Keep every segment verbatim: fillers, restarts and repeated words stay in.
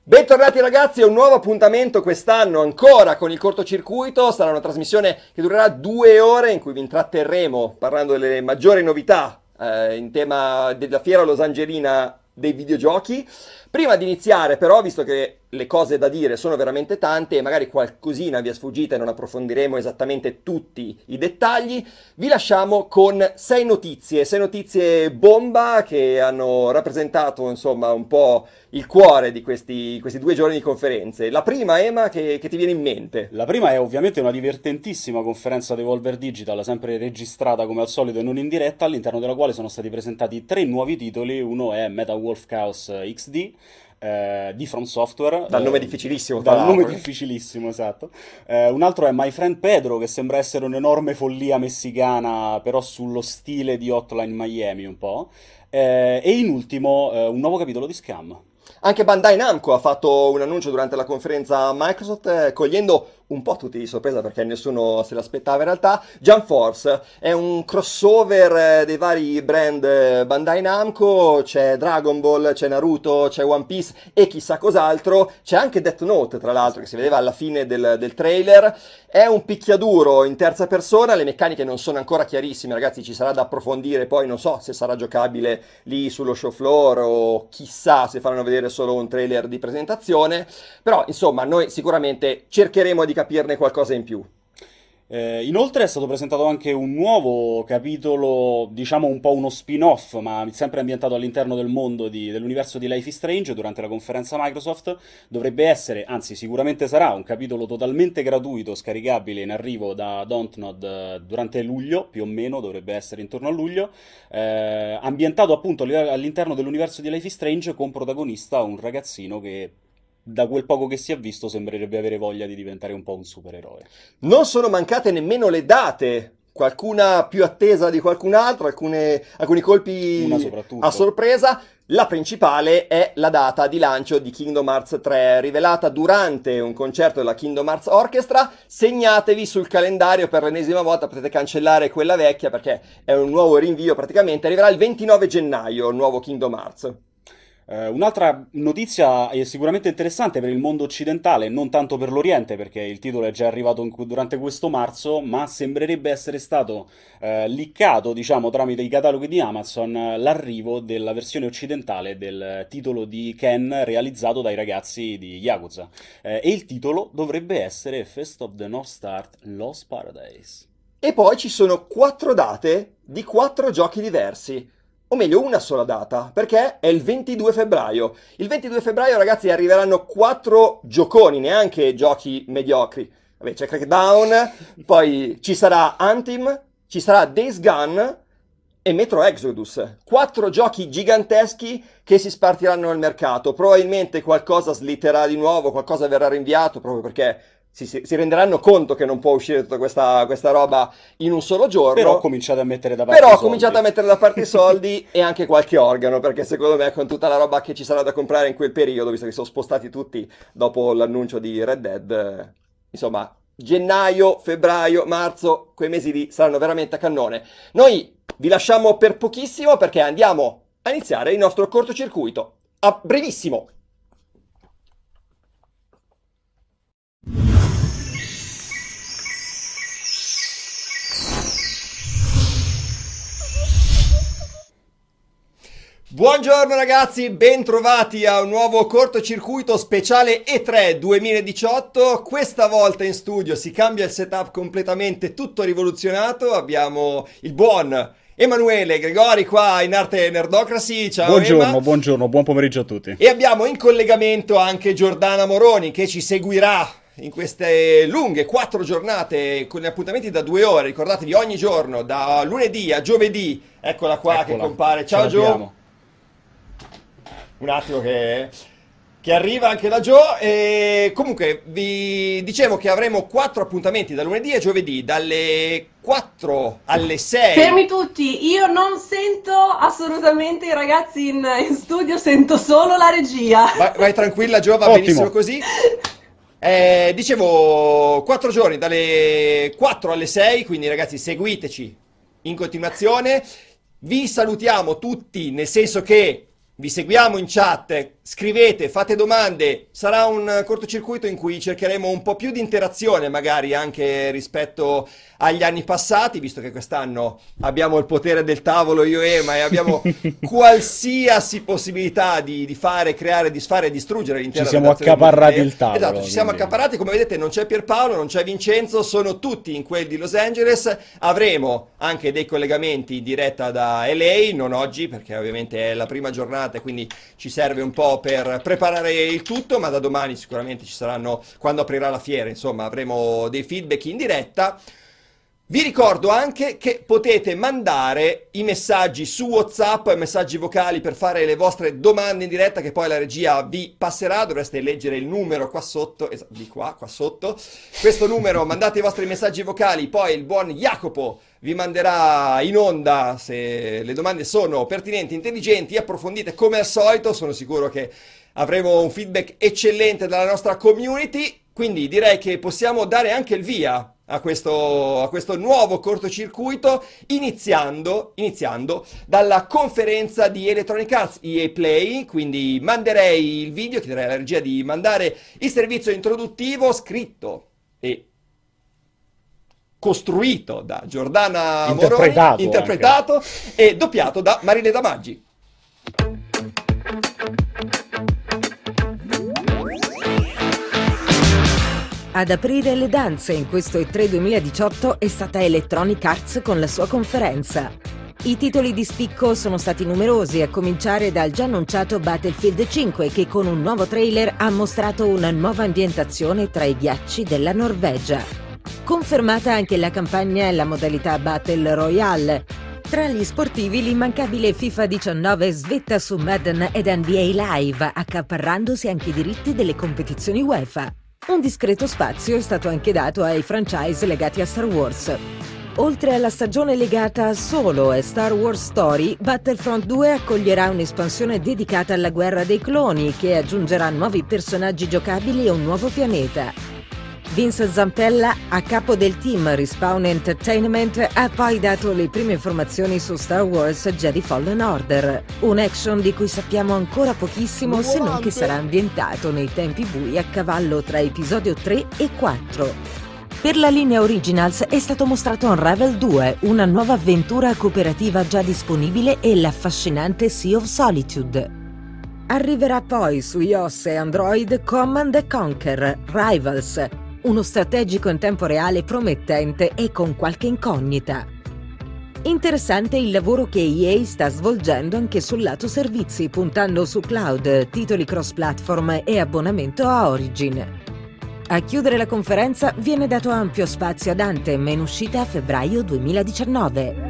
Bentornati ragazzi, è un nuovo appuntamento quest'anno ancora con il cortocircuito. Sarà una trasmissione che durerà due ore in cui vi intratterremo parlando delle maggiori novità eh, in tema della fiera losangelina dei videogiochi. Prima di iniziare però, visto che le cose da dire sono veramente tante e magari qualcosina vi è sfuggita e non approfondiremo esattamente tutti i dettagli, vi lasciamo con sei notizie, sei notizie bomba che hanno rappresentato insomma un po' il cuore di questi, questi due giorni di conferenze. La prima, Ema, che, che ti viene in mente? La prima è ovviamente una divertentissima conferenza Devolver Digital, sempre registrata come al solito e non in diretta, all'interno della quale sono stati presentati tre nuovi titoli. Uno è Metal Wolf Chaos X D, eh, di From Software. Dal nome eh, difficilissimo, tra Dal nome l'altro. difficilissimo, esatto. Eh, un altro è My Friend Pedro, che sembra essere un'enorme follia messicana, però sullo stile di Hotline Miami un po'. Eh, e in ultimo, eh, un nuovo capitolo di Scam. Anche Bandai Namco ha fatto un annuncio durante la conferenza Microsoft, eh, cogliendo un po' tutti di sorpresa perché nessuno se l'aspettava in realtà. Jump Force è un crossover eh, dei vari brand eh, Bandai Namco. C'è Dragon Ball, c'è Naruto, c'è One Piece e chissà cos'altro. C'è anche Death Note, tra l'altro, che si vedeva alla fine del, del trailer. È un picchiaduro in terza persona, le meccaniche non sono ancora chiarissime, ragazzi, ci sarà da approfondire, poi non so se sarà giocabile lì sullo show floor o chissà se faranno vedere solo un trailer di presentazione, però insomma noi sicuramente cercheremo di capirne qualcosa in più. Eh, inoltre è stato presentato anche un nuovo capitolo, diciamo un po' uno spin-off, ma sempre ambientato all'interno del mondo di- dell'universo di Life is Strange. Durante la conferenza Microsoft dovrebbe essere, anzi sicuramente sarà, un capitolo totalmente gratuito, scaricabile in arrivo da Dontnod eh, durante luglio, più o meno, dovrebbe essere intorno a luglio, eh, ambientato appunto li- all'interno dell'universo di Life is Strange, con protagonista un ragazzino che, da quel poco che si è visto, sembrerebbe avere voglia di diventare un po' un supereroe. Non sono mancate nemmeno le date, qualcuna più attesa di qualcun altro, alcune- alcuni Una colpi a soprattutto. sorpresa. La principale è la data di lancio di Kingdom Hearts tre, rivelata durante un concerto della Kingdom Hearts Orchestra. Segnatevi sul calendario per l'ennesima volta, potete cancellare quella vecchia perché è un nuovo rinvio praticamente. Arriverà il ventinove gennaio il nuovo Kingdom Hearts. Eh, un'altra notizia è sicuramente interessante per il mondo occidentale, non tanto per l'Oriente, perché il titolo è già arrivato in- durante questo marzo, ma sembrerebbe essere stato eh, leakato, diciamo, tramite i cataloghi di Amazon, eh, l'arrivo della versione occidentale del titolo di Ken realizzato dai ragazzi di Yakuza. Eh, e il titolo dovrebbe essere Fest of the North Star Lost Paradise. E poi ci sono quattro date di quattro giochi diversi. O meglio, una sola data, perché è il ventidue febbraio. Il ventidue febbraio, ragazzi, arriveranno quattro gioconi, neanche giochi mediocri. Vabbè, c'è Crackdown, poi ci sarà Anthem, ci sarà Days Gone e Metro Exodus. Quattro giochi giganteschi che si spartiranno al mercato. Probabilmente qualcosa slitterà di nuovo, qualcosa verrà rinviato, proprio perché si, si- si renderanno conto che non può uscire tutta questa, questa roba in un solo Però giorno. cominciate a mettere da parte Però i ho cominciato a soldi. mettere da parte i soldi e anche qualche organo, perché secondo me con tutta la roba che ci sarà da comprare in quel periodo, visto che sono spostati tutti dopo l'annuncio di Red Dead, eh, insomma, gennaio, febbraio, marzo, quei mesi lì saranno veramente a cannone. Noi vi lasciamo per pochissimo perché andiamo a iniziare il nostro cortocircuito. A brevissimo! Buongiorno ragazzi, bentrovati a un nuovo cortocircuito speciale E tre duemiladiciotto. Questa volta in studio si cambia il setup completamente, tutto rivoluzionato. Abbiamo il buon Emanuele Gregori qua in arte Nerdocracy. Ciao Ema. Buongiorno, buongiorno, buon pomeriggio a tutti. E abbiamo in collegamento anche Giordana Moroni che ci seguirà in queste lunghe quattro giornate con gli appuntamenti da due ore. Ricordatevi ogni giorno, da lunedì a giovedì. Eccola qua che Eccola, compare. ce Ciao Gio. l'abbiamo. Un attimo che, che arriva anche da Joe. E comunque vi dicevo che avremo quattro appuntamenti da lunedì a giovedì, dalle quattro alle sei. Fermi tutti, io non sento assolutamente i ragazzi in, in studio, sento solo la regia. Vai, vai tranquilla Joe, va Ottimo. benissimo così. Eh, dicevo, quattro giorni, dalle quattro alle sei, quindi ragazzi seguiteci in continuazione. Vi salutiamo tutti, nel senso che vi seguiamo in chat Scrivete, fate domande, sarà un cortocircuito in cui cercheremo un po' più di interazione magari anche rispetto agli anni passati, visto che quest'anno abbiamo il potere del tavolo io e Ema e abbiamo qualsiasi possibilità di, di fare, creare, disfare e distruggere l'intera Ci siamo redazione accaparrati multiplayer. il tavolo. Esatto, ci siamo quindi- accaparrati, come vedete non c'è Pierpaolo, non c'è Vincenzo, sono tutti in quel di Los Angeles, avremo anche dei collegamenti in diretta da L A, non oggi perché ovviamente è la prima giornata e quindi ci serve un po' per preparare il tutto, ma da domani sicuramente ci saranno, quando aprirà la fiera, insomma, avremo dei feedback in diretta. Vi ricordo anche che potete mandare i messaggi su WhatsApp, messaggi vocali per fare le vostre domande in diretta che poi la regia vi passerà, dovreste leggere il numero qua sotto, es- di qua, qua sotto, questo numero, mandate i vostri messaggi vocali, poi il buon Jacopo vi manderà in onda se le domande sono pertinenti, intelligenti, approfondite come al solito, sono sicuro che avremo un feedback eccellente dalla nostra community, quindi direi che possiamo dare anche il via a questo, a questo nuovo cortocircuito, iniziando, iniziando dalla conferenza di Electronic Arts E A Play, quindi manderei il video, chiederei alla regia di mandare il servizio introduttivo scritto e costruito da Giordana Moroni, Interpretato interpretato e doppiato da Marile Damaggi. Ad aprire le danze in questo E tre duemiladiciotto è stata Electronic Arts con la sua conferenza. I titoli di spicco sono stati numerosi, a cominciare dal già annunciato Battlefield cinque, che con un nuovo trailer ha mostrato una nuova ambientazione tra i ghiacci della Norvegia. Confermata anche la campagna e la modalità Battle Royale. Tra gli sportivi l'immancabile FIFA diciannove svetta su Madden ed N B A Live, accaparrandosi anche i diritti delle competizioni UEFA. Un discreto spazio è stato anche dato ai franchise legati a Star Wars. Oltre alla stagione legata solo a Star Wars Story, Battlefront due accoglierà un'espansione dedicata alla guerra dei cloni che aggiungerà nuovi personaggi giocabili e un nuovo pianeta. Vince Zampella, a capo del team Respawn Entertainment, ha poi dato le prime informazioni su Star Wars Jedi Fallen Order, un action di cui sappiamo ancora pochissimo, se non che sarà ambientato nei tempi bui a cavallo tra episodio tre e quattro. Per la linea Originals è stato mostrato Unravel due, una nuova avventura cooperativa già disponibile, e l'affascinante Sea of Solitude. Arriverà poi su iOS e Android Command and Conquer Rivals, uno strategico in tempo reale promettente e con qualche incognita. Interessante il lavoro che E A sta svolgendo anche sul lato servizi, puntando su cloud, titoli cross-platform e abbonamento a Origin. A chiudere la conferenza viene dato ampio spazio ad Anthem, in uscita a febbraio duemiladiciannove.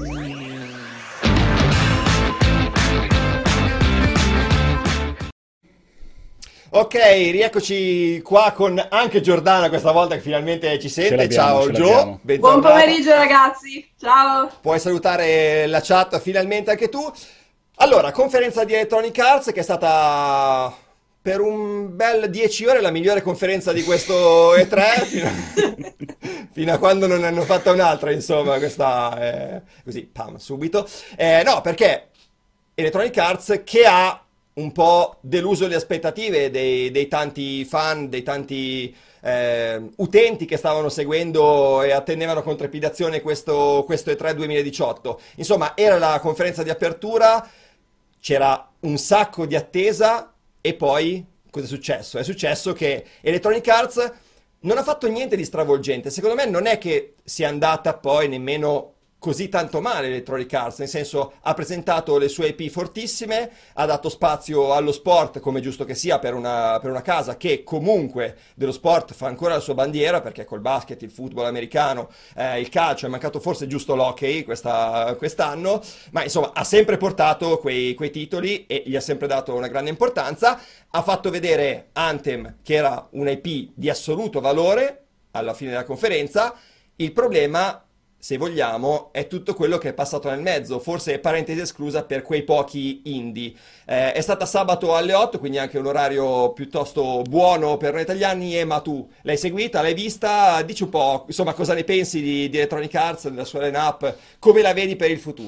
Ok, rieccoci qua con anche Giordana questa volta che finalmente ci sente. l'abbiamo, Ciao ce Gio, l'abbiamo. Buon bentornata. pomeriggio ragazzi, ciao! Puoi salutare la chat finalmente anche tu. Allora, conferenza di Electronic Arts che è stata per un bel dieci ore la migliore conferenza di questo E tre fino a, fino a quando non ne hanno fatta un'altra, insomma, questa è così, pam, subito. Eh, no, perché Electronic Arts che ha un po' deluso le aspettative dei, dei tanti fan, dei tanti eh, utenti che stavano seguendo e attendevano con trepidazione questo, questo E tre duemiladiciotto. Insomma, era la conferenza di apertura, c'era un sacco di attesa e poi cosa è successo? È successo che Electronic Arts non ha fatto niente di stravolgente. Secondo me non è che sia andata poi nemmeno così tanto male Electronic Arts, nel senso ha presentato le sue I P fortissime, ha dato spazio allo sport come giusto che sia per una, per una casa che comunque dello sport fa ancora la sua bandiera, perché col basket, il football americano, eh, il calcio, è mancato forse giusto l'hockey questa, quest'anno, ma insomma ha sempre portato quei, quei titoli e gli ha sempre dato una grande importanza. Ha fatto vedere Anthem che era un I P di assoluto valore alla fine della conferenza. Il problema, se vogliamo, è tutto quello che è passato nel mezzo, forse parentesi esclusa per quei pochi indie. Eh, è stata sabato alle otto, quindi anche un orario piuttosto buono per noi italiani. E ma tu l'hai seguita, l'hai vista? Dici un po', insomma, cosa ne pensi di, di Electronic Arts, della sua line-up, come la vedi per il futuro?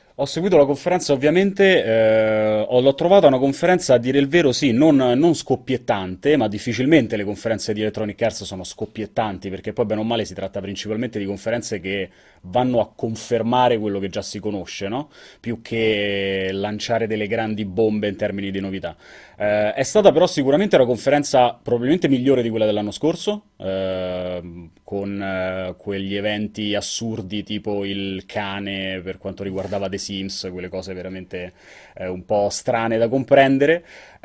Ho seguito la conferenza ovviamente, eh, ho- l'ho trovata una conferenza a dire il vero, sì, non, non scoppiettante, ma difficilmente le conferenze di Electronic Arts sono scoppiettanti, perché poi bene o male si tratta principalmente di conferenze che vanno a confermare quello che già si conosce, no? Più che lanciare delle grandi bombe in termini di novità. Eh, è stata però sicuramente una conferenza probabilmente migliore di quella dell'anno scorso, ehm, con eh, quegli eventi assurdi tipo il cane per quanto riguardava The Sims, quelle cose veramente eh, un po' strane da comprendere.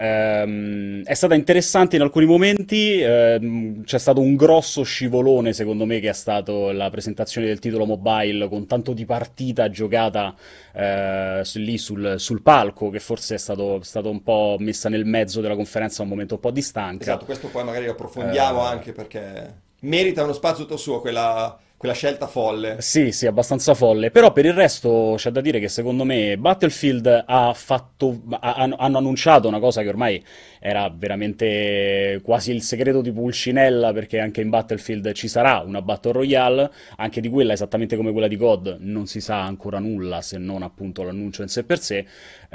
Ehm, è stata interessante in alcuni momenti, ehm, c'è stato un grosso scivolone secondo me che è stato la presentazione del titolo mobile con tanto di partita giocata eh, su- lì sul, sul palco, che forse è stato, stato un po' messa nel mezzo della conferenza, un momento un po' di stanca. Esatto, questo poi magari lo approfondiamo Eh, anche perché merita uno spazio tutto suo quella, quella scelta folle. Sì, sì, abbastanza folle, però per il resto c'è da dire che secondo me Battlefield ha fatto, ha- hanno hanno annunciato una cosa che ormai era veramente quasi il segreto di Pulcinella, perché anche in Battlefield ci sarà una Battle Royale, anche di quella esattamente come quella di C O D non si sa ancora nulla se non appunto l'annuncio in sé per sé.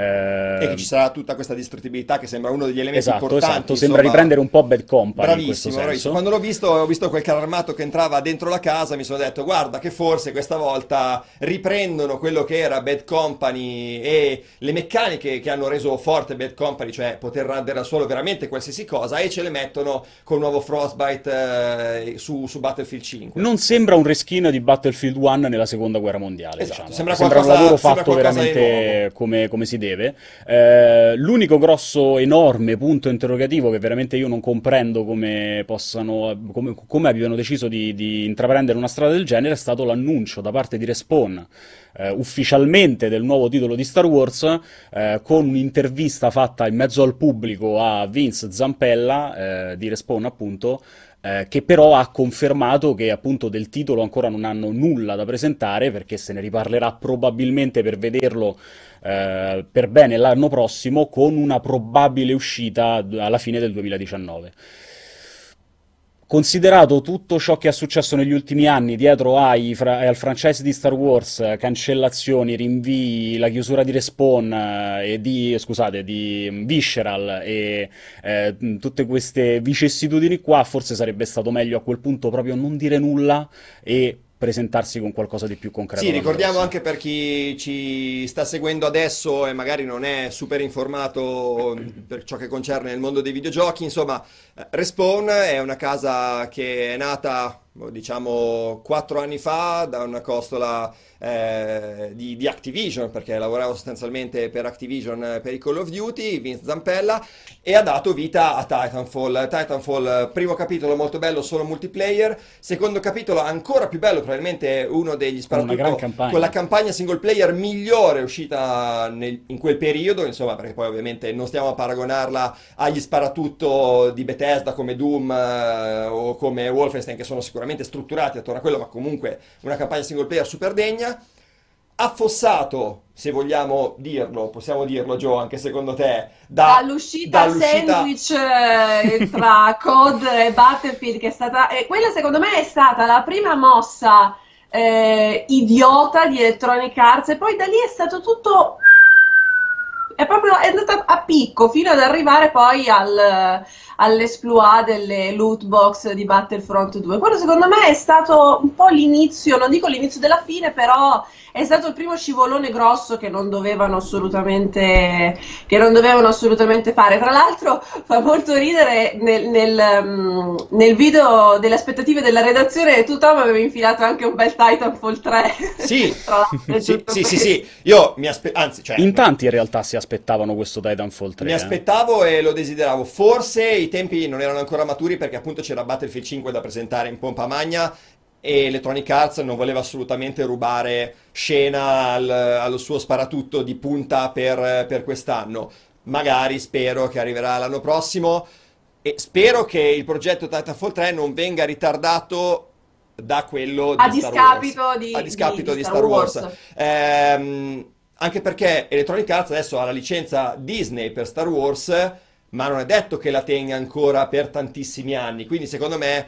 E che Eh, ci sarà tutta questa distruttibilità che sembra uno degli elementi esatto, importanti, esatto, sembra insomma. riprendere un po' Bad Company in questo Bravissimo, bravissimo. senso. Quando l'ho visto, ho visto quel carro armato che entrava dentro la casa, mi sono detto, guarda che forse questa volta riprendono quello che era Bad Company e le meccaniche che hanno reso forte Bad Company, cioè poter rendere al suolo veramente qualsiasi cosa, e ce le mettono con il nuovo Frostbite eh, su, su Battlefield cinque. Non sembra un reskin di Battlefield uno nella seconda guerra mondiale, Esatto, diciamo. sembra Sembra un qualcosa, lavoro sembra fatto qualcosa di nuovo. veramente come, come si deve. Eh, l'unico grosso, enorme punto interrogativo che veramente io non comprendo come possano, come, come abbiano deciso di, di intraprendere una strada del genere è stato l'annuncio da parte di Respawn eh, ufficialmente del nuovo titolo di Star Wars, eh, con un'intervista fatta in mezzo al pubblico a Vince Zampella, eh, di Respawn appunto, eh, che però ha confermato che appunto del titolo ancora non hanno nulla da presentare, perché se ne riparlerà probabilmente per vederlo eh, per bene l'anno prossimo, con una probabile uscita d- alla fine del duemiladiciannove. Considerato tutto ciò che è successo negli ultimi anni dietro ai fra- al franchise di Star Wars, eh, cancellazioni, rinvii, la chiusura di Respawn eh, e di, scusate, di mm, Visceral e eh, mh, tutte queste vicissitudini qua, forse sarebbe stato meglio a quel punto proprio non dire nulla e presentarsi con qualcosa di più concreto Sì, l'anno ricordiamo prossimo. anche per chi ci sta seguendo adesso e magari non è super informato per ciò che concerne il mondo dei videogiochi, insomma, eh, Respawn è una casa che è nata, diciamo, quattro anni fa da una costola eh, di, di Activision, perché lavorava sostanzialmente per Activision eh, per i Call of Duty, Vince Zampella, e ha dato vita a Titanfall. Titanfall, primo capitolo molto bello, solo multiplayer, secondo capitolo ancora più bello, probabilmente uno degli Con una gran sparatutto con la campagna. campagna single player migliore uscita nel- in quel periodo, insomma, perché poi ovviamente non stiamo a paragonarla agli sparatutto di Bethesda come Doom eh, o come Wolfenstein, che sono sicuramente strutturati attorno a quello, ma comunque una campagna single player super degna. Affossato, se vogliamo dirlo, possiamo dirlo, Joe, anche secondo te, da, Dall'uscita dall'uscita. sandwich eh, tra C O D e Battlefield, che è stata, e quella secondo me è stata la prima mossa eh, idiota di Electronic Arts, e poi da lì è stato tutto, è proprio è andata a picco fino ad arrivare poi al, all'esploit delle loot box di Battlefront due. Quello secondo me è stato un po' l'inizio, non dico l'inizio della fine, però è stato il primo scivolone grosso che non dovevano assolutamente, che non dovevano assolutamente fare. Tra l'altro fa molto ridere nel, nel, mm, nel video delle aspettative della redazione, tu Tom avevi infilato anche un bel Titanfall tre. Sì, Tra l'altro, sì, giusto sì, sì, perché- sì, io mi aspettavo, anzi, cioè, In tanti in realtà si aspettavano questo Titanfall mi tre, eh. aspettavo e lo desideravo. Forse i tempi non erano ancora maturi perché appunto c'era Battlefield cinque da presentare in pompa magna e Electronic Arts non voleva assolutamente rubare scena al, allo suo sparatutto di punta per, per quest'anno. Magari spero che arriverà l'anno prossimo e spero che il progetto Titanfall tre non venga ritardato da quello a di Star Wars. discapito di, A discapito di- di di Star Wars. Wars. Ehm, anche perché Electronic Arts adesso ha la licenza Disney per Star Wars, ma non è detto che la tenga ancora per tantissimi anni. Quindi, secondo me,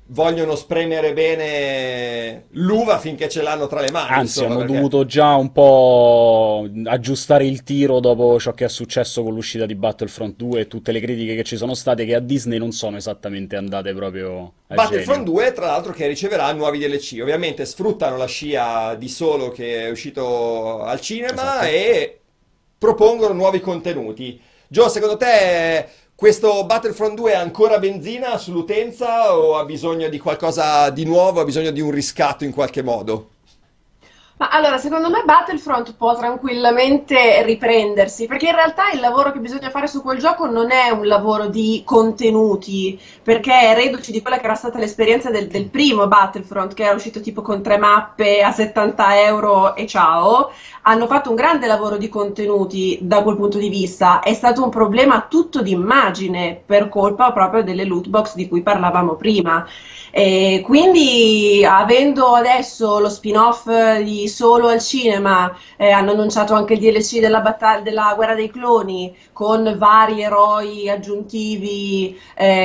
vogliono spremere bene l'uva finché ce l'hanno tra le mani. Anzi, insomma, hanno perché... dovuto già un po' aggiustare il tiro dopo ciò che è successo con l'uscita di Battlefront due e tutte le critiche che ci sono state, che a Disney non sono esattamente andate proprio a Battlefront genio. due, tra l'altro, che riceverà nuovi D L C. Ovviamente sfruttano la scia di Solo che è uscito al cinema Esatto. e propongono nuovi contenuti. Gio, secondo te questo Battlefront due è ancora benzina sull'utenza o ha bisogno di qualcosa di nuovo, ha bisogno di un riscatto in qualche modo? Ma allora, secondo me Battlefront può tranquillamente riprendersi, perché in realtà il lavoro che bisogna fare su quel gioco non è un lavoro di contenuti, perché è reduce di quella che era stata l'esperienza del, del primo Battlefront, che era uscito tipo con tre mappe a settanta euro e ciao. Hanno fatto un grande lavoro di contenuti da quel punto di vista, è stato un problema tutto d'immagine per colpa proprio delle loot box di cui parlavamo prima. E quindi, avendo adesso lo spin-off di Solo al cinema, eh, hanno annunciato anche il D L C della, battaglia, della Guerra dei Cloni, con vari eroi aggiuntivi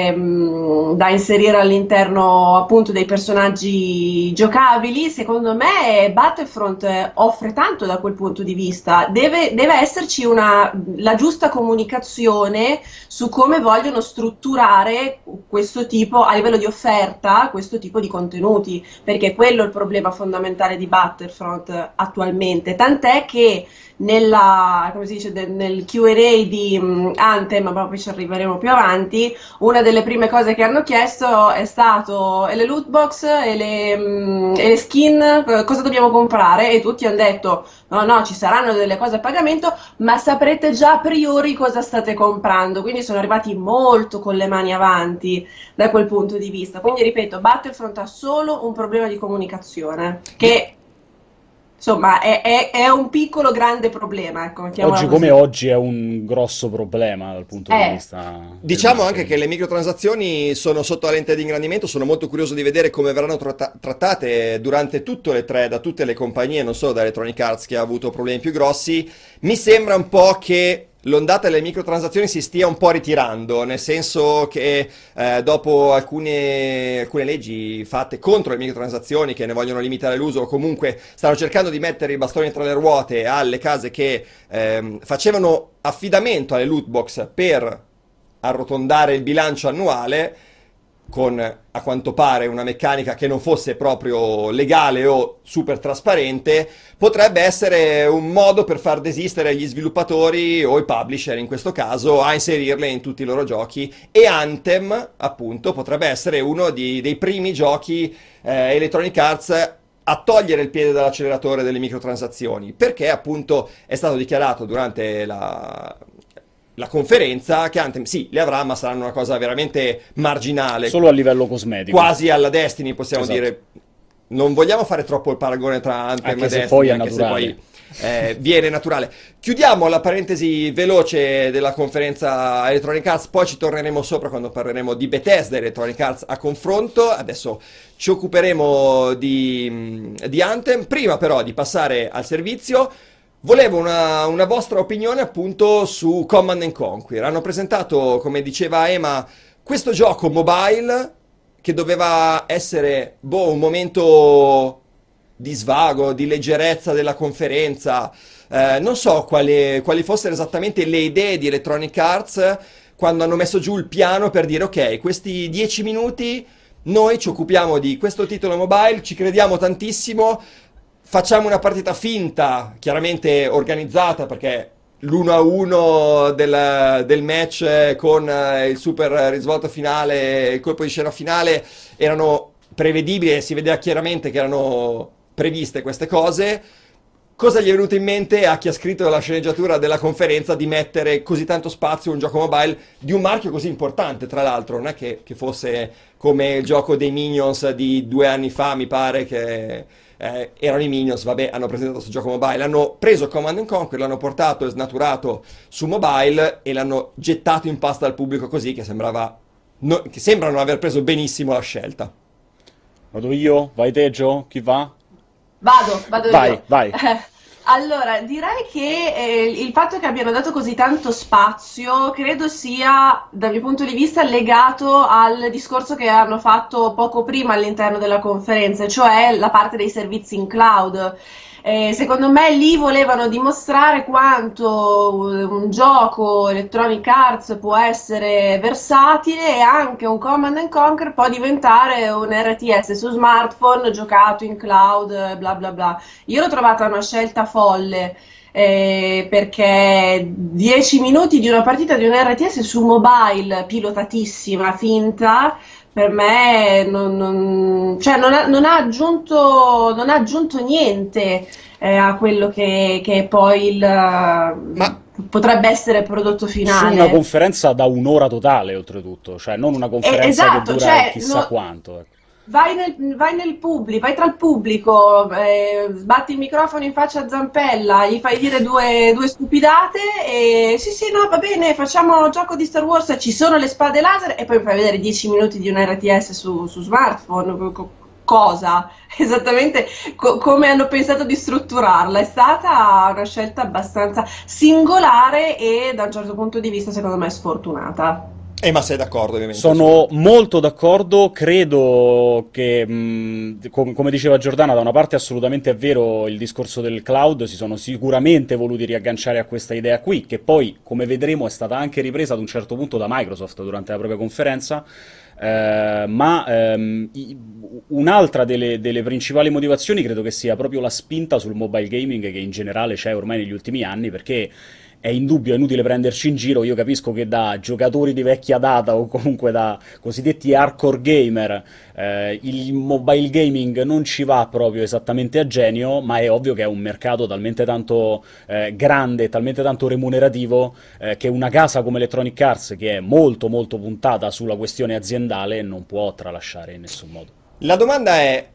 ehm, da inserire all'interno appunto dei personaggi giocabili. Secondo me Battlefront offre tanto da quel punto di vista. Deve, deve esserci una, la giusta comunicazione su come vogliono strutturare questo tipo, a livello di offerta, questo tipo di contenuti, perché quello è il problema fondamentale di Battlefront attualmente, tant'è che nella, come si dice, de, nel Q and A di um, Anthem, ma poi ci arriveremo più avanti, una delle prime cose che hanno chiesto è stato e le loot box e le, um, e le skin, cosa dobbiamo comprare, e tutti hanno detto no no, ci saranno delle cose a pagamento, ma saprete già a priori cosa state comprando, quindi sono arrivati molto con le mani avanti da quel punto di vista. Quindi ripeto, Battlefront ha solo un problema di comunicazione che insomma è, è, è un piccolo grande problema, ecco, mettiamola Oggi così. come oggi è un grosso problema dal punto di Eh. vista del Diciamo anche marketing. che le microtransazioni sono sotto la lente di ingrandimento, sono molto curioso di vedere come verranno tratta- trattate durante tutte le tre, da tutte le compagnie, non solo da Electronic Arts che ha avuto problemi più grossi. Mi sembra un po' che l'ondata delle microtransazioni si stia un po' ritirando, nel senso che eh, dopo alcune, alcune leggi fatte contro le microtransazioni che ne vogliono limitare l'uso, o comunque stanno cercando di mettere i bastoni tra le ruote alle case che ehm, facevano affidamento alle loot box per arrotondare il bilancio annuale, con a quanto pare una meccanica che non fosse proprio legale o super trasparente, potrebbe essere un modo per far desistere gli sviluppatori o i publisher in questo caso a inserirle in tutti i loro giochi, e Anthem appunto potrebbe essere uno di- dei primi giochi eh, Electronic Arts a togliere il piede dall'acceleratore delle microtransazioni, perché appunto è stato dichiarato durante la, la conferenza che Anthem sì, le avrà, ma saranno una cosa veramente marginale, Solo a livello cosmetico. quasi alla Destiny, possiamo Esatto. dire. Non vogliamo fare troppo il paragone tra Anthem Anche e se Destiny, poi è anche se naturale. poi eh, viene naturale. Chiudiamo la parentesi veloce della conferenza Electronic Arts, poi ci torneremo sopra quando parleremo di Bethesda e Electronic Arts a confronto. Adesso ci occuperemo di, di Anthem. Prima però di passare al servizio, volevo una, una vostra opinione appunto su Command and Conquer. Hanno presentato, come diceva Ema, questo gioco mobile che doveva essere boh, un momento di svago, di leggerezza della conferenza. Eh, non so quali, quali fossero esattamente le idee di Electronic Arts quando hanno messo giù il piano per dire ok, questi dieci minuti noi ci occupiamo di questo titolo mobile, ci crediamo tantissimo, facciamo una partita finta, chiaramente organizzata, perché l'uno a uno del, del match con eh, il super risvolto finale, il colpo di scena finale, erano prevedibili e si vedeva chiaramente che erano previste queste cose. Cosa gli è venuto in mente a chi ha scritto la sceneggiatura della conferenza di mettere così tanto spazio in un gioco mobile di un marchio così importante, tra l'altro? Non è che, che fosse come il gioco dei Minions di due anni fa, mi pare, che eh, erano i Minions, vabbè, hanno presentato questo gioco mobile, hanno preso Command and Conquer, l'hanno portato e snaturato su mobile e l'hanno gettato in pasta al pubblico così, che sembrava no, che sembrano aver preso benissimo la scelta. Vado io? Vai te, Gio? Chi va? Vado, vado Vai, io. vai. Eh, Allora, direi che eh, il fatto che abbiano dato così tanto spazio credo sia, dal mio punto di vista, legato al discorso che hanno fatto poco prima all'interno della conferenza, cioè la parte dei servizi in cloud. Eh, secondo me lì volevano dimostrare quanto un gioco Electronic Arts può essere versatile e anche un Command and Conquer può diventare un R T S su smartphone giocato in cloud, bla bla bla. Io l'ho trovata una scelta folle. Eh, perché dieci minuti di una partita di un R T S su mobile pilotatissima, finta, per me non, non, cioè non, ha, non ha aggiunto non ha aggiunto niente eh, a quello che, che è poi il Ma... potrebbe essere il prodotto finale. Su una conferenza da un'ora totale, oltretutto, cioè non una conferenza eh, esatto, che dura cioè, chissà no... quanto. Ecco. Vai nel, vai nel pubblico, vai tra il pubblico, eh, sbatti il microfono in faccia a Zampella, gli fai dire due, due stupidate e sì sì no va bene, facciamo gioco di Star Wars, ci sono le spade laser e poi fai vedere dieci minuti di un R T S su, su smartphone. Cosa? Esattamente co- come hanno pensato di strutturarla. È stata una scelta abbastanza singolare e da un certo punto di vista secondo me sfortunata. Eh, ma sei d'accordo ovviamente? Sono molto d'accordo, credo che, mh, com- come diceva Giordana, da una parte assolutamente è vero il discorso del cloud, si sono sicuramente voluti riagganciare a questa idea qui, che poi, come vedremo, è stata anche ripresa ad un certo punto da Microsoft durante la propria conferenza, eh, ma ehm, i- un'altra delle, delle principali motivazioni credo che sia proprio la spinta sul mobile gaming che in generale c'è ormai negli ultimi anni, perché è indubbio, è inutile prenderci in giro, io capisco che da giocatori di vecchia data o comunque da cosiddetti hardcore gamer eh, il mobile gaming non ci va proprio esattamente a genio, ma è ovvio che è un mercato talmente tanto eh, grande, talmente tanto remunerativo eh, che una casa come Electronic Arts, che è molto molto puntata sulla questione aziendale, non può tralasciare in nessun modo. La domanda è,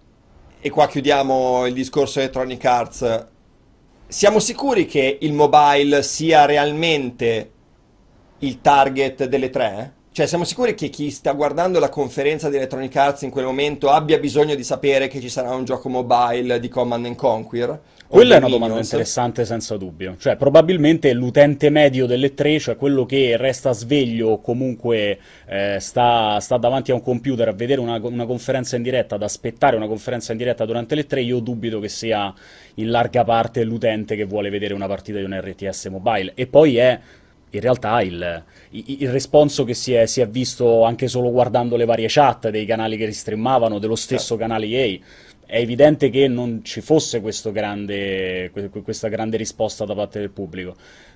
e qua chiudiamo il discorso Electronic Arts, siamo sicuri che il mobile sia realmente il target delle tre? Cioè, siamo sicuri che chi sta guardando la conferenza di Electronic Arts in quel momento abbia bisogno di sapere che ci sarà un gioco mobile di Command and Conquer? Quella è una domanda interessante senza dubbio, cioè probabilmente l'utente medio delle tre, cioè quello che resta sveglio o comunque eh, sta, sta davanti a un computer a vedere una, una conferenza in diretta, ad aspettare una conferenza in diretta durante le tre, io dubito che sia in larga parte l'utente che vuole vedere una partita di un R T S mobile, e poi è in realtà il, il, il responso che si è, si è visto anche solo guardando le varie chat dei canali che ristreamavano, dello stesso canale E A. È evidente che non ci fosse questo grande, questa grande risposta da parte del pubblico.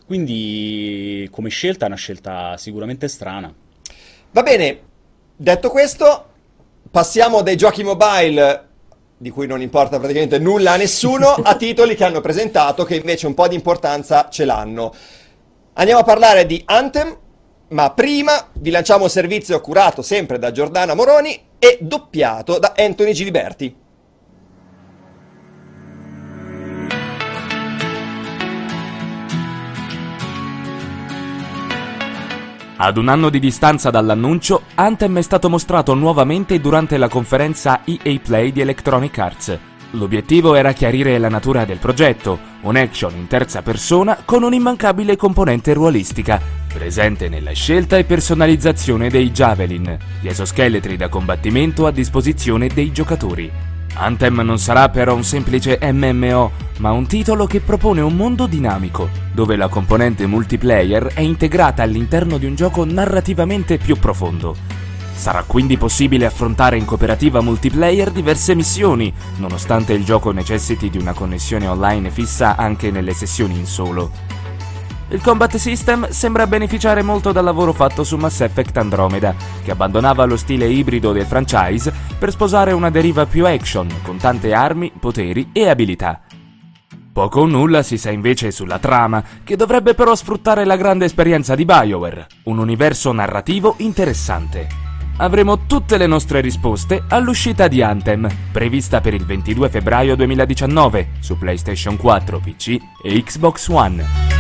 Quindi, come scelta, è una scelta sicuramente strana. Va bene, detto questo, passiamo dai giochi mobile, di cui non importa praticamente nulla a nessuno, a titoli che hanno presentato, che invece un po' di importanza ce l'hanno. Andiamo a parlare di Anthem, ma prima vi lanciamo un servizio curato sempre da Giordana Moroni e doppiato da Anthony Giliberti. Ad un anno di distanza dall'annuncio, Anthem è stato mostrato nuovamente durante la conferenza E A Play di Electronic Arts. L'obiettivo era chiarire la natura del progetto, un action in terza persona con un'immancabile componente ruolistica, presente nella scelta e personalizzazione dei Javelin, gli esoscheletri da combattimento a disposizione dei giocatori. Anthem non sarà però un semplice M M O, ma un titolo che propone un mondo dinamico, dove la componente multiplayer è integrata all'interno di un gioco narrativamente più profondo. Sarà quindi possibile affrontare in cooperativa multiplayer diverse missioni, nonostante il gioco necessiti di una connessione online fissa anche nelle sessioni in solo. Il combat system sembra beneficiare molto dal lavoro fatto su Mass Effect Andromeda, che abbandonava lo stile ibrido del franchise per sposare una deriva più action, con tante armi, poteri e abilità. Poco o nulla si sa invece sulla trama, che dovrebbe però sfruttare la grande esperienza di BioWare, un universo narrativo interessante. Avremo tutte le nostre risposte all'uscita di Anthem, prevista per il ventidue febbraio duemiladiciannove su PlayStation quattro, P C e Xbox One.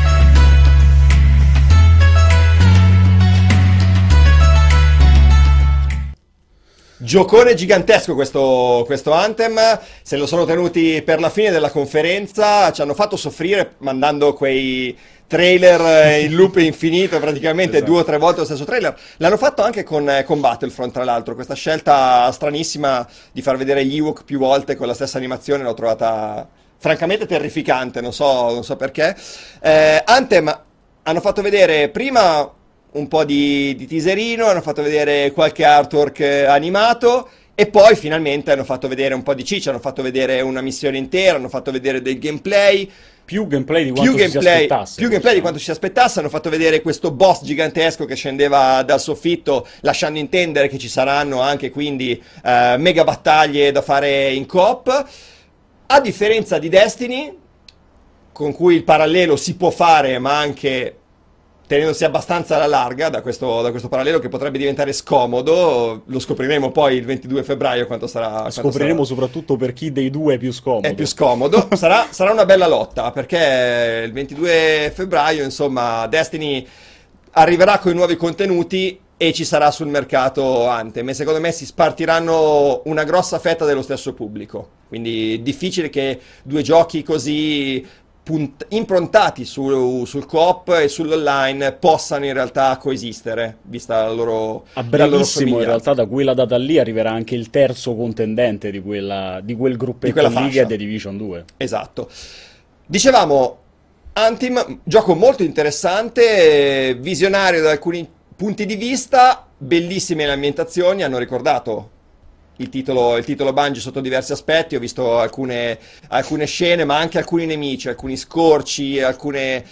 Giocone gigantesco questo, questo Anthem, se lo sono tenuti per la fine della conferenza, ci hanno fatto soffrire mandando quei trailer in loop infinito, praticamente esatto. due o tre volte lo stesso trailer. L'hanno fatto anche con, con Battlefront, tra l'altro, questa scelta stranissima di far vedere gli Ewok più volte con la stessa animazione l'ho trovata francamente terrificante, non so, non so perché. Eh, Anthem hanno fatto vedere prima un po' di, di teaserino, hanno fatto vedere qualche artwork animato e poi finalmente hanno fatto vedere un po' di ciccia, hanno fatto vedere una missione intera, hanno fatto vedere del gameplay. Più gameplay di quanto più ci gameplay, si aspettasse. Più gameplay di quanto ci si aspettasse, hanno fatto vedere questo boss gigantesco che scendeva dal soffitto, lasciando intendere che ci saranno anche quindi eh, mega battaglie da fare in coop. A differenza di Destiny, con cui il parallelo si può fare, ma anche tenendosi abbastanza alla larga da questo, da questo parallelo che potrebbe diventare scomodo, lo scopriremo poi il ventidue febbraio quanto sarà. Scopriremo quanto sarà. Soprattutto per chi dei due è più scomodo. È più scomodo, sarà, sarà una bella lotta, perché il ventidue febbraio, insomma, Destiny arriverà con i nuovi contenuti e ci sarà sul mercato Anthem, e secondo me si spartiranno una grossa fetta dello stesso pubblico, quindi difficile che due giochi così punt- improntati su, sul co-op e sull'online possano in realtà coesistere, vista la loro a la loro brevissimo in realtà da quella data lì arriverà anche il terzo contendente di, quella, di quel gruppetto lì che è The Division due. Esatto. Dicevamo Anthem, gioco molto interessante, visionario da alcuni punti di vista, bellissime le ambientazioni, hanno ricordato il titolo, il titolo Bungie sotto diversi aspetti. Ho visto alcune, alcune scene, ma anche alcuni nemici, alcuni scorci, alcune,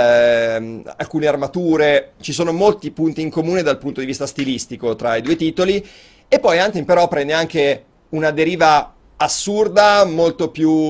eh, alcune armature. Ci sono molti punti in comune dal punto di vista stilistico tra i due titoli, e poi Anthem però prende anche una deriva assurda, molto più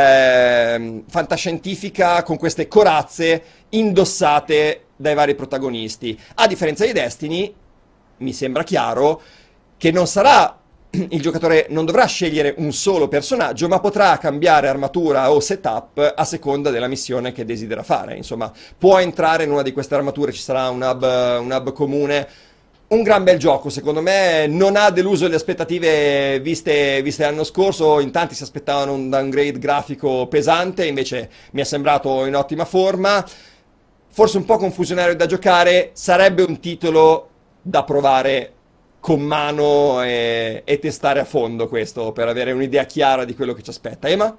eh, fantascientifica, con queste corazze indossate dai vari protagonisti. A differenza di Destiny, mi sembra chiaro che non sarà, il giocatore non dovrà scegliere un solo personaggio, ma potrà cambiare armatura o setup a seconda della missione che desidera fare. Insomma, può entrare in una di queste armature, ci sarà un hub, un hub comune. Un gran bel gioco, secondo me, non ha deluso le aspettative viste, viste l'anno scorso. In tanti si aspettavano un downgrade grafico pesante, invece mi è sembrato in ottima forma. Forse un po' confusionario da giocare, sarebbe un titolo da provare con mano e, e testare a fondo questo, per avere un'idea chiara di quello che ci aspetta. Ema?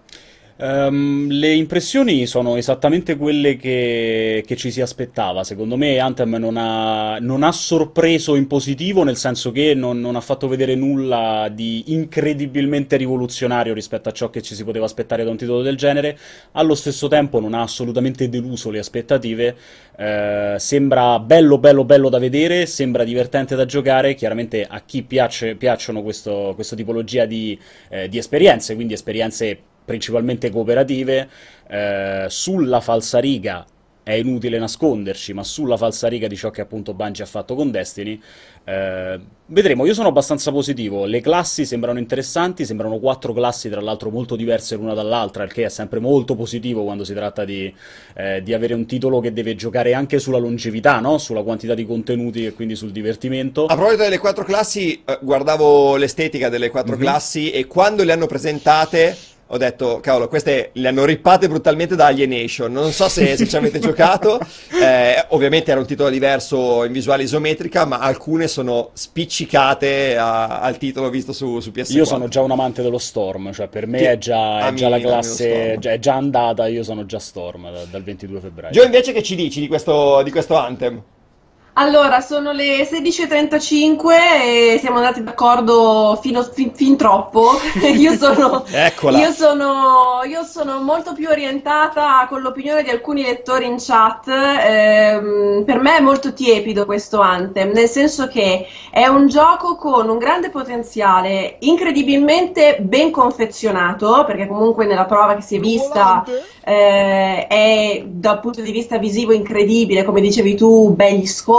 Um, le impressioni sono esattamente quelle che, che ci si aspettava. Secondo me Anthem non ha, non ha sorpreso in positivo, nel senso che non, non ha fatto vedere nulla di incredibilmente rivoluzionario rispetto a ciò che ci si poteva aspettare da un titolo del genere. Allo stesso tempo non ha assolutamente deluso le aspettative. Uh, sembra bello bello bello da vedere, sembra divertente da giocare. Chiaramente a chi piace, piacciono questo, questa tipologia di, eh, di esperienze, quindi esperienze principalmente cooperative, eh, sulla falsariga è inutile nasconderci, ma sulla falsariga di ciò che appunto Bungie ha fatto con Destiny, eh, vedremo. Io sono abbastanza positivo, le classi sembrano interessanti, sembrano quattro classi tra l'altro molto diverse l'una dall'altra, il che è sempre molto positivo quando si tratta di, eh, di avere un titolo che deve giocare anche sulla longevità, no? Sulla quantità di contenuti e quindi sul divertimento. A proposito delle quattro classi, eh, guardavo l'estetica delle quattro mm-hmm. classi, e quando le hanno presentate ho detto, cavolo, queste le hanno rippate brutalmente da Alienation. Non so se, se ci avete giocato, eh, ovviamente era un titolo diverso in visuale isometrica, ma alcune sono spiccicate a, al titolo visto su, su P S quattro. Io sono già un amante dello Storm, cioè per me è già, è già la classe, già, è già andata, io sono già Storm da, dal ventidue febbraio. Gio, invece, che ci dici di questo, di questo Anthem? Allora, sono le sedici e trentacinque e siamo andati d'accordo fino, fin, fin troppo. Io sono, Eccola. Io sono, io sono molto più orientata con l'opinione di alcuni lettori in chat. Ehm, per me è molto tiepido questo Anthem, nel senso che è un gioco con un grande potenziale, incredibilmente ben confezionato, perché comunque nella prova che si è vista eh, è dal punto di vista visivo incredibile, come dicevi tu, begli scorci.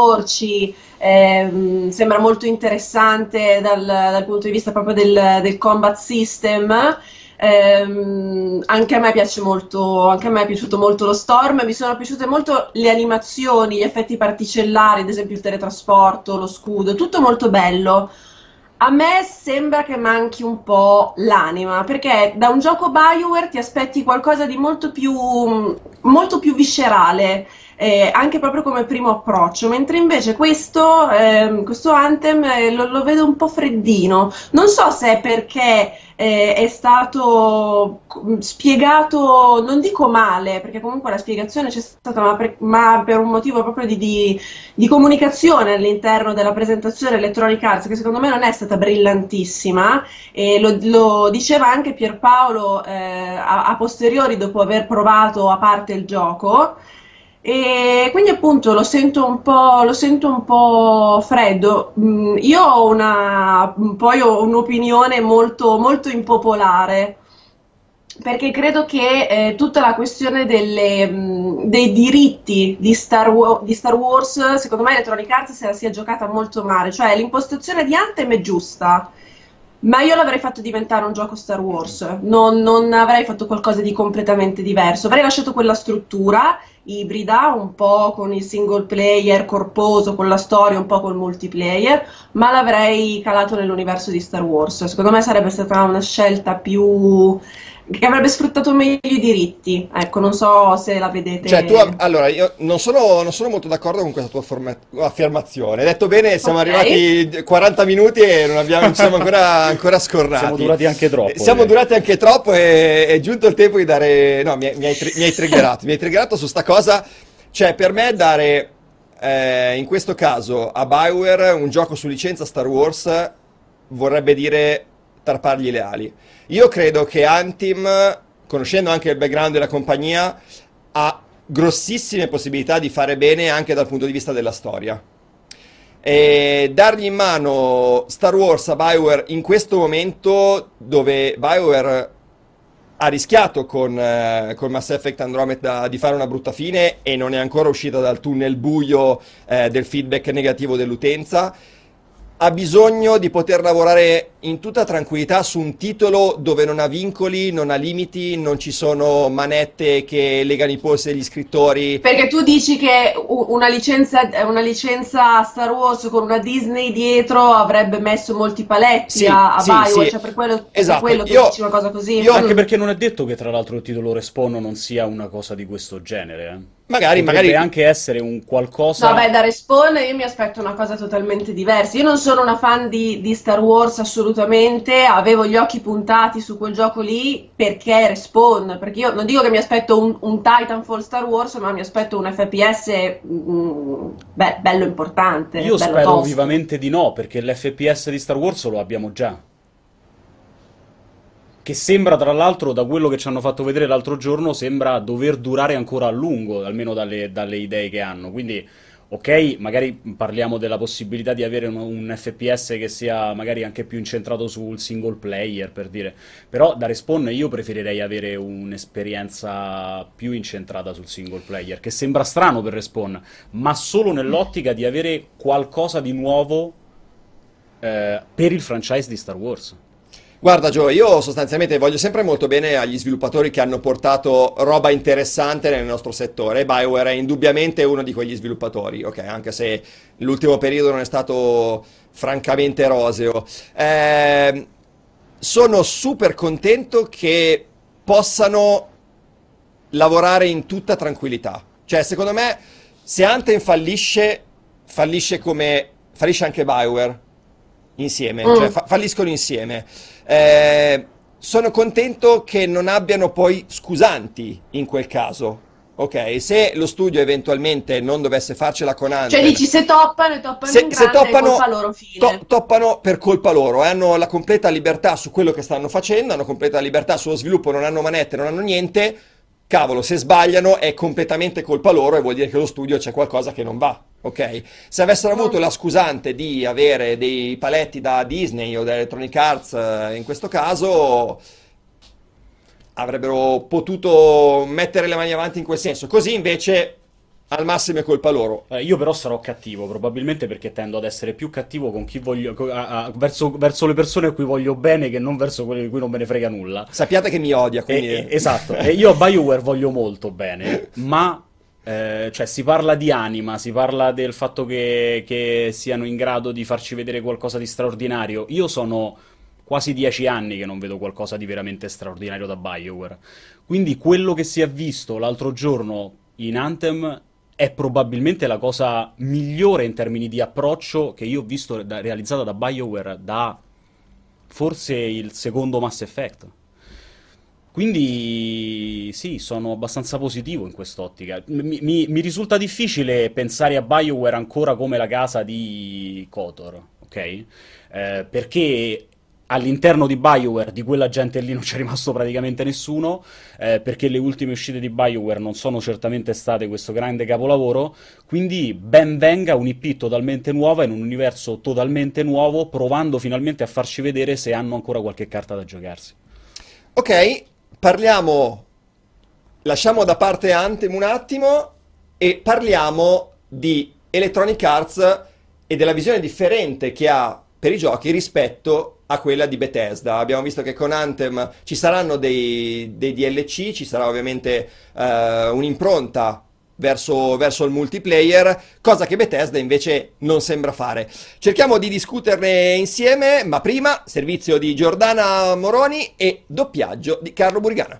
Ehm, sembra molto interessante dal, dal punto di vista proprio del, del combat system. Ehm, anche a me piace molto, anche a me è piaciuto molto lo Storm, mi sono piaciute molto le animazioni, gli effetti particellari, ad esempio il teletrasporto, lo scudo, tutto molto bello. A me sembra che manchi un po' l'anima, perché da un gioco BioWare ti aspetti qualcosa di molto più, molto più viscerale, eh, anche proprio come primo approccio, mentre invece questo, eh, questo Anthem eh, lo, lo vedo un po' freddino. Non so se è perché eh, è stato spiegato, non dico male, perché comunque la spiegazione c'è stata, ma per, ma per un motivo proprio di, di, di comunicazione all'interno della presentazione Electronic Arts, che secondo me non è stata brillantissima, e lo, lo diceva anche Pierpaolo eh, a, a posteriori, dopo aver provato a parte il gioco. E quindi appunto lo sento un po', lo sento un po' freddo. Mm, io ho una, poi ho un'opinione molto, molto impopolare, perché credo che eh, tutta la questione delle, mh, dei diritti di Star, Wa- di Star Wars, secondo me Electronic Arts se la sia giocata molto male. Cioè l'impostazione di Anthem è giusta, ma io l'avrei fatto diventare un gioco Star Wars, non, non avrei fatto qualcosa di completamente diverso, avrei lasciato quella struttura ibrida, un po' con il single player corposo, con la storia, un po' col multiplayer, ma l'avrei calato nell'universo di Star Wars. Secondo me sarebbe stata una scelta più... che avrebbe sfruttato meglio i diritti. Ecco, non so se la vedete. Cioè, tu, allora, io non sono, non sono molto d'accordo con questa tua forma- affermazione. Hai detto bene, siamo Ok. arrivati quaranta minuti e non abbiamo, ci siamo ancora, ancora scornati. Siamo durati anche troppo. Siamo direi. durati anche troppo e è giunto il tempo di dare... No, mi, hai- mi hai, tri- mi hai triggerato, mi hai triggerato su sta cosa. Cioè, per me dare, eh, in questo caso, a BioWare un gioco su licenza Star Wars vorrebbe dire tarpargli le ali. Io credo che Anthem, conoscendo anche il background della compagnia, ha grossissime possibilità di fare bene anche dal punto di vista della storia. E dargli in mano Star Wars a BioWare in questo momento, dove BioWare ha rischiato con, eh, con Mass Effect Andromeda di fare una brutta fine e non è ancora uscita dal tunnel buio eh, del feedback negativo dell'utenza, ha bisogno di poter lavorare in tutta tranquillità su un titolo dove non ha vincoli, non ha limiti, non ci sono manette che legano i polsi degli scrittori. Perché tu dici che u- una licenza, una licenza Star Wars con una Disney dietro avrebbe messo molti paletti Sì, a, a sì, BioWare, sì. cioè per quello, Esatto. per quello che Io- dici una cosa così. io- Anche Mm. perché non è detto che tra l'altro il titolo Respawn non sia una cosa di questo genere. Eh. Magari, Potrebbe magari... anche essere un qualcosa... No, beh, da Respawn io mi aspetto una cosa totalmente diversa. Io non sono una fan di, di Star Wars assolutamente, avevo gli occhi puntati su quel gioco lì perché Respawn, perché io non dico che mi aspetto un, un Titanfall Star Wars, ma mi aspetto un F P S mm, be- bello importante, Io bello spero tosto. vivamente di no, perché l'F P S di Star Wars lo abbiamo già. Che sembra, tra l'altro, da quello che ci hanno fatto vedere l'altro giorno, sembra dover durare ancora a lungo, almeno dalle, dalle idee che hanno. Quindi, ok, magari parliamo della possibilità di avere un, un F P S che sia magari anche più incentrato sul single player, per dire. Però da Respawn io preferirei avere un'esperienza più incentrata sul single player, che sembra strano per Respawn, ma solo nell'ottica di avere qualcosa di nuovo eh, per il franchise di Star Wars. Guarda Joe, io sostanzialmente voglio sempre molto bene agli sviluppatori che hanno portato roba interessante nel nostro settore. e BioWare è indubbiamente uno di quegli sviluppatori, ok? Anche se l'ultimo periodo non è stato francamente roseo. Eh, sono super contento che possano lavorare in tutta tranquillità. Cioè, secondo me, se Anthem fallisce, fallisce come fallisce anche BioWare insieme, Mm. cioè fa- falliscono insieme. Eh, sono contento che non abbiano poi scusanti in quel caso. Ok, se lo studio eventualmente non dovesse farcela con Anthem, Cioè dici se toppano e toppano se, in se grande è toppano, colpa loro fine. to- toppano per colpa loro, eh, hanno la completa libertà su quello che stanno facendo, hanno completa libertà sullo sviluppo, non hanno manette, non hanno niente. Cavolo, se sbagliano è completamente colpa loro e vuol dire che lo studio c'è qualcosa che non va, ok? Se avessero avuto la scusante di avere dei paletti da Disney o da Electronic Arts, eh, in questo caso, avrebbero potuto mettere le mani avanti in quel senso. Così invece al massimo è colpa loro. Eh, io però sarò cattivo, probabilmente perché tendo ad essere più cattivo con chi voglio, co- a- a- verso, verso le persone a cui voglio bene che non verso quelle di cui non me ne frega nulla. Sappiate che mi odia, E- quindi... e- esatto, e io a BioWare voglio molto bene, ma Eh, cioè si parla di anima, si parla del fatto che, che siano in grado di farci vedere qualcosa di straordinario. Io sono quasi dieci anni che non vedo qualcosa di veramente straordinario da BioWare. Quindi quello che si è visto l'altro giorno in Anthem è probabilmente la cosa migliore in termini di approccio che io ho visto da, realizzata da BioWare da forse il secondo Mass Effect. Quindi sì, sono abbastanza positivo in quest'ottica. Mi, mi, mi risulta difficile pensare a BioWare ancora come la casa di KOTOR, ok? Eh, perché all'interno di BioWare di quella gente lì non c'è rimasto praticamente nessuno, eh, perché le ultime uscite di BioWare non sono certamente state questo grande capolavoro, quindi ben venga un'I P totalmente nuova in un universo totalmente nuovo, provando finalmente a farci vedere se hanno ancora qualche carta da giocarsi. Ok. Parliamo, lasciamo da parte Anthem un attimo e parliamo di Electronic Arts e della visione differente che ha per i giochi rispetto a quella di Bethesda. Abbiamo visto che con Anthem ci saranno dei, dei D L C, ci sarà ovviamente eh, un'impronta verso, verso il multiplayer, cosa che Bethesda invece non sembra fare. Cerchiamo di discuterne insieme, ma prima servizio di Giordana Moroni e doppiaggio di Carlo Burigana.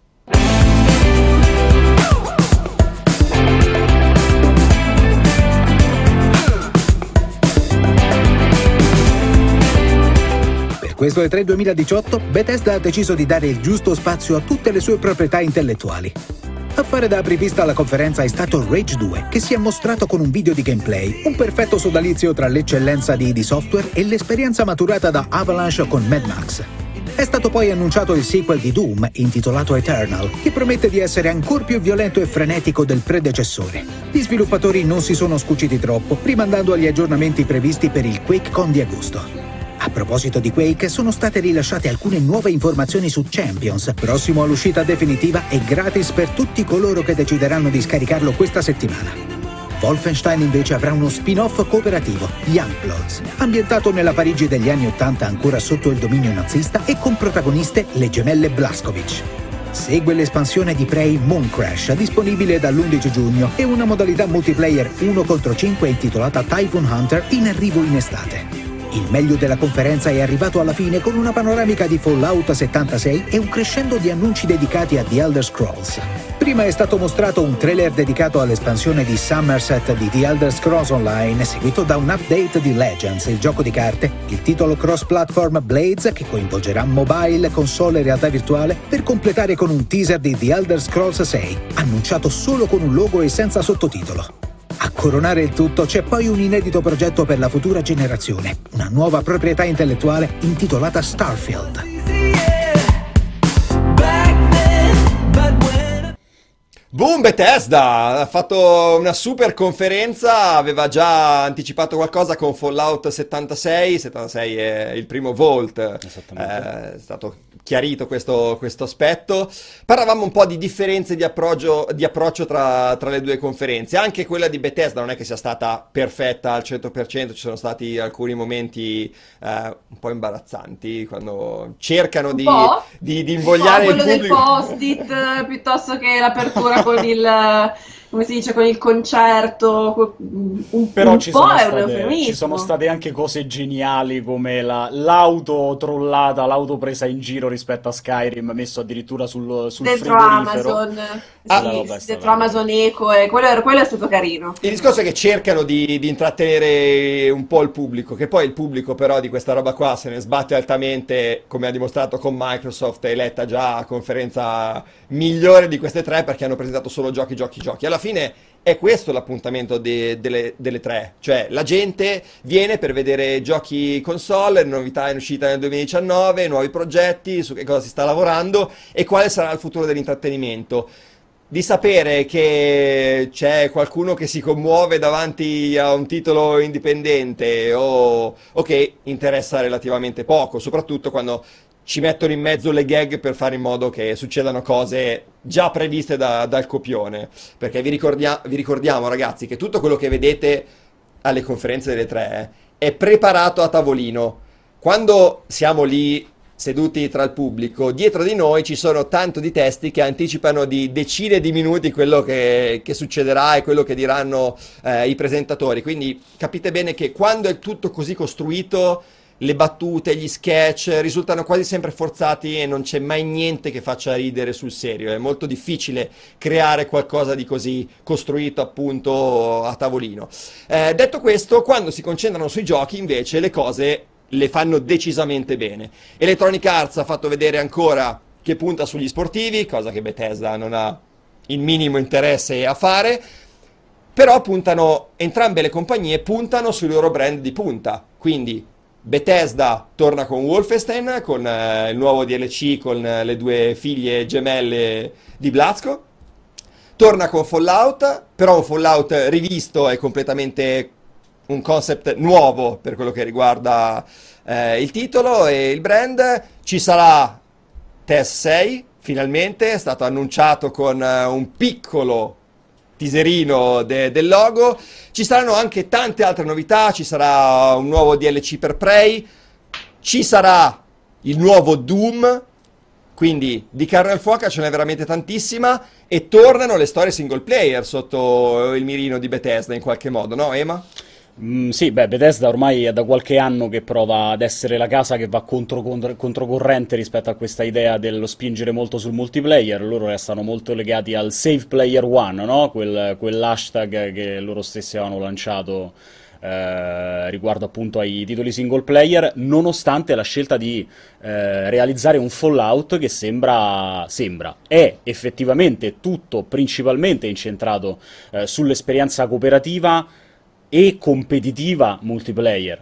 Per questo E tre duemiladiciotto Bethesda ha deciso di dare il giusto spazio a tutte le sue proprietà intellettuali. A fare da apripista alla conferenza è stato Rage due, che si è mostrato con un video di gameplay, un perfetto sodalizio tra l'eccellenza di I D Software e l'esperienza maturata da Avalanche con Mad Max. È stato poi annunciato il sequel di Doom, intitolato Eternal, che promette di essere ancora più violento e frenetico del predecessore. Gli sviluppatori non si sono scuciti troppo, rimandando agli aggiornamenti previsti per il QuakeCon di agosto. A proposito di Quake, sono state rilasciate alcune nuove informazioni su Champions, prossimo all'uscita definitiva e gratis per tutti coloro che decideranno di scaricarlo questa settimana. Wolfenstein invece avrà uno spin-off cooperativo, Youngbloods, ambientato nella Parigi degli anni ottanta ancora sotto il dominio nazista e con protagoniste le gemelle Blazkowicz. Segue l'espansione di Prey Moon Crash, disponibile dall'undici giugno, e una modalità multiplayer uno contro cinque intitolata Typhoon Hunter in arrivo in estate. Il meglio della conferenza è arrivato alla fine con una panoramica di Fallout settantasei e un crescendo di annunci dedicati a The Elder Scrolls. Prima è stato mostrato un trailer dedicato all'espansione di Somerset di The Elder Scrolls Online, seguito da un update di Legends, il gioco di carte, il titolo cross-platform Blades, che coinvolgerà mobile, console e realtà virtuale, per completare con un teaser di The Elder Scrolls sei, annunciato solo con un logo e senza sottotitolo. A coronare il tutto c'è poi un inedito progetto per la futura generazione, una nuova proprietà intellettuale intitolata Starfield. Boom, Bethesda ha fatto una super conferenza, aveva già anticipato qualcosa con Fallout settantasei, settantasei è il primo Vault, eh, è stato chiarito questo, questo aspetto. Parlavamo un po' di differenze di approccio, di approccio tra, tra le due conferenze. Anche quella di Bethesda non è che sia stata perfetta al cento per cento, ci sono stati alcuni momenti eh, un po' imbarazzanti quando cercano di, di, di invogliare il pubblico. Quello del post-it piuttosto che l'apertura con il, come si dice, con il concerto, un, però un ci po' sono è un state, eufemismo. ci sono state anche cose geniali come la, l'auto trollata, l'auto presa in giro rispetto a Skyrim, messo addirittura sul, sul dentro frigorifero. Amazon, Ah, sì, vabbè, dentro Amazon Eco, e quello, è- quello è stato carino. Il discorso è che cercano di, di intrattenere un po' il pubblico, che poi il pubblico però di questa roba qua se ne sbatte altamente, come ha dimostrato con Microsoft, eletta già conferenza migliore di queste tre perché hanno presentato solo giochi, giochi, giochi. Alla fine è questo l'appuntamento de- delle, delle tre, cioè la gente viene per vedere giochi console, novità in uscita nel duemiladiciannove, nuovi progetti, su che cosa si sta lavorando e quale sarà il futuro dell'intrattenimento. Di sapere che c'è qualcuno che si commuove davanti a un titolo indipendente o, o che interessa relativamente poco, soprattutto quando ci mettono in mezzo le gag per fare in modo che succedano cose già previste da- dal copione. Perché vi ricordia- vi ricordiamo, ragazzi, che tutto quello che vedete alle conferenze delle tre è preparato a tavolino. Quando siamo lì seduti tra il pubblico, dietro di noi ci sono tanto di testi che anticipano di decine di minuti quello che, che succederà e quello che diranno eh, i presentatori. Quindi capite bene che quando è tutto così costruito, le battute, gli sketch risultano quasi sempre forzati e non c'è mai niente che faccia ridere sul serio. È molto difficile creare qualcosa di così costruito appunto a tavolino. Eh, detto questo, quando si concentrano sui giochi invece le cose le fanno decisamente bene. Electronic Arts ha fatto vedere ancora che punta sugli sportivi, cosa che Bethesda non ha il minimo interesse a fare, però puntano, entrambe le compagnie puntano sui loro brand di punta, quindi Bethesda torna con Wolfenstein, con eh, il nuovo D L C, con eh, le due figlie gemelle di Blazko, torna con Fallout, però un Fallout rivisto e completamente un concept nuovo per quello che riguarda eh, il titolo e il brand. Ci sarà T E S sei, finalmente, è stato annunciato con eh, un piccolo teaserino de- del logo. Ci saranno anche tante altre novità, ci sarà un nuovo D L C per Prey, ci sarà il nuovo Doom, quindi di carne al fuoco ce n'è veramente tantissima e tornano le storie single player sotto il mirino di Bethesda in qualche modo, no Ema? Mm, sì, beh, Bethesda ormai è da qualche anno che prova ad essere la casa che va contro, contro- controcorrente rispetto a questa idea dello spingere molto sul multiplayer. Loro restano molto legati al Save Player One, no? Quel, quell'hashtag che loro stessi avevano lanciato eh, riguardo appunto ai titoli single player, nonostante la scelta di eh, realizzare un Fallout che sembra, sembra, è effettivamente tutto principalmente incentrato eh, sull'esperienza cooperativa e competitiva multiplayer.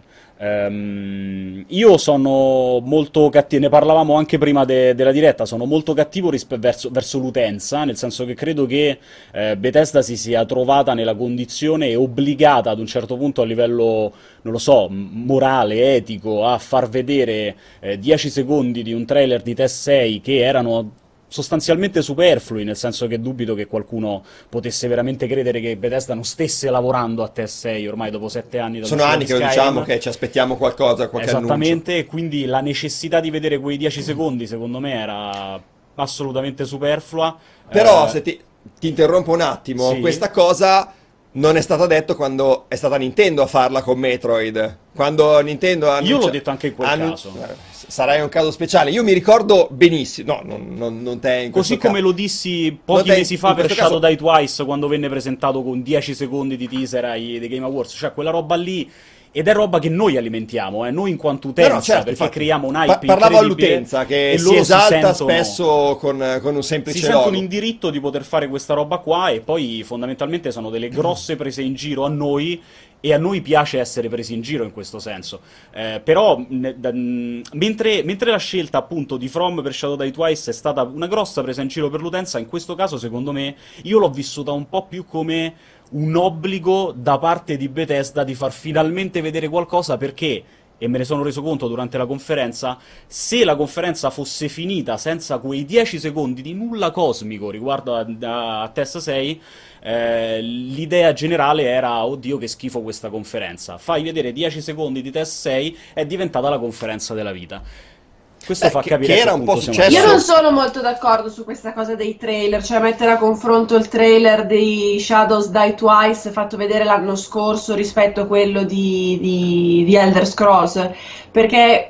Um, io sono molto cattivo, ne parlavamo anche prima de- della diretta, sono molto cattivo rispe- verso, verso l'utenza, nel senso che credo che eh, Bethesda si sia trovata nella condizione e obbligata ad un certo punto a livello, non lo so, morale, etico, a far vedere eh, dieci secondi di un trailer di T E S sei che erano sostanzialmente superflui, nel senso che dubito che qualcuno potesse veramente credere che Bethesda non stesse lavorando a T E S sei ormai dopo sette anni dalla Sono uscita anni di che lo Skyrim. diciamo che ci aspettiamo qualcosa, qualche Esattamente, annuncio. quindi la necessità di vedere quei dieci secondi secondo me era assolutamente superflua. Però Eh, se ti, ti interrompo un attimo, sì. questa cosa non è stata detto quando è stata Nintendo a farla con Metroid. Quando Nintendo ha Io annuncia- l'ho detto anche in quel annu- caso. eh, Sarai un caso speciale. Io mi ricordo benissimo. No, non, non, non te in questo Così come caso. lo dissi Non pochi te- mesi fa in per questo Shadow caso- Die Twice, quando venne presentato con dieci secondi di teaser ai dei Game Awards, cioè quella roba lì. Ed è roba che noi alimentiamo, eh, noi in quanto utenza, No, no, certo, perché infatti. creiamo un hype Pa- parlavo incredibile, all'utenza che e si loro esalta sentono- spesso con, con un si semplice sentono logo. in diritto di poter fare questa roba qua e poi fondamentalmente sono delle grosse prese in giro a noi e a noi piace essere presi in giro in questo senso. Eh, però ne- da- mh, mentre, mentre la scelta appunto di From per Shadow Die Twice è stata una grossa presa in giro per l'utenza, in questo caso secondo me io l'ho vissuta un po' più come un obbligo da parte di Bethesda di far finalmente vedere qualcosa, perché, e me ne sono reso conto durante la conferenza, se la conferenza fosse finita senza quei dieci secondi di nulla cosmico riguardo a, a, a T E S sei, eh, l'idea generale era: oddio che schifo questa conferenza, fai vedere dieci secondi di T E S sei, è diventata la conferenza della vita. Questo Beh, fa che- capire che a era che un punto po' siamo successo- Io arrivati. non sono molto d'accordo su questa cosa dei trailer, cioè mettere a confronto il trailer di Shadows Die Twice fatto vedere l'anno scorso rispetto a quello di, di, di Elder Scrolls, perché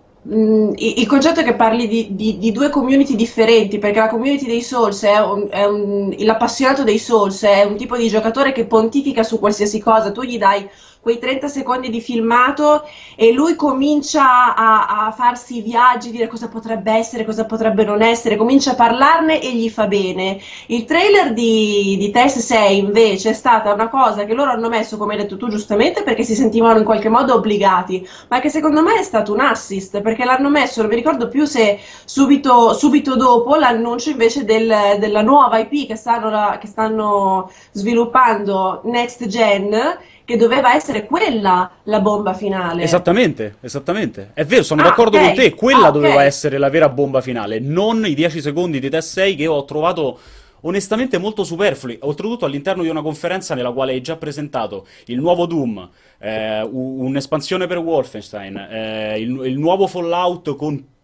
mh, i- il concetto è che parli di, di- di due community differenti, perché la community dei Souls è un, è un- l'appassionato dei Souls è un tipo di giocatore che pontifica su qualsiasi cosa, tu gli dai quei trenta secondi di filmato e lui comincia a, a farsi i viaggi, dire cosa potrebbe essere, cosa potrebbe non essere, comincia a parlarne e gli fa bene. Il trailer di, di T E S sei invece è stata una cosa che loro hanno messo, come hai detto tu giustamente, perché si sentivano in qualche modo obbligati, ma che secondo me è stato un assist, perché l'hanno messo, non mi ricordo più se subito, subito dopo l'annuncio invece del- della nuova I P che stanno, che stanno sviluppando Next Gen, che doveva essere quella la bomba finale. Esattamente, esattamente. È vero, sono Ah, d'accordo ok. con te. Quella Ah, ok. doveva essere la vera bomba finale, non i dieci secondi di T E S sei che ho trovato onestamente molto superflui. Oltretutto all'interno di una conferenza nella quale hai già presentato il nuovo Doom, eh, u- un'espansione per Wolfenstein, eh, il, il nuovo Fallout con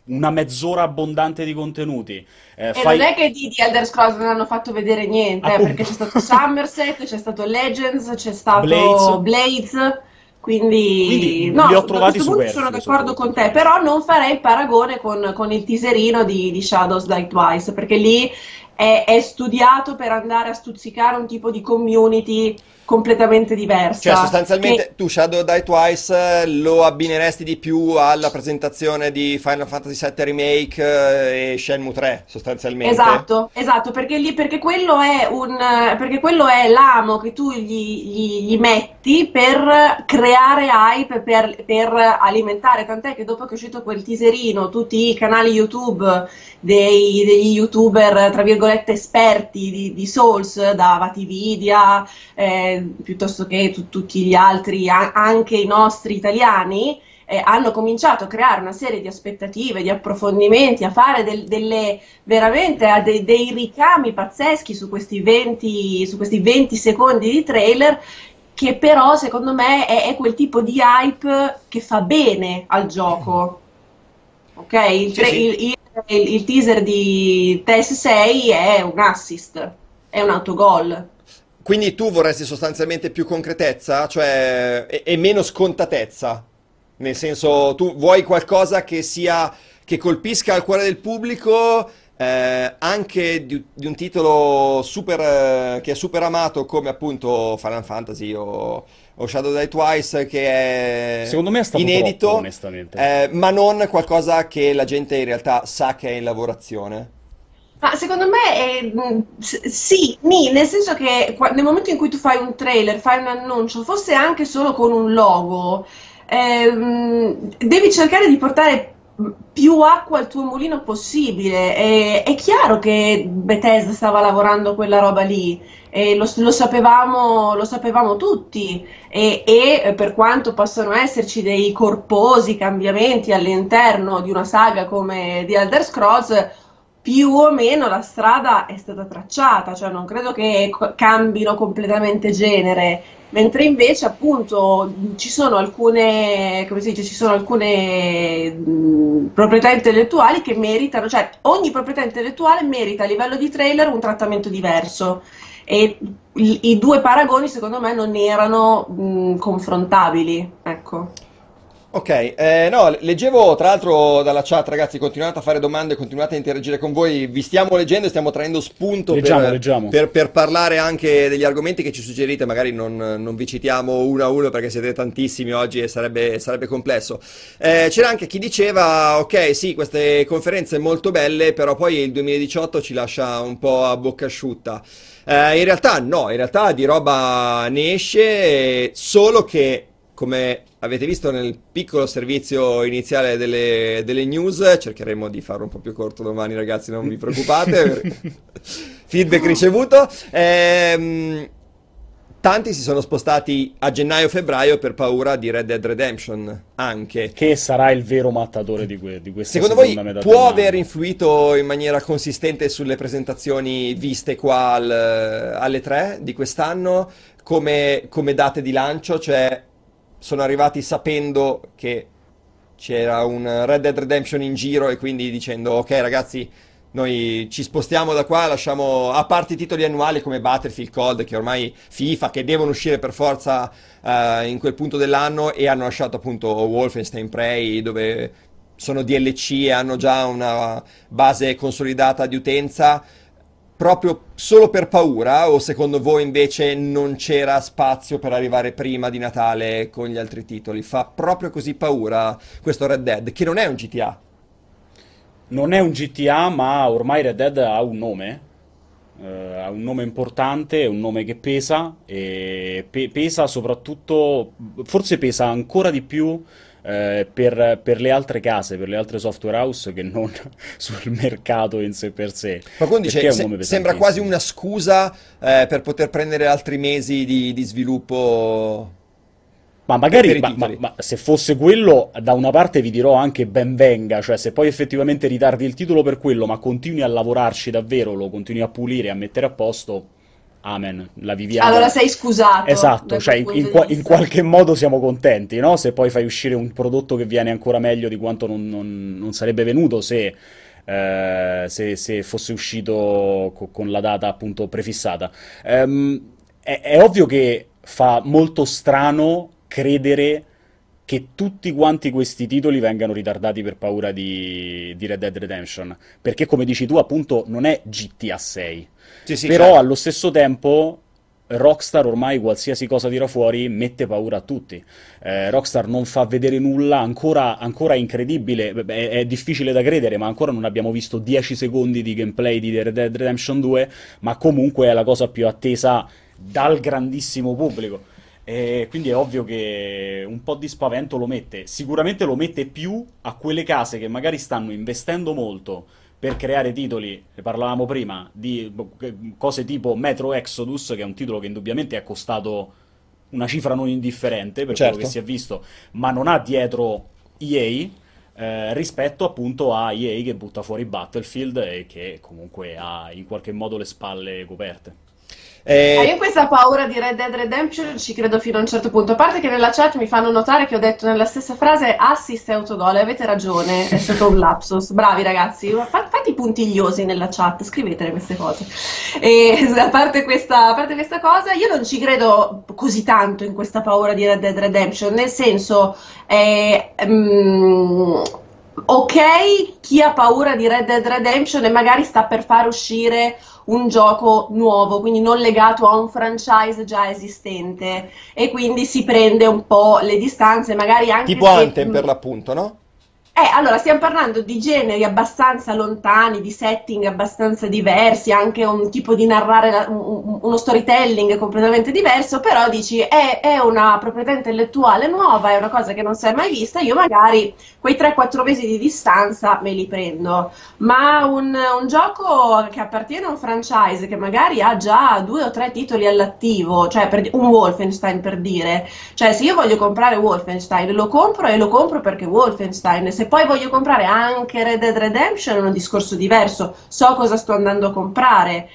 una mezz'ora abbondante di contenuti. Eh, E fai... non è che di, di Elder Scrolls non hanno fatto vedere niente, eh, Appunto. perché c'è stato Somerset, c'è stato Legends, c'è stato Blades. Blades, quindi, Quindi no, li ho da trovati questo punto sono superflui d'accordo sotto con questo te, punto di però non farei il paragone con, con il teaserino di, di Shadows Die Twice, perché lì è, è studiato per andare a stuzzicare un tipo di community completamente diversa. Cioè, sostanzialmente, che- tu Shadow Die Twice eh, lo abbineresti di più alla presentazione di Final Fantasy sette Remake eh, e Shenmue tre, sostanzialmente. Esatto, esatto, perché lì, perché quello è un, perché quello è l'amo che tu gli, gli- gli metti per creare hype, per, per alimentare, tant'è che dopo che è uscito quel teaserino, tutti i canali YouTube dei- degli YouTuber, tra virgolette, esperti di, di Souls, da Vatividia, eh, piuttosto che tu- tutti gli altri, a- anche i nostri italiani, eh, hanno cominciato a creare una serie di aspettative, di approfondimenti, a fare del- delle veramente a dei, dei ricami pazzeschi su questi venti, su questi venti secondi di trailer, che però secondo me è, è quel tipo di hype che fa bene al gioco. Ok? Il, Sì, tra- sì. il- il- il teaser di T E S sei è un assist, è un autogol. Quindi tu vorresti sostanzialmente più concretezza, cioè, e, e meno scontatezza. Nel senso, tu vuoi qualcosa che sia, che colpisca il cuore del pubblico, eh, anche di, di un titolo super, eh, che è super amato come appunto Final Fantasy o, o Shadow Die Twice, che è Secondo me è stato inedito, troppo, onestamente. eh, ma non qualcosa che la gente in realtà sa che è in lavorazione. Ma secondo me è, mh, s- sì, nì, nel senso che qua- nel momento in cui tu fai un trailer, fai un annuncio, fosse anche solo con un logo, ehm, devi cercare di portare più acqua al tuo mulino possibile. E- è chiaro che Bethesda stava lavorando quella roba lì, e lo, lo sapevamo, lo sapevamo tutti. E, e per quanto possano esserci dei corposi cambiamenti all'interno di una saga come The Elder Scrolls, più o meno la strada è stata tracciata, cioè non credo che co- cambino completamente genere, mentre invece appunto ci sono alcune, come si dice, ci sono alcune mh, proprietà intellettuali che meritano, cioè ogni proprietà intellettuale merita a livello di trailer un trattamento diverso, e i, i due paragoni secondo me non erano mh, confrontabili, ecco. Ok, eh, no, leggevo tra l'altro dalla chat, ragazzi, continuate a fare domande, continuate a interagire con voi, vi stiamo leggendo e stiamo traendo spunto Leggiamo, per, leggiamo. per- per parlare anche degli argomenti che ci suggerite, magari non, non vi citiamo uno a uno perché siete tantissimi oggi e sarebbe, sarebbe complesso. Eh, c'era anche chi diceva, ok, sì, queste conferenze molto belle, però poi il duemiladiciotto ci lascia un po' a bocca asciutta. Eh, in realtà no, in realtà di roba ne esce, solo che, come avete visto nel piccolo servizio iniziale delle, delle news, cercheremo di farlo un po' più corto domani, ragazzi, non vi preoccupate. Feedback ricevuto. Ehm, tanti si sono spostati a gennaio-febbraio per paura di Red Dead Redemption, anche. Che sarà il vero mattatore di, que- di questa Secondo voi seconda metà può dell'anno. aver influito in maniera consistente sulle presentazioni viste qua al- alle tre di quest'anno come, come date di lancio? Cioè, sono arrivati sapendo che c'era un Red Dead Redemption in giro e quindi dicendo, ok ragazzi, noi ci spostiamo da qua, lasciamo a parte i titoli annuali come Battlefield, Cold, che ormai FIFA, che devono uscire per forza eh, in quel punto dell'anno, e hanno lasciato appunto Wolfenstein Prey, dove sono D L C e hanno già una base consolidata di utenza, proprio solo per paura, o secondo voi invece non c'era spazio per arrivare prima di Natale con gli altri titoli? Fa proprio così paura questo Red Dead, che non è un G T A. Non è un G T A, ma ormai Red Dead ha un nome, eh, ha un nome importante, è un nome che pesa, e pe- pesa soprattutto, forse pesa ancora di più eh, per, per le altre case, per le altre software house, che non sul mercato in sé per sé. Qualcuno Perché dice, è un se- nome sembra quasi pesantissimo. una scusa eh, per poter prendere altri mesi di, di sviluppo Ma per, magari, per i ma, ma- titoli. ma se fosse quello, da una parte vi dirò anche ben venga, cioè se poi effettivamente ritardi il titolo per quello, ma continui a lavorarci davvero, lo continui a pulire, a mettere a posto, amen, la viviamo. Allora sei scusato. Esatto, cioè in, in, in qualche modo siamo contenti, no? Se poi fai uscire un prodotto che viene ancora meglio di quanto non, non, non sarebbe venuto se, eh, se, se fosse uscito co- con la data appunto prefissata. Ehm, è, è ovvio che fa molto strano credere che tutti quanti questi titoli vengano ritardati per paura di, di Red Dead Redemption, perché come dici tu appunto non è G T A sei, Sì, sì, però certo. allo stesso tempo Rockstar ormai qualsiasi cosa tira fuori mette paura a tutti. Eh, Rockstar non fa vedere nulla, ancora, ancora è incredibile, è, è difficile da credere, ma ancora non abbiamo visto dieci secondi di gameplay di Red Dead Redemption due, ma comunque è la cosa più attesa dal grandissimo pubblico. E quindi è ovvio che un po' di spavento lo mette. Sicuramente lo mette più a quelle case che magari stanno investendo molto per creare titoli, ne parlavamo prima, di cose tipo Metro Exodus, che è un titolo che indubbiamente è costato una cifra non indifferente per Certo. quello che si è visto, ma non ha dietro E A, eh, rispetto appunto a E A che butta fuori Battlefield e che comunque ha in qualche modo le spalle coperte. Eh, Eh, io questa paura di Red Dead Redemption ci credo fino a un certo punto, a parte che nella chat mi fanno notare che ho detto nella stessa frase assist e autogol, e avete ragione, è stato un lapsus, bravi ragazzi, Fa- fate i puntigliosi nella chat, scrivetele queste cose. E a parte questa, a parte questa cosa, io non ci credo così tanto in questa paura di Red Dead Redemption, nel senso, eh, mm, ok, chi ha paura di Red Dead Redemption e magari sta per far uscire un gioco nuovo, quindi non legato a un franchise già esistente, e quindi si prende un po' le distanze, magari anche tipo se... Anthem per l'appunto, no? Eh, allora, stiamo parlando di generi abbastanza lontani, di setting abbastanza diversi, anche un tipo di narrare la- un- un- uno storytelling completamente diverso, però dici è, è una proprietà intellettuale nuova, è una cosa che non si è mai vista, io magari quei tre quattro mesi di distanza me li prendo, ma un, un gioco che appartiene a un franchise che magari ha già due o tre titoli all'attivo, cioè per di- un Wolfenstein per dire, cioè se io voglio comprare Wolfenstein lo compro e lo compro perché Wolfenstein, se poi voglio comprare anche Red Dead Redemption è un discorso diverso, so cosa sto andando a comprare,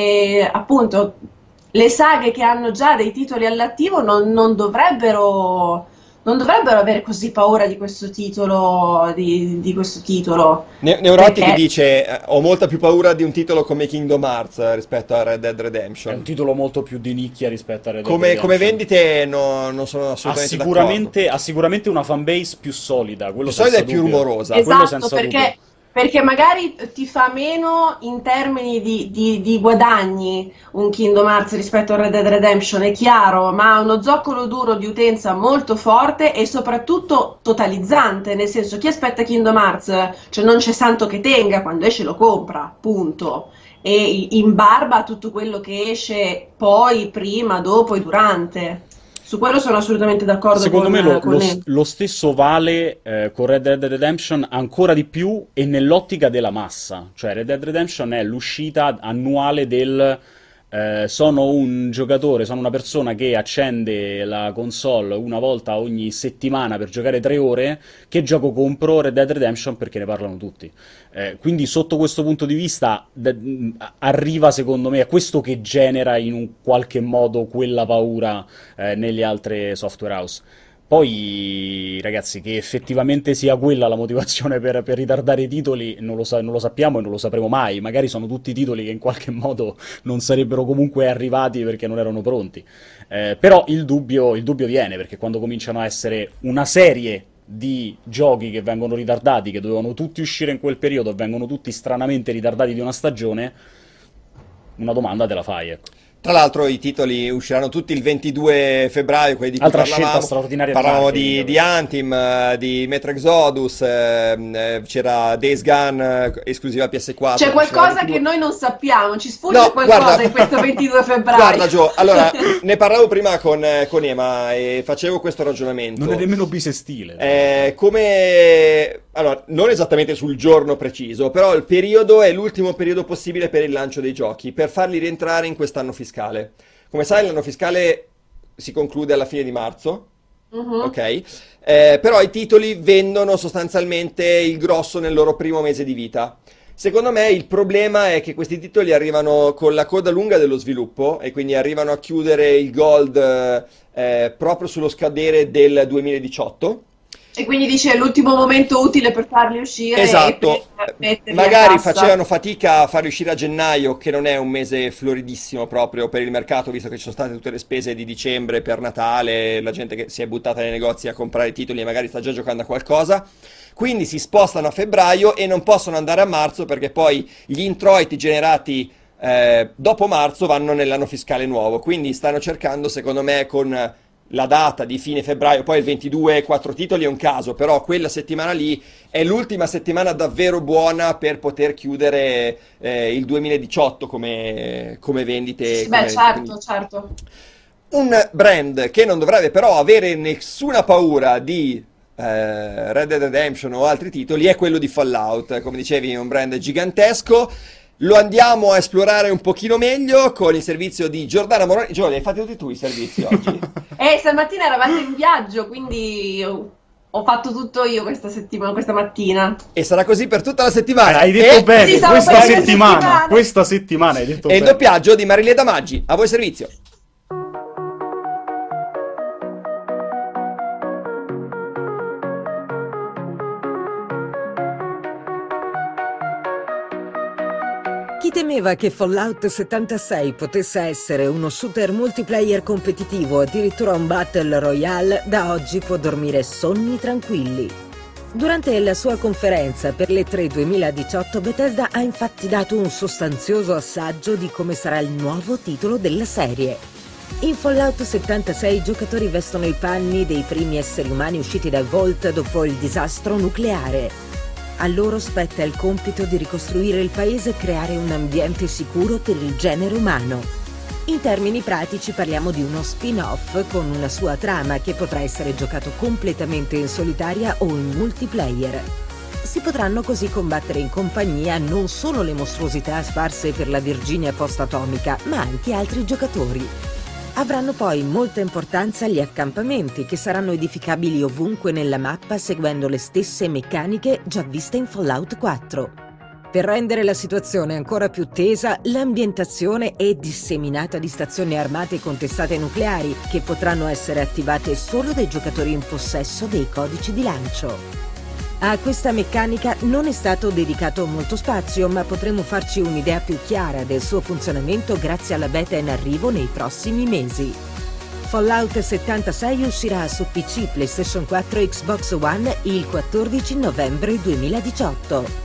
e appunto le saghe che hanno già dei titoli all'attivo non, non dovrebbero non dovrebbero avere così paura di questo titolo di, di questo titolo Ne- Neurotic perché dice eh, ho molta più paura di un titolo come Kingdom Hearts eh, rispetto a Red Dead È un Redemption. titolo molto più di nicchia rispetto a Red Dead Come, come Redemption. vendite no- non sono Ha assolutamente sicuramente, ha sicuramente una fanbase più solida, quello d'accordo. Di solito senza è più dubbio. rumorosa. quello esatto, senza perché, dubbio. perché magari ti fa meno in termini di, di- di guadagni un Kingdom Hearts rispetto a Red Dead Redemption, è chiaro, ma ha uno zoccolo duro di utenza molto forte e soprattutto totalizzante, nel senso chi aspetta Kingdom Hearts, cioè non c'è santo che tenga, quando esce lo compra, punto. E in barba a tutto quello che esce poi, prima, dopo e durante. Su quello sono assolutamente d'accordo Secondo con, me lo, con lo- Nemo. lo stesso vale eh, con Red Dead Redemption ancora di più e nell'ottica della massa. Cioè Red Dead Redemption è l'uscita annuale del eh, sono un giocatore, sono una persona che accende la console una volta ogni settimana per giocare tre ore, che gioco compro? Red Dead Redemption perché ne parlano tutti. Eh, quindi sotto questo punto di vista d- mh, arriva secondo me a questo che genera in un qualche modo quella paura eh, nelle altre software house. Poi, ragazzi, che effettivamente sia quella la motivazione per, per ritardare i titoli, non lo, sa- non lo sappiamo e non lo sapremo mai. Magari sono tutti titoli che in qualche modo non sarebbero comunque arrivati perché non erano pronti. Eh, però il dubbio, il dubbio viene, perché quando cominciano a essere una serie di giochi che vengono ritardati, che dovevano tutti uscire in quel periodo e vengono tutti stranamente ritardati di una stagione, una domanda te la fai, ecco. Tra l'altro i titoli usciranno tutti il ventidue febbraio, quelli di cui Altra scelta parlavamo. straordinaria di Parlavamo marketing, di, di Anthem, eh, di Metro Exodus, ehm, eh, c'era Days Gone, eh, esclusiva P S quattro. C'è che uscirà il qualcosa ventidue. che noi non sappiamo, ci sfugge No, qualcosa guarda, in questo ventidue febbraio. Guarda Gio, allora, ne parlavo prima con, eh, con Ema e facevo questo ragionamento. Non è nemmeno bisestile. Eh, come... Allora, non esattamente sul giorno preciso, però il periodo è l'ultimo periodo possibile per il lancio dei giochi, per farli rientrare in quest'anno fiscale. Come sai, l'anno fiscale si conclude alla fine di marzo, Mhm. ok? Eh, però i titoli vendono sostanzialmente il grosso nel loro primo mese di vita. Secondo me il problema è che questi titoli arrivano con la coda lunga dello sviluppo e quindi arrivano a chiudere il Gold eh, proprio sullo scadere del duemiladiciotto. E quindi dice l'ultimo momento utile per farli uscire. Esatto, e per metterli a magari cassa. facevano fatica a farli uscire a gennaio, che non è un mese floridissimo proprio per il mercato, visto che ci sono state tutte le spese di dicembre per Natale, la gente che si è buttata nei negozi a comprare titoli e magari sta già giocando a qualcosa. Quindi si spostano a febbraio e non possono andare a marzo perché poi gli introiti generati eh, dopo marzo vanno nell'anno fiscale nuovo. Quindi stanno cercando, secondo me, con la data di fine febbraio, poi il ventidue, quattro titoli è un caso, però quella settimana lì è l'ultima settimana davvero buona per poter chiudere eh, il duemiladiciotto come, come vendite. Sì, come- beh, certo, quindi- certo. Un brand che non dovrebbe però avere nessuna paura di eh, Red Dead Redemption o altri titoli è quello di Fallout. Come dicevi, è un brand gigantesco. Lo andiamo a esplorare un pochino meglio con il servizio di Giordana Moroni. Giorgio, li hai fatti tutti tu i servizi oggi? E stamattina eravate in viaggio, quindi ho ho fatto tutto io questa settimana, questa mattina. E sarà così per tutta la settimana. Hai detto E, bene, Sì, stavo questa per dire settimana, settimana. questa settimana hai detto e il bene. doppiaggio di Marilena Maggi. A voi servizio. Chi temeva che Fallout settantasei potesse essere uno shooter multiplayer competitivo o addirittura un battle royale, da oggi può dormire sonni tranquilli. Durante la sua conferenza per l'E tre duemiladiciotto, Bethesda ha infatti dato un sostanzioso assaggio di come sarà il nuovo titolo della serie. In Fallout settantasei i giocatori vestono i panni dei primi esseri umani usciti dal Vault dopo il disastro nucleare. A loro spetta il compito di ricostruire il paese e creare un ambiente sicuro per il genere umano. In termini pratici parliamo di uno spin-off con una sua trama che potrà essere giocato completamente in solitaria o in multiplayer. Si potranno così combattere in compagnia non solo le mostruosità sparse per la Virginia post-atomica, ma anche altri giocatori. Avranno poi molta importanza gli accampamenti, che saranno edificabili ovunque nella mappa seguendo le stesse meccaniche già viste in Fallout quattro. Per rendere la situazione ancora più tesa, l'ambientazione è disseminata di stazioni armate con testate nucleari che potranno essere attivate solo dai giocatori in possesso dei codici di lancio. A questa meccanica non è stato dedicato molto spazio, ma potremo farci un'idea più chiara del suo funzionamento grazie alla beta in arrivo nei prossimi mesi. Fallout settantasei uscirà su P C, PlayStation quattro e Xbox One il quattordici novembre duemiladiciotto.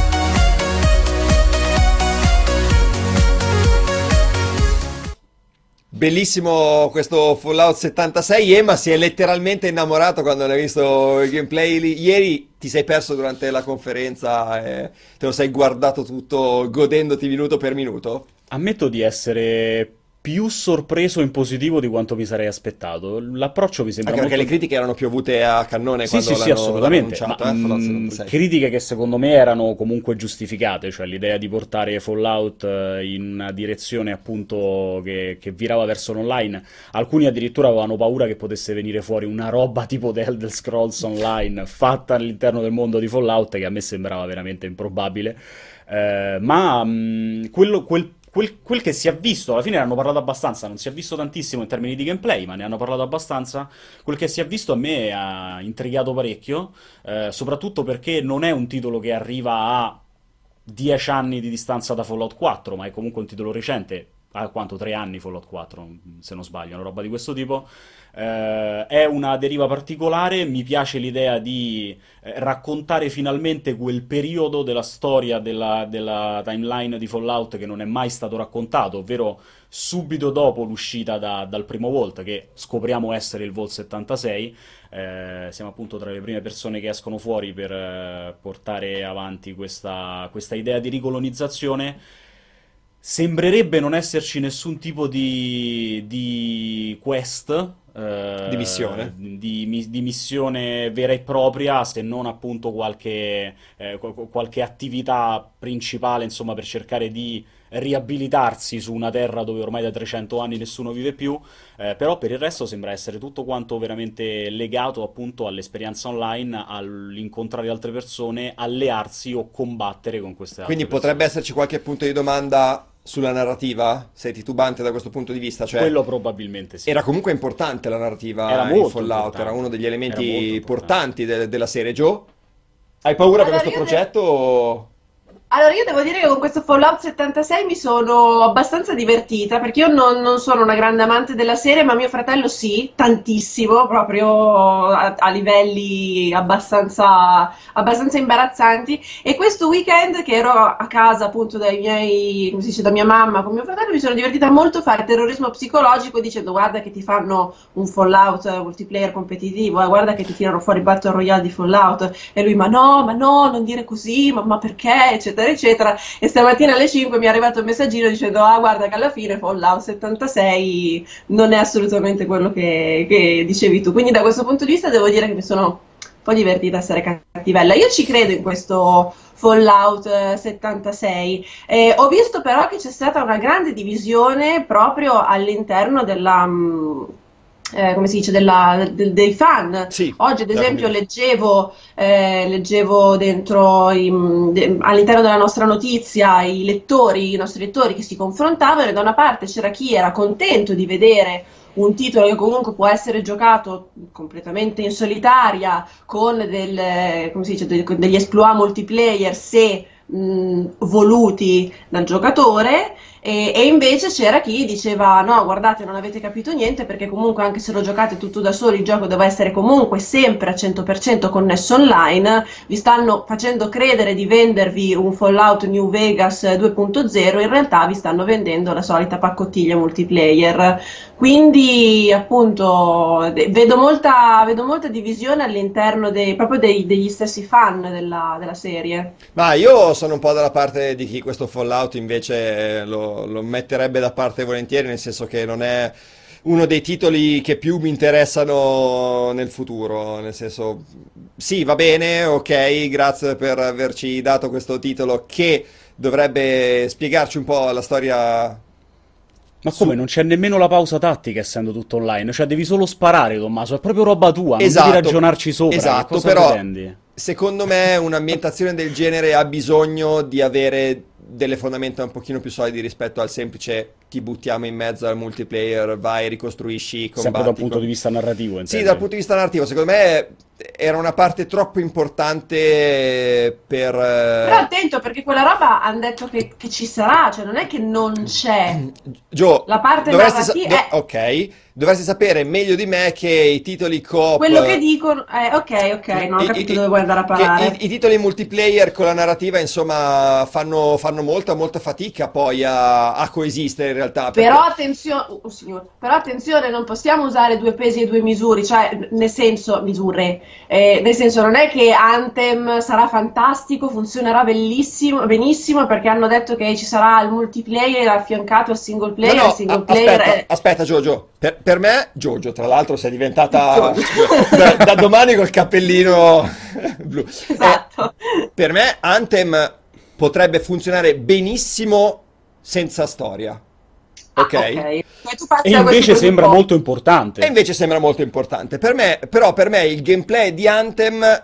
Bellissimo questo Fallout settantasei. Emma si è letteralmente innamorato quando ne ha visto il gameplay lì. Ieri ti sei perso durante la conferenza e te lo sei guardato tutto godendoti minuto per minuto. Ammetto di essere più sorpreso in positivo di quanto mi sarei aspettato. L'approccio mi sembra Anche perché molto... le critiche erano piovute a cannone Sì, quando sì, sì, l'hanno, assolutamente. l'hanno Ma, annunciato, eh, Fallout mh, settantasei. critiche che secondo me erano comunque giustificate, cioè l'idea di portare Fallout eh, in una direzione appunto che, che virava verso l'online. Alcuni addirittura avevano paura che potesse venire fuori una roba tipo The Elder Scrolls Online fatta all'interno del mondo di Fallout, che a me sembrava veramente improbabile. Eh, ma mh, quello, quel Quel, quel che si è visto, alla fine ne hanno parlato abbastanza, non si è visto tantissimo in termini di gameplay, ma ne hanno parlato abbastanza. Quel che si è visto a me ha intrigato parecchio, eh, soprattutto perché non è un titolo che arriva a dieci anni di distanza da Fallout quattro, ma è comunque un titolo recente. Ha quanto? Tre anni Fallout quattro, se non sbaglio, una roba di questo tipo. Eh, è una deriva particolare, mi piace l'idea di eh, raccontare finalmente quel periodo della storia della, della timeline di Fallout che non è mai stato raccontato, ovvero subito dopo l'uscita da- dal primo Vault, che scopriamo essere il Vault settantasei. Eh, siamo appunto tra le prime persone che escono fuori per eh, portare avanti questa, questa idea di ricolonizzazione. Sembrerebbe non esserci nessun tipo di, di quest, eh, Di missione. di, mi- di missione vera e propria, se non appunto qualche, eh, qu- qualche attività principale, insomma, per cercare di riabilitarsi su una terra dove ormai da trecento anni nessuno vive più, eh, però per il resto sembra essere tutto quanto veramente legato appunto all'esperienza online, all'incontrare altre persone, allearsi o combattere con queste altre Quindi persone. potrebbe esserci qualche punto di domanda sulla narrativa? Sei titubante da questo punto di vista? Cioè, Quello probabilmente sì. era comunque importante la narrativa Era in molto Fallout, importante. era uno degli Era elementi molto importanti de- della serie. Joe? Hai paura per Allora, questo io de- progetto? o- Allora, io devo dire che con questo Fallout settantasei mi sono abbastanza divertita perché io non, non sono una grande amante della serie, ma mio fratello sì, tantissimo, proprio a, a livelli abbastanza, abbastanza imbarazzanti. E questo weekend che ero a casa appunto dai miei, come si dice, da mia mamma con mio fratello, mi sono divertita molto a fare terrorismo psicologico dicendo guarda che ti fanno un Fallout multiplayer competitivo, eh, guarda che ti tirano fuori Battle Royale di Fallout. E lui ma no, ma no, non dire così, ma, ma perché, eccetera eccetera, e stamattina alle cinque mi è arrivato un messaggino dicendo ah guarda che alla fine Fallout settantasei non è assolutamente quello che, che dicevi tu, quindi da questo punto di vista devo dire che mi sono un po' divertita a essere cattivella. Io ci credo in questo Fallout eh, settantasei. Eh, ho visto però che c'è stata una grande divisione proprio all'interno della mh, eh, come si dice, della, del- dei fan. Sì, Oggi, ad della esempio, community. leggevo, eh, leggevo dentro i- de- all'interno della nostra notizia i lettori, i nostri lettori che si confrontavano, e da una parte c'era chi era contento di vedere un titolo che comunque può essere giocato completamente in solitaria, con del, come si dice, del- con degli exploit multiplayer se mh, voluti dal giocatore. E, e invece c'era chi diceva no, guardate, non avete capito niente perché comunque anche se lo giocate tutto da soli il gioco deve essere comunque sempre a cento per cento connesso online, vi stanno facendo credere di vendervi un Fallout New Vegas due punto zero, in realtà vi stanno vendendo la solita paccottiglia multiplayer. Quindi appunto de- vedo molta, vedo molta divisione all'interno dei, proprio dei- degli stessi fan della, della serie. Ma io sono un po' dalla parte di chi questo Fallout invece lo, lo metterebbe da parte volentieri, nel senso che non è uno dei titoli che più mi interessano nel futuro, nel senso, sì, va bene, ok, grazie per averci dato questo titolo che dovrebbe spiegarci un po' la storia. Ma come, non c'è nemmeno la pausa tattica essendo tutto online? Cioè devi solo sparare, Tommaso, è proprio roba tua, non Esatto, devi ragionarci sopra. Che esatto, cosa però pretendi? secondo me un'ambientazione del genere ha bisogno di avere delle fondamenta un pochino più solidi rispetto al semplice ti buttiamo in mezzo al multiplayer, vai, ricostruisci, Sempre da un combatti. punto di vista narrativo, Sì, intendi? dal punto di vista narrativo, secondo me era una parte troppo importante per... Però eh, attento perché quella roba hanno detto che, che ci sarà, cioè non è che non c'è. Gio, La parte dovresti sa- narrativa do- ok, dovresti sapere meglio di me che i titoli coop... quello che dicono. Eh, ok, ok, non ho I- capito i- dove vuoi andare a che parare. I, i titoli multiplayer con la narrativa, insomma, fanno, fanno molta, molta fatica poi a, a coesistere in realtà. perché- Però attenzione, oh, signor, però attenzione, non possiamo usare due pesi e due misure, cioè nel senso, misure, eh, nel senso non è che Anthem sarà fantastico, funzionerà bellissimo, benissimo perché hanno detto che ci sarà il multiplayer affiancato al single player, No, no, il single a- player aspetta, è... aspetta Giorgio, per, per me, Giorgio, tra l'altro sei diventata Giorgio. da, da domani col cappellino blu. Eh, Esatto. per me Anthem potrebbe funzionare benissimo senza storia, Ah, ok? ok. Cioè, tu parti E da questo invece sembra presupposto. molto importante. E invece sembra molto importante. Per me, però, per me il gameplay di Anthem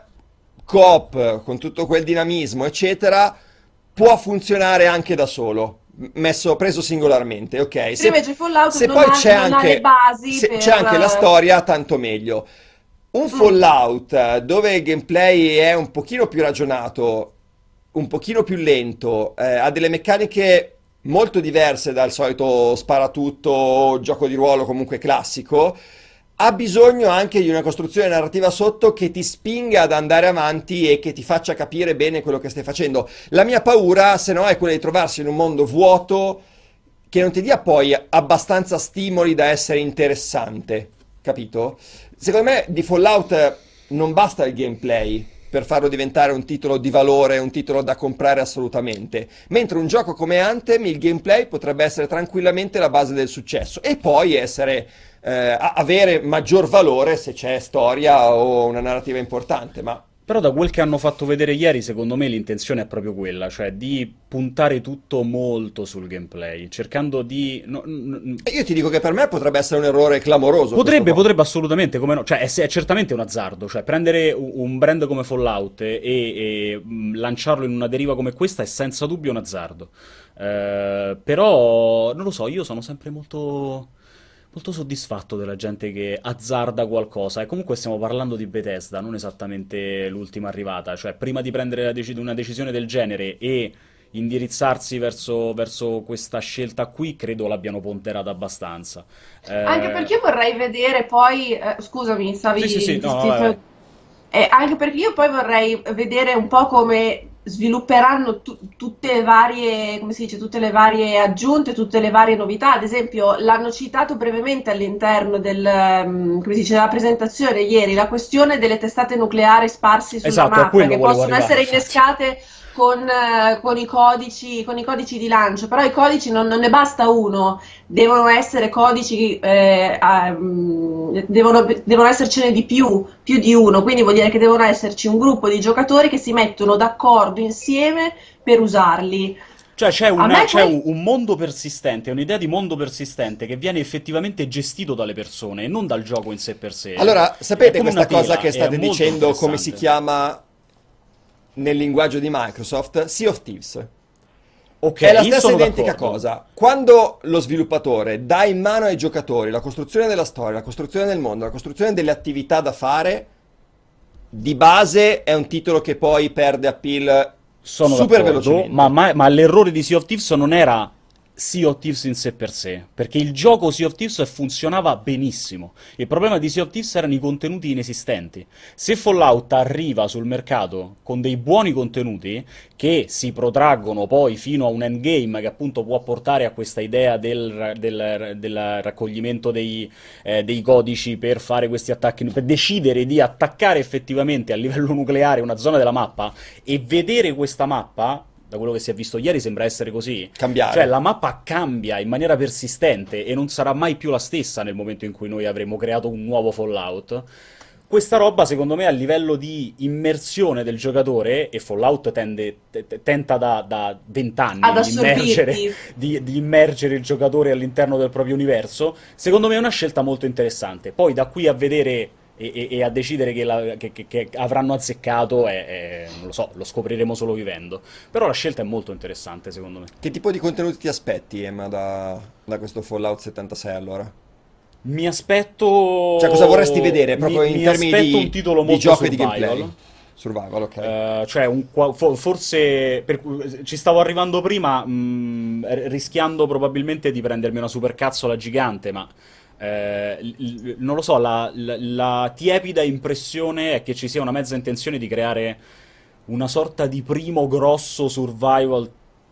coop, con tutto quel dinamismo, eccetera, può funzionare anche da solo, m- messo, preso singolarmente, ok? Se invece Fallout se non poi ha- c'è non ha anche, le basi se per- c'è anche la storia, tanto meglio. Un Fallout eh, dove il gameplay è un pochino più ragionato, un pochino più lento, eh, ha delle meccaniche molto diverse dal solito sparatutto gioco di ruolo comunque classico, ha bisogno anche di una costruzione narrativa sotto che ti spinga ad andare avanti e che ti faccia capire bene quello che stai facendo. La mia paura, se no, è quella di trovarsi in un mondo vuoto che non ti dia poi abbastanza stimoli da essere interessante, capito? Secondo me di Fallout non basta il gameplay per farlo diventare un titolo di valore, un titolo da comprare assolutamente. Mentre un gioco come Anthem, il gameplay potrebbe essere tranquillamente la base del successo e poi essere, eh, a- avere maggior valore se c'è storia o una narrativa importante, ma Però da quel che hanno fatto vedere ieri, secondo me l'intenzione è proprio quella, cioè di puntare tutto molto sul gameplay, cercando di... no- n- E io ti dico che per me potrebbe essere un errore clamoroso. questo Potrebbe, qua. potrebbe assolutamente, come no, cioè è, è certamente un azzardo, cioè prendere u- un brand come Fallout e, e, mh, lanciarlo in una deriva come questa è senza dubbio un azzardo. Eh, però, non lo so, io sono sempre molto, molto soddisfatto della gente che azzarda qualcosa, e comunque stiamo parlando di Bethesda, non esattamente l'ultima arrivata, cioè prima di prendere la deci- una decisione del genere e indirizzarsi verso, verso questa scelta qui, credo l'abbiano ponderata abbastanza. Anche Eh, perché io vorrei vedere poi, eh, scusami, sì, sì, sì, stavi, no, ti- no, ti- vai, vai. eh, anche perché io poi vorrei vedere un po' come svilupperanno tu- tutte le varie, come si dice, tutte le varie aggiunte, tutte le varie novità. Ad esempio, l'hanno citato brevemente all'interno del, ehm, come si dice, della presentazione ieri, la questione delle testate nucleari sparsi sulla Esatto, a mappa, quello che volevo possono arrivare, essere infatti. innescate con, eh, con i codici, con i codici di lancio, però i codici non, non ne basta uno, devono essere codici, eh, ah, mm, devono, devono essercene di più, più di uno, quindi vuol dire che devono esserci un gruppo di giocatori che si mettono d'accordo insieme per usarli. Cioè c'è, A una- me c'è que- un, un mondo persistente, un'idea di mondo persistente che viene effettivamente gestito dalle persone e non dal gioco in sé per sé. Allora, È sapete come questa una cosa tela, che è state molto dicendo come si interessante. chiama nel linguaggio di Microsoft? Sea of Thieves. Ok, È la stessa sono identica d'accordo. cosa. Quando lo sviluppatore dà in mano ai giocatori la costruzione della storia, la costruzione del mondo, la costruzione delle attività da fare, di base è un titolo che poi perde appeal Sono super d'accordo, velocemente. ma, ma- ma l'errore di Sea of Thieves non era Sea of Thieves in sé per sé, perché il gioco Sea of Thieves funzionava benissimo. Il problema di Sea of Thieves erano i contenuti inesistenti. Se Fallout arriva sul mercato con dei buoni contenuti che si protraggono poi fino a un endgame che appunto può portare a questa idea del, del- del raccoglimento dei, eh, dei codici per fare questi attacchi, per decidere di attaccare effettivamente a livello nucleare una zona della mappa e vedere questa mappa, da quello che si è visto ieri sembra essere così. Cambiare. Cioè la mappa cambia in maniera persistente e non sarà mai più la stessa nel momento in cui noi avremo creato un nuovo Fallout. Questa roba, secondo me, a livello di immersione del giocatore, e Fallout tende, te- te- tenta da, da vent'anni ad di immergere, assorbirti. di, di immergere il giocatore all'interno del proprio universo, secondo me è una scelta molto interessante. Poi da qui a vedere e, e- e a decidere che, la- che- che- che avranno azzeccato, è- è- non lo so, lo scopriremo solo vivendo. Però la scelta è molto interessante, secondo me. Che tipo di contenuti ti aspetti, Emma, da, da questo Fallout settantasei allora? Mi aspetto... Cioè, cosa vorresti vedere mi- proprio in mi termini aspetto di, un titolo di molto gioco e di survival. gameplay? Survival, ok. Eh, cioè, un qua- fo- forse per- ci stavo arrivando prima, mh, r- rischiando probabilmente di prendermi una supercazzola gigante, ma eh, l- l- non lo so, la, la- la tiepida impressione è che ci sia una mezza intenzione di creare una sorta di primo grosso survival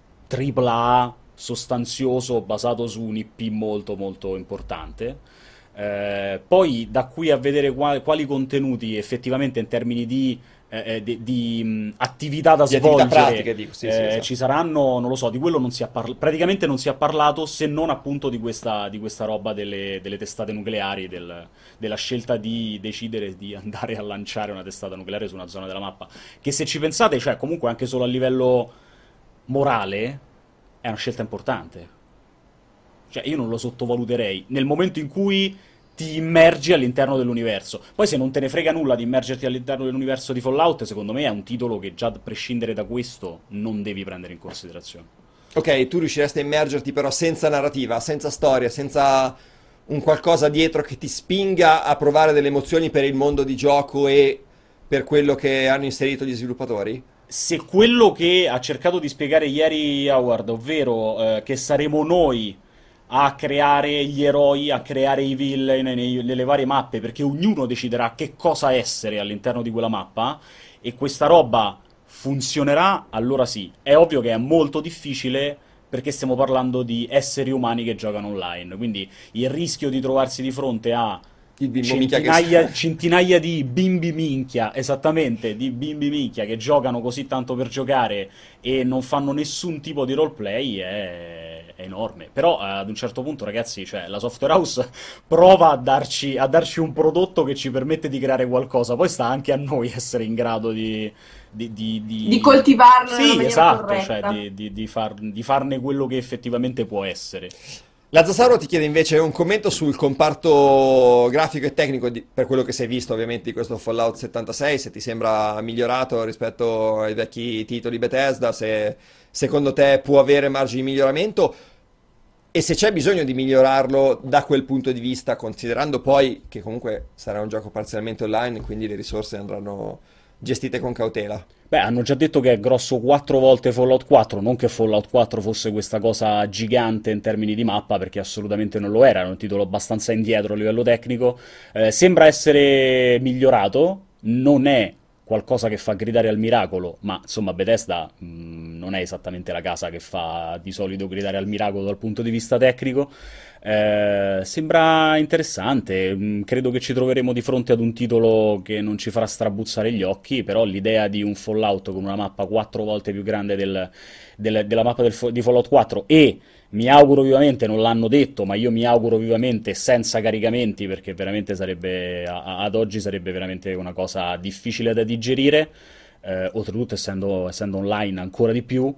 tripla A sostanzioso basato su un I P molto molto importante. Eh, poi da qui a vedere qua- quali contenuti effettivamente in termini di, eh, eh, di- di, mh, attività da Di attività svolgere pratiche, dico, sì, sì, eh, esatto. ci saranno, non lo so, di quello non si è parla- praticamente non si è parlato, se non appunto di questa, di questa roba delle, delle testate nucleari, del- della scelta di decidere di andare a lanciare una testata nucleare su una zona della mappa, che se ci pensate, cioè comunque anche solo a livello morale è una scelta importante. Cioè, io non lo sottovaluterei nel momento in cui ti immergi all'interno dell'universo. Poi, se non te ne frega nulla di immergerti all'interno dell'universo di Fallout, secondo me è un titolo che già a prescindere da questo non devi prendere in considerazione. Ok, tu riusciresti a immergerti però senza narrativa, senza storia, senza un qualcosa dietro che ti spinga a provare delle emozioni per il mondo di gioco e per quello che hanno inserito gli sviluppatori? Se quello che ha cercato di spiegare ieri Howard, ovvero eh, che saremo noi a creare gli eroi, a creare i villain nei- nelle varie mappe, perché ognuno deciderà che cosa essere all'interno di quella mappa, e questa roba funzionerà, allora sì. È ovvio che è molto difficile perché stiamo parlando di esseri umani che giocano online, quindi il rischio di trovarsi di fronte a Il bimbo minchia che... centinaia, centinaia di bimbi minchia, esattamente, di bimbi minchia che giocano così tanto per giocare e non fanno nessun tipo di roleplay è, è enorme. Però eh, ad un certo punto, ragazzi, cioè, la software house prova a darci, a darci un prodotto che ci permette di creare qualcosa, poi sta anche a noi essere in grado di... Di, di, di... di coltivarlo sì, nella maniera esatto, corretta. cioè di, di, di, far, di farne quello che effettivamente può essere. Lazzasauro ti chiede invece un commento sul comparto grafico e tecnico di- per quello che sei visto ovviamente di questo Fallout settantasei, se ti sembra migliorato rispetto ai vecchi titoli Bethesda, se secondo te può avere margini di miglioramento e se c'è bisogno di migliorarlo da quel punto di vista, considerando poi che comunque sarà un gioco parzialmente online, quindi le risorse andranno gestite con cautela. Beh, hanno già detto che è grosso quattro volte Fallout quattro, non che Fallout quattro fosse questa cosa gigante in termini di mappa, perché assolutamente non lo era, era un titolo abbastanza indietro a livello tecnico. Eh, sembra essere migliorato, non è qualcosa che fa gridare al miracolo, ma insomma Bethesda mh, non è esattamente la casa che fa di solito gridare al miracolo dal punto di vista tecnico. Eh, sembra interessante, mh, credo che ci troveremo di fronte ad un titolo che non ci farà strabuzzare gli occhi, però l'idea di un Fallout con una mappa quattro volte più grande del- del- della mappa del fo- di Fallout quattro e mi auguro vivamente, non l'hanno detto, ma io mi auguro vivamente senza caricamenti, perché veramente sarebbe, a- ad oggi sarebbe veramente una cosa difficile da digerire, eh, oltretutto essendo, essendo online ancora di più.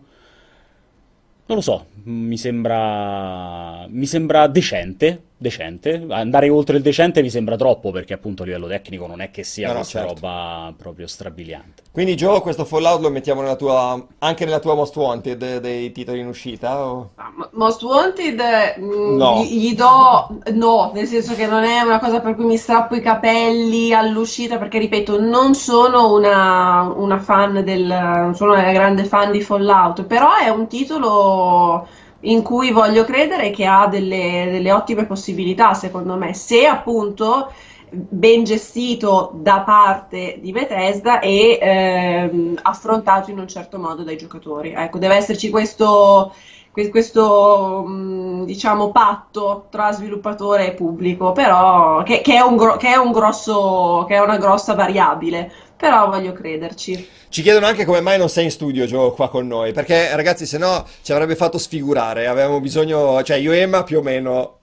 Non lo so, mi sembra, mi sembra decente, decente. Andare oltre il decente mi sembra troppo, perché appunto a livello tecnico non è che sia No, no, questa certo. roba proprio strabiliante. Quindi Joe, questo Fallout lo mettiamo nella tua, anche nella tua Most Wanted dei titoli in uscita? O... Ah, Most Wanted, mm, No. gli, gli do no, nel senso che non è una cosa per cui mi strappo i capelli all'uscita, perché ripeto, non sono una, una fan del, non sono una grande fan di Fallout, però è un titolo in cui voglio credere che ha delle, delle ottime possibilità, secondo me, se appunto ben gestito da parte di Bethesda e ehm, affrontato in un certo modo dai giocatori. Ecco, deve esserci questo, que- questo mh, diciamo patto tra sviluppatore e pubblico, però che, che è un gro- che è un grosso, che è una grossa variabile, però voglio crederci. Ci chiedono anche come mai non sei in studio, Joe, qua con noi, perché ragazzi, se no ci avrebbe fatto sfigurare, avevamo bisogno, cioè io e Emma più o meno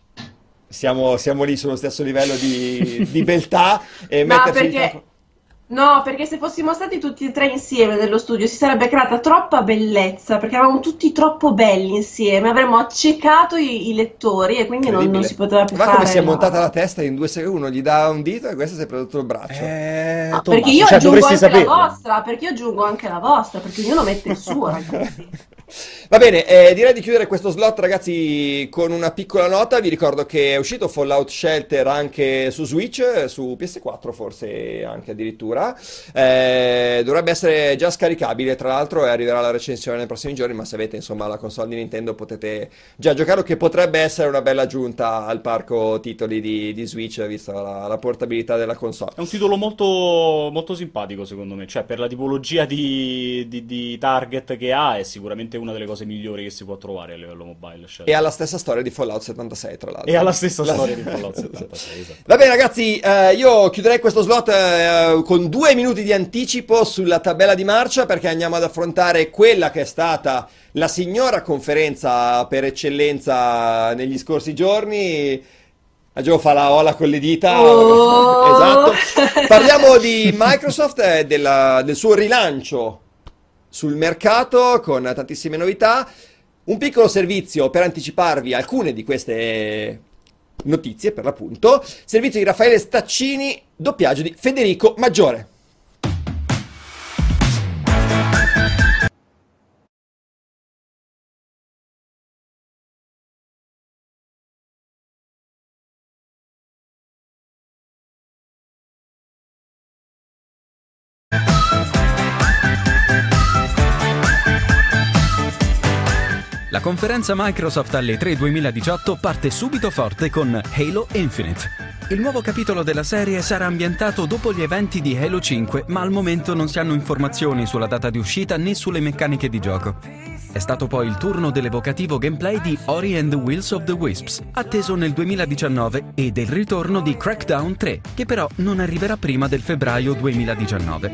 siamo, siamo lì sullo stesso livello di, di beltà e Ma metterci di perché, fianco- no, perché se fossimo stati tutti e tre insieme nello studio si sarebbe creata troppa bellezza, perché eravamo tutti troppo belli insieme, avremmo accecato i, i lettori e quindi non, non Incredibile. si poteva più Guarda fare. come si è la- montata la testa in due secondi, uno gli dà un dito e questo si è preso tutto il braccio. Eh, No, Tommaso, perché io cioè, aggiungo dovresti anche la saperlo. vostra, perché io aggiungo anche la vostra, perché ognuno mette il suo, ragazzi. Va bene, eh, direi di chiudere questo slot ragazzi con una piccola nota. Vi ricordo che è uscito Fallout Shelter anche su Switch, su P S quattro forse anche addirittura. Eh, dovrebbe essere già scaricabile tra l'altro e arriverà la recensione nei prossimi giorni, ma se avete insomma la console di Nintendo potete già giocarlo, che potrebbe essere una bella aggiunta al parco titoli di, di Switch, vista la, la portabilità della console. È un titolo molto, molto simpatico secondo me, cioè per la tipologia di, di- di target che ha è sicuramente una delle cose migliori che si può trovare a livello mobile. Shelter. E ha la stessa storia di Fallout settantasei tra l'altro. E ha la stessa La- storia di Fallout settantasei, esatto. Va bene ragazzi, eh, io chiuderei questo slot eh, con due minuti di anticipo sulla tabella di marcia, perché andiamo ad affrontare quella che è stata la signora conferenza per eccellenza negli scorsi giorni. A Gio fa la ola con le dita. Oh! Esatto. Parliamo di Microsoft e della- del suo rilancio sul mercato con tantissime novità. Un piccolo servizio per anticiparvi alcune di queste notizie, per l'appunto. Servizio di Raffaele Staccini, doppiaggio di Federico Maggiore. La conferenza Microsoft alle tre duemiladiciotto parte subito forte con Halo Infinite. Il nuovo capitolo della serie sarà ambientato dopo gli eventi di Halo cinque, ma al momento non si hanno informazioni sulla data di uscita né sulle meccaniche di gioco. È stato poi il turno dell'evocativo gameplay di Ori and the Wills of the Wisps, atteso nel duemiladiciannove, e del ritorno di Crackdown tre, che però non arriverà prima del febbraio duemiladiciannove.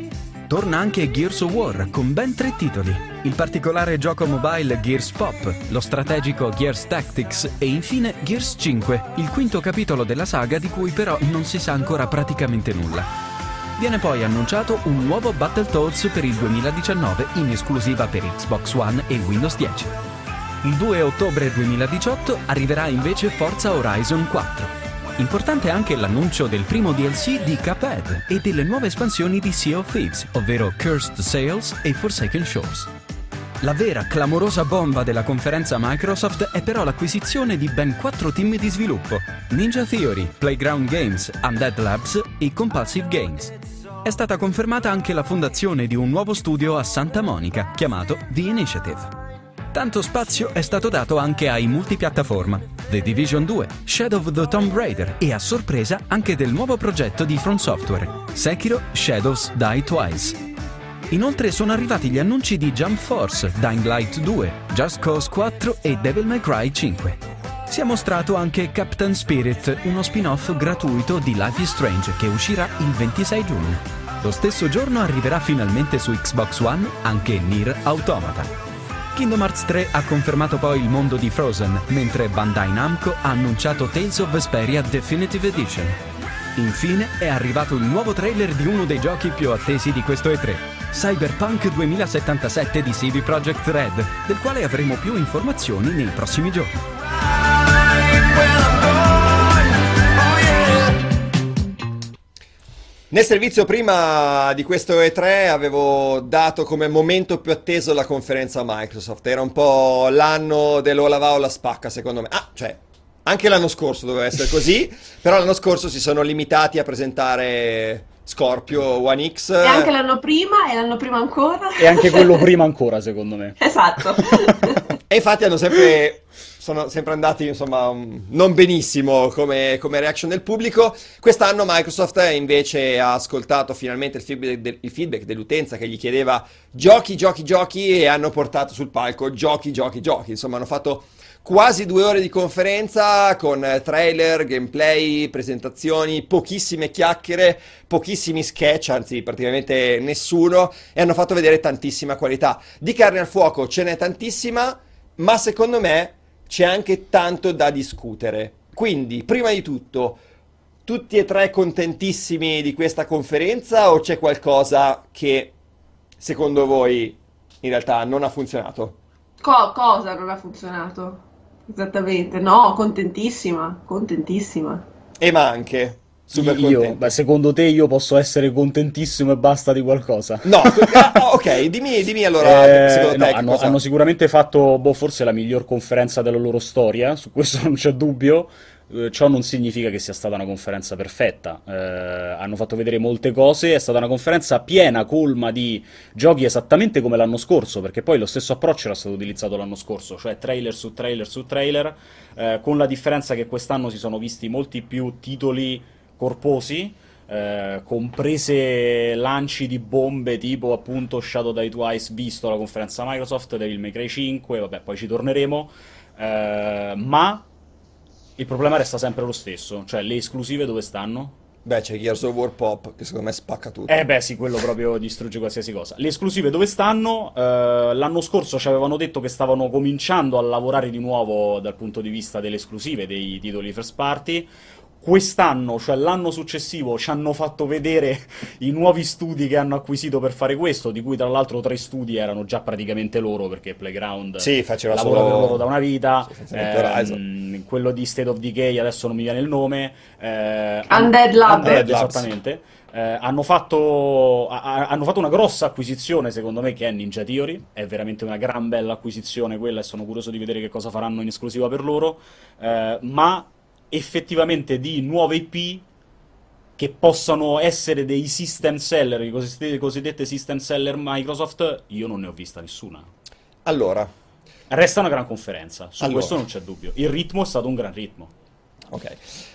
torna anche Gears of War con ben tre titoli. Il particolare gioco mobile Gears Pop, lo strategico Gears Tactics e infine Gears cinque, il quinto capitolo della saga di cui però non si sa ancora praticamente nulla. Viene poi annunciato un nuovo Battletoads per il duemiladiciannove in esclusiva per Xbox One e Windows dieci. Il due ottobre duemiladiciotto arriverà invece Forza Horizon quattro. Importante anche l'annuncio del primo D L C di Cuphead e delle nuove espansioni di Sea of Thieves, ovvero Cursed Sails e Forsaken Shores. La vera clamorosa bomba della conferenza Microsoft è però l'acquisizione di ben quattro team di sviluppo: Ninja Theory, Playground Games, Undead Labs e Compulsive Games. È stata confermata anche la fondazione di un nuovo studio a Santa Monica, chiamato The Initiative. Tanto spazio è stato dato anche ai multipiattaforma, The Division due, Shadow of the Tomb Raider e a sorpresa anche del nuovo progetto di From Software, Sekiro Shadows Die Twice. Inoltre sono arrivati gli annunci di Jump Force, Dying Light due, Just Cause quattro e Devil May Cry cinque. Si è mostrato anche Captain Spirit, uno spin-off gratuito di Life is Strange che uscirà il ventisei giugno. Lo stesso giorno arriverà finalmente su Xbox One anche Nier Automata. Kingdom Hearts tre ha confermato poi il mondo di Frozen, mentre Bandai Namco ha annunciato Tales of Vesperia Definitive Edition. Infine è arrivato il nuovo trailer di uno dei giochi più attesi di questo E tre, Cyberpunk duemilasettantasette di C D Projekt Red, del quale avremo più informazioni nei prossimi giorni. Nel servizio prima di questo E tre avevo dato come momento più atteso la conferenza Microsoft. Era un po' l'anno dello la va o la spacca, secondo me. Ah, cioè, anche l'anno scorso doveva essere così, però l'anno scorso si sono limitati a presentare Scorpio One X. E anche l'anno prima, e l'anno prima ancora. E anche quello prima ancora, secondo me. Esatto. E infatti hanno sempre... sono sempre andati, insomma, non benissimo come, come reaction del pubblico. Quest'anno Microsoft invece ha ascoltato finalmente il feedback, del, il feedback dell'utenza che gli chiedeva giochi, giochi, giochi, e hanno portato sul palco giochi, giochi, giochi. Insomma, hanno fatto quasi due ore di conferenza con trailer, gameplay, presentazioni, pochissime chiacchiere, pochissimi sketch, anzi praticamente nessuno, e hanno fatto vedere tantissima qualità. Di carne al fuoco ce n'è tantissima, ma secondo me c'è anche tanto da discutere. Quindi, prima di tutto, tutti e tre contentissimi di questa conferenza, o c'è qualcosa che, secondo voi, in realtà non ha funzionato? Co- cosa non ha funzionato? Esattamente, no, contentissima, contentissima. E ma anche, super io, contento. beh, secondo te io posso essere contentissimo e basta di qualcosa? No, ah, ok, dimmi, dimmi allora, Eh, secondo no, te, hanno, cosa... hanno sicuramente fatto, boh, forse la miglior conferenza della loro storia, su questo non c'è dubbio. Eh, ciò non significa che sia stata una conferenza perfetta. Eh, hanno fatto vedere molte cose, è stata una conferenza piena, colma di giochi esattamente come l'anno scorso, perché poi lo stesso approccio era stato utilizzato l'anno scorso, cioè trailer su trailer su trailer, eh, con la differenza che quest'anno si sono visti molti più titoli corposi, eh, comprese lanci di bombe tipo appunto Shadow Die Twice visto alla conferenza Microsoft, Devil May Cry cinque, vabbè, poi ci torneremo, eh, ma il problema resta sempre lo stesso, cioè le esclusive dove stanno? Beh, c'è Gears of War Pop, che secondo me spacca tutto. Eh beh sì, quello proprio distrugge qualsiasi cosa. Le esclusive dove stanno? Eh, l'anno scorso ci avevano detto che stavano cominciando a lavorare di nuovo dal punto di vista delle esclusive, dei titoli first party. Quest'anno, cioè l'anno successivo, ci hanno fatto vedere i nuovi studi che hanno acquisito per fare questo, di cui tra l'altro tre studi erano già praticamente loro, perché Playground Sì, faceva lavora solo... per loro da una vita, Sì, Horizon. ehm, quello di State of Decay adesso non mi viene il nome, eh, Undead Lab. Undead, Labs. esattamente. Eh, hanno fatto a- a- hanno fatto una grossa acquisizione, secondo me, che è Ninja Theory. È veramente una gran bella acquisizione quella, e sono curioso di vedere che cosa faranno in esclusiva per loro, eh, ma effettivamente di nuove I P che possano essere dei system seller, i cosiddetti- cosiddette system seller Microsoft, io non ne ho vista nessuna. Allora, Resta una gran conferenza, su Allora. questo non c'è dubbio. Il ritmo è stato un gran ritmo. ok.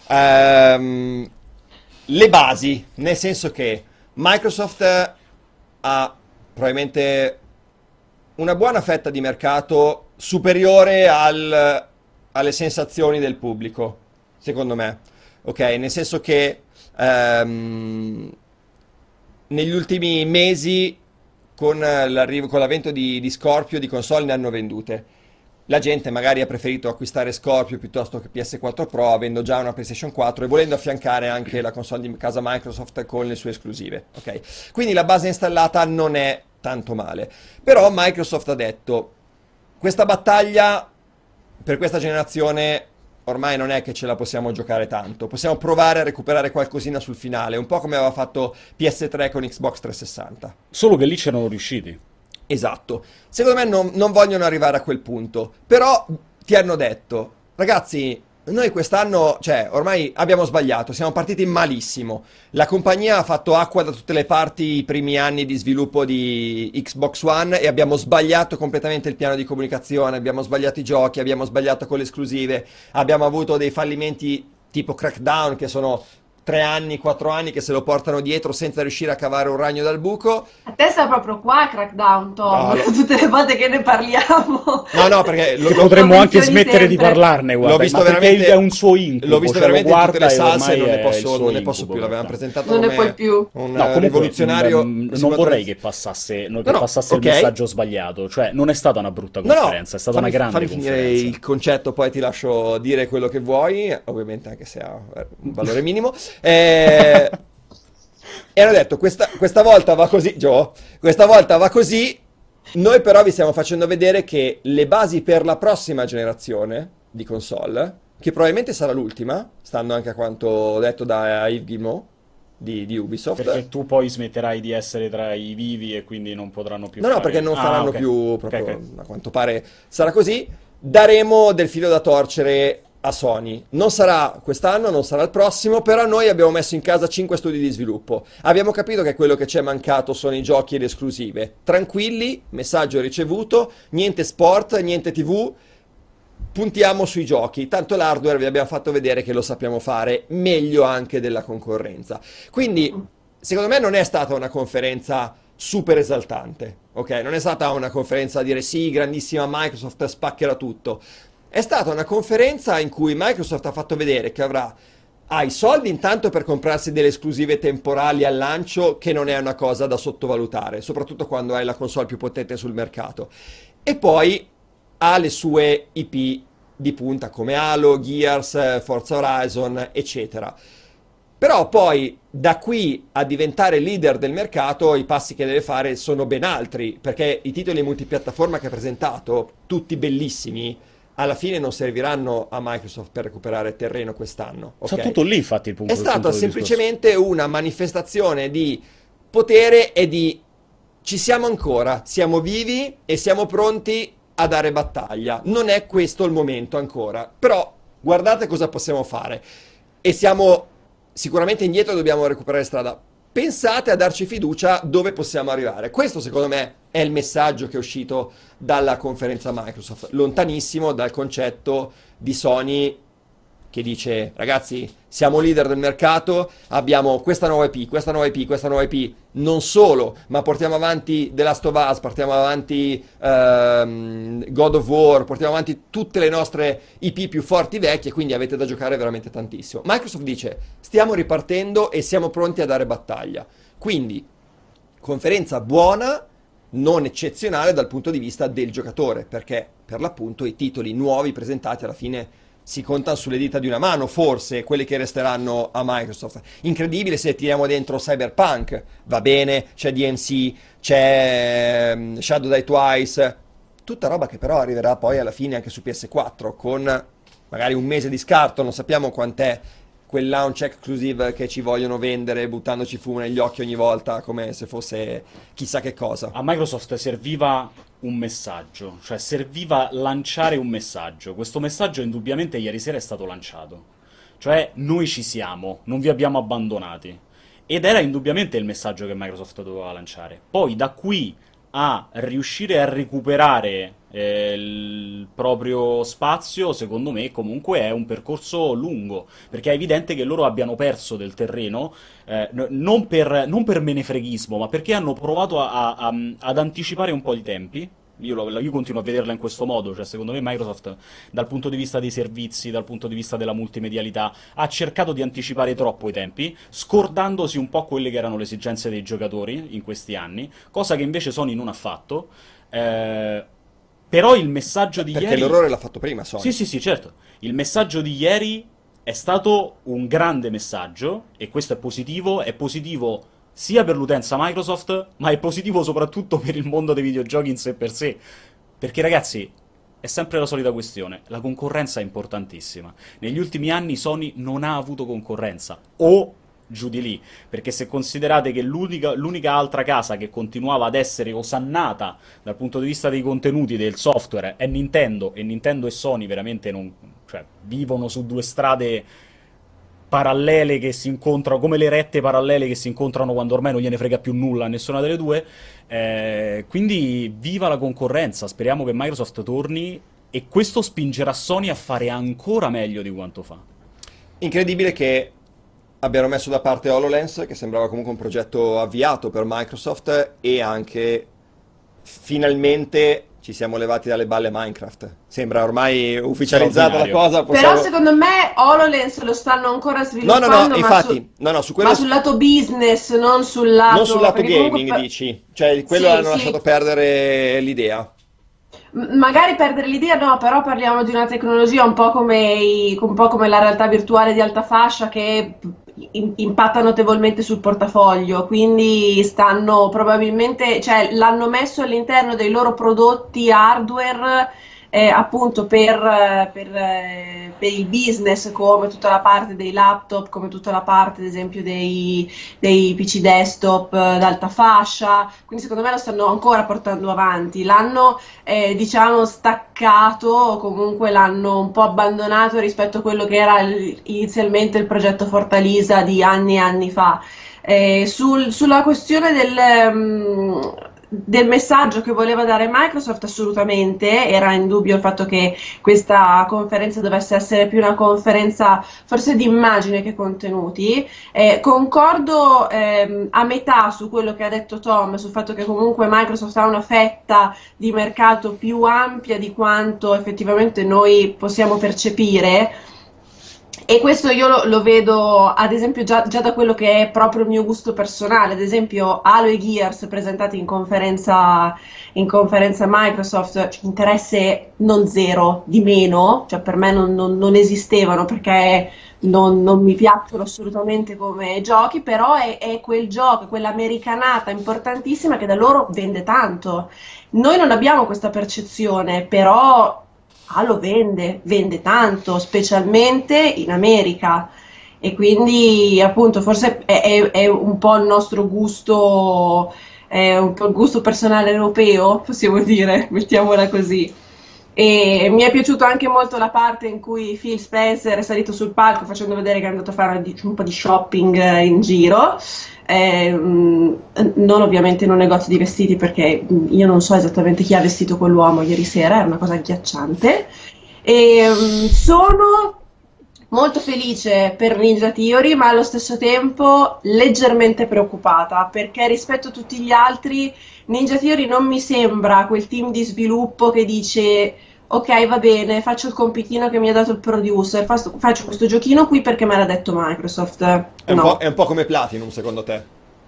Ehm, le basi, nel senso che Microsoft ha probabilmente una buona fetta di mercato superiore al- alle sensazioni del pubblico, secondo me. Ok, nel senso che ehm, negli ultimi mesi, con l'arrivo, con l'avvento di, di Scorpio, di console ne hanno vendute. La gente magari ha preferito acquistare Scorpio piuttosto che P S quattro Pro, avendo già una PlayStation quattro e volendo affiancare anche la console di casa Microsoft con le sue esclusive. Ok? Quindi la base installata non è tanto male. Però Microsoft ha detto, questa battaglia per questa generazione ormai non è che ce la possiamo giocare tanto, possiamo provare a recuperare qualcosina sul finale, un po' come aveva fatto P S tre con Xbox trecentosessanta. Solo che lì c'erano riusciti. Esatto. Secondo me non, non vogliono arrivare a quel punto, però ti hanno detto, ragazzi, noi quest'anno, cioè, ormai abbiamo sbagliato, siamo partiti malissimo. La compagnia ha fatto acqua da tutte le parti i primi anni di sviluppo di Xbox One e abbiamo sbagliato completamente il piano di comunicazione, abbiamo sbagliato i giochi, abbiamo sbagliato con le esclusive, abbiamo avuto dei fallimenti tipo Crackdown che sono tre anni, quattro anni che se lo portano dietro senza riuscire a cavare un ragno dal buco. A te sta proprio qua Crackdown, Tom, No, lo- tutte le volte che ne parliamo. No, no, perché lo, Che lo- potremmo anche Convinzioni smettere di sempre. parlarne, guarda, l'ho visto ma perché veramente, è un suo incubo, l'ho visto cioè, lo veramente in tutte le guarda e salse e non ormai ne è il posso, suo non ne posso incubo, più. L'avevano guarda. presentato Non ne come puoi più. un No, eh, comunque, rivoluzionario. mm, non sicuramente- vorrei che passasse, no, che No, no, passasse ok. il messaggio sbagliato, cioè non è stata una brutta No, no, conferenza, è stata fammi, una grande fammi finire conferenza. il concetto, poi ti lascio dire quello che vuoi, ovviamente anche se ha eh, un valore minimo. Eh, e hanno detto, questa, questa volta va così, Joe, questa volta va così, noi però vi stiamo facendo vedere che le basi per la prossima generazione di console, che probabilmente sarà l'ultima, stando anche a quanto detto da Yves Guillemot di, di Ubisoft. Perché tu poi smetterai di essere tra i vivi e quindi non potranno più No, no, fare... perché non Ah, faranno ok. più, proprio, Ok, ok. a quanto pare sarà così. Daremo del filo da torcere a Sony. Non sarà quest'anno, non sarà il prossimo, però noi abbiamo messo in casa cinque studi di sviluppo. Abbiamo capito che quello che ci è mancato sono i giochi e le esclusive. Tranquilli, messaggio ricevuto, niente sport, niente tivù. Puntiamo sui giochi, tanto l'hardware vi abbiamo fatto vedere che lo sappiamo fare meglio anche della concorrenza. Quindi, secondo me non è stata una conferenza super esaltante, ok? Non è stata una conferenza a dire sì, grandissima Microsoft spaccherà tutto. È stata una conferenza in cui Microsoft ha fatto vedere che avrà ha i soldi intanto per comprarsi delle esclusive temporali al lancio, che non è una cosa da sottovalutare, soprattutto quando hai la console più potente sul mercato. E poi ha le sue I P di punta come Halo, Gears, Forza Horizon, eccetera. Però poi da qui a diventare leader del mercato i passi che deve fare sono ben altri, perché i titoli multipiattaforma che ha presentato, tutti bellissimi, alla fine non serviranno a Microsoft per recuperare terreno quest'anno. Sta ok? tutto lì, infatti, il punto. È il stata punto del semplicemente una manifestazione di potere e di ci siamo ancora, siamo vivi e siamo pronti a dare battaglia. Non è questo il momento ancora, però guardate cosa possiamo fare. E siamo sicuramente indietro, dobbiamo recuperare strada. Pensate a darci fiducia dove possiamo arrivare. Questo secondo me è il messaggio che è uscito dalla conferenza Microsoft, lontanissimo dal concetto di Sony che dice ragazzi siamo leader del mercato, abbiamo questa nuova I P, questa nuova I P, questa nuova I P, non solo, ma portiamo avanti The Last of Us, portiamo avanti ehm, God of War, portiamo avanti tutte le nostre I P più forti vecchie, quindi avete da giocare veramente tantissimo. Microsoft dice stiamo ripartendo e siamo pronti a dare battaglia, quindi conferenza buona, non eccezionale dal punto di vista del giocatore, perché per l'appunto i titoli nuovi presentati alla fine si contano sulle dita di una mano, forse, quelli che resteranno a Microsoft. Incredibile se tiriamo dentro Cyberpunk, va bene, c'è D M C, c'è um, Shadow Die Twice, tutta roba che però arriverà poi alla fine anche su P S quattro, con magari un mese di scarto, non sappiamo quant'è quel launch exclusive che ci vogliono vendere buttandoci fumo negli occhi ogni volta come se fosse chissà che cosa. A Microsoft serviva un messaggio, cioè serviva lanciare un messaggio. Questo messaggio indubbiamente ieri sera è stato lanciato, cioè noi ci siamo, non vi abbiamo abbandonati, ed era indubbiamente il messaggio che Microsoft doveva lanciare. Poi da qui a riuscire a recuperare eh, il proprio spazio, secondo me comunque è un percorso lungo, perché è evidente che loro abbiano perso del terreno, eh, n- non per, non per menefreghismo, ma perché hanno provato a- a- a- ad anticipare un po' i tempi, Io, lo- io continuo a vederla in questo modo, cioè secondo me Microsoft dal punto di vista dei servizi, dal punto di vista della multimedialità, ha cercato di anticipare troppo i tempi, scordandosi un po' quelle che erano le esigenze dei giocatori in questi anni, cosa che invece Sony non ha fatto. Eh, però il messaggio di Perché ieri... l'orrore l'ha fatto prima Sony. Sì, sì, sì, certo. Il messaggio di ieri è stato un grande messaggio, e questo è positivo, è positivo sia per l'utenza Microsoft, ma è positivo soprattutto per il mondo dei videogiochi in sé per sé. Perché ragazzi, è sempre la solita questione, la concorrenza è importantissima. Negli ultimi anni Sony non ha avuto concorrenza, o giù di lì, perché se considerate che l'unica, l'unica altra casa che continuava ad essere osannata dal punto di vista dei contenuti del software è Nintendo, e Nintendo e Sony veramente non, cioè, vivono su due strade parallele che si incontrano, come le rette parallele che si incontrano quando ormai non gliene frega più nulla a nessuna delle due. Eh, quindi viva la concorrenza, speriamo che Microsoft torni, e questo spingerà Sony a fare ancora meglio di quanto fa. Incredibile che abbiano messo da parte HoloLens, che sembrava comunque un progetto avviato per Microsoft, e anche finalmente ci siamo levati dalle balle Minecraft. Sembra ormai ufficializzata la cosa. Possiamo... Però secondo me HoloLens lo stanno ancora No, sviluppando, no, no, ma, infatti, su- no, no, su quello... ma sul lato business, non sul lato... Non sul lato perché gaming, comunque pa- dici? Cioè, quello Sì, hanno sì. lasciato perdere l'idea. M- Magari perdere l'idea, no, però parliamo di una tecnologia un po' come, i- un po' come la realtà virtuale di alta fascia, che in- impatta notevolmente sul portafoglio, quindi stanno probabilmente, cioè l'hanno messo all'interno dei loro prodotti hardware, eh, appunto per, eh, per, eh, per il business, come tutta la parte dei laptop, come tutta la parte ad esempio dei, dei P C desktop eh, d'alta fascia, quindi secondo me lo stanno ancora portando avanti, l'hanno eh, diciamo staccato, o comunque l'hanno un po' abbandonato rispetto a quello che era il- inizialmente il progetto Fortalisa di anni e anni fa. Eh, sul- sulla questione del, mm, del messaggio che voleva dare Microsoft, assolutamente era in dubbio il fatto che questa conferenza dovesse essere più una conferenza forse di immagine che contenuti. Eh, concordo ehm, a metà su quello che ha detto Tom, sul fatto che comunque Microsoft ha una fetta di mercato più ampia di quanto effettivamente noi possiamo percepire. E questo io lo, lo vedo ad esempio già, già da quello che è proprio il mio gusto personale, ad esempio Halo e Gears presentati in conferenza, in conferenza Microsoft, interesse non zero, di meno, cioè per me non, non- non esistevano, perché non, non mi piacciono assolutamente come giochi, però è, è quel gioco, quell'americanata importantissima che da loro vende tanto. Noi non abbiamo questa percezione, però Halo vende, vende tanto, specialmente in America. E quindi appunto forse è, è- è un po' il nostro gusto, è un po' il gusto personale europeo, possiamo dire, mettiamola così. E mi è piaciuta anche molto la parte in cui Phil Spencer è salito sul palco facendo vedere che è andato a fare di- un po' di shopping eh, in giro. Eh, mh, non ovviamente in un negozio di vestiti, perché mh, io non so esattamente chi ha vestito quell'uomo ieri sera, era una cosa agghiacciante. E mh, sono molto felice per Ninja Theory, ma allo stesso tempo leggermente preoccupata, perché rispetto a tutti gli altri, Ninja Theory non mi sembra quel team di sviluppo che dice: ok, va bene, faccio il compitino che mi ha dato il producer, faccio, faccio questo giochino qui perché me l'ha detto Microsoft. È un No. po', è un po' come Platinum, secondo te?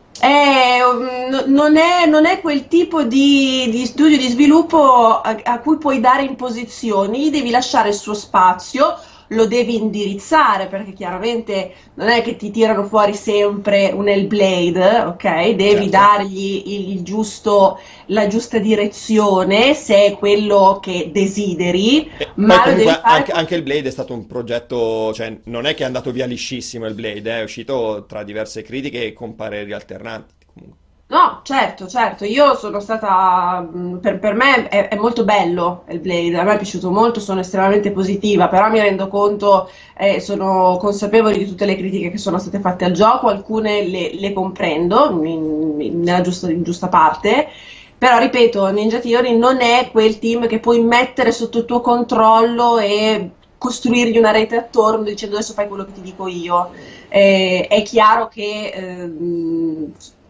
Eh, um, no- non è, non è quel tipo di, di studio di sviluppo a, a cui puoi dare imposizioni, gli devi lasciare il suo spazio, lo devi indirizzare, perché chiaramente non è che ti tirano fuori sempre un Hellblade, ok? Devi Certo. dargli il, il giusto, la giusta direzione, se è quello che desideri, E ma poi lo devi comunque fare anche, anche il Blade è stato un progetto, cioè non è che è andato via liscissimo il Blade, eh, è uscito tra diverse critiche e con pareri alternati. Comunque. No, certo, certo, io sono stata, mh, per, per me è, è molto bello il Blade, a me è piaciuto molto, sono estremamente positiva, però mi rendo conto, eh, sono consapevole di tutte le critiche che sono state fatte al gioco, alcune le, le comprendo in- in- nella giusta, in giusta parte, però ripeto, Ninja Theory non è quel team che puoi mettere sotto il tuo controllo e costruirgli una rete attorno dicendo adesso fai quello che ti dico io. Eh, è chiaro che ehm,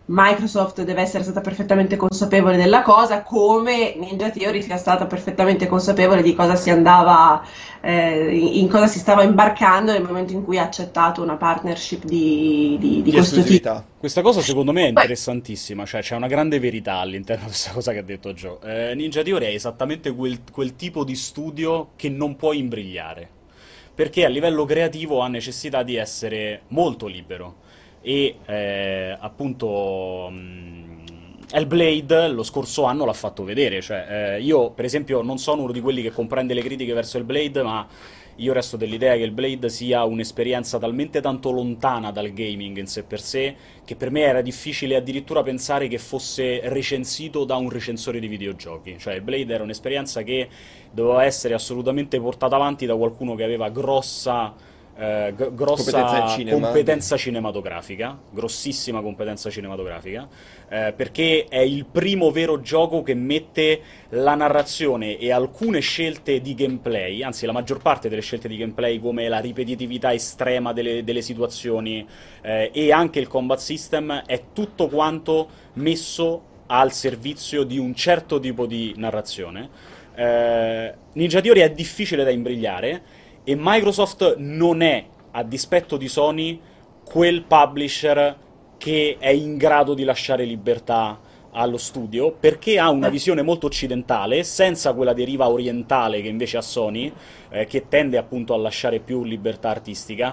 Microsoft deve essere stata perfettamente consapevole della cosa, come Ninja Theory sia stata perfettamente consapevole di cosa si andava, eh, in cosa si stava imbarcando nel momento in cui ha accettato una partnership di, di, di Di questo tipo. esclusività. Questa cosa secondo me è Poi- interessantissima, cioè c'è una grande verità all'interno di questa cosa che ha detto Joe. Eh, Ninja Theory è esattamente quel, quel tipo di studio che non può imbrigliare, perché a livello creativo ha necessità di essere molto libero. E eh, appunto mh, Hellblade lo scorso anno l'ha fatto vedere, cioè eh, io per esempio non sono uno di quelli che comprende le critiche verso Hellblade, ma io resto dell'idea che Hellblade sia un'esperienza talmente tanto lontana dal gaming in sé per sé che per me era difficile addirittura pensare che fosse recensito da un recensore di videogiochi. Cioè Hellblade era un'esperienza che doveva essere assolutamente portata avanti da qualcuno che aveva grossa eh, g- grossa Competenza in cinema. competenza cinematografica, grossissima competenza cinematografica, eh, perché è il primo vero gioco che mette la narrazione e alcune scelte di gameplay, anzi la maggior parte delle scelte di gameplay, come la ripetitività estrema delle, delle situazioni eh, e anche il combat system, è tutto quanto messo al servizio di un certo tipo di narrazione. Eh, Ninja Theory è difficile da imbrigliare e Microsoft non è, a dispetto di Sony, quel publisher che è in grado di lasciare libertà allo studio, perché ha una visione molto occidentale, senza quella deriva orientale che invece ha Sony, eh, che tende appunto a lasciare più libertà artistica.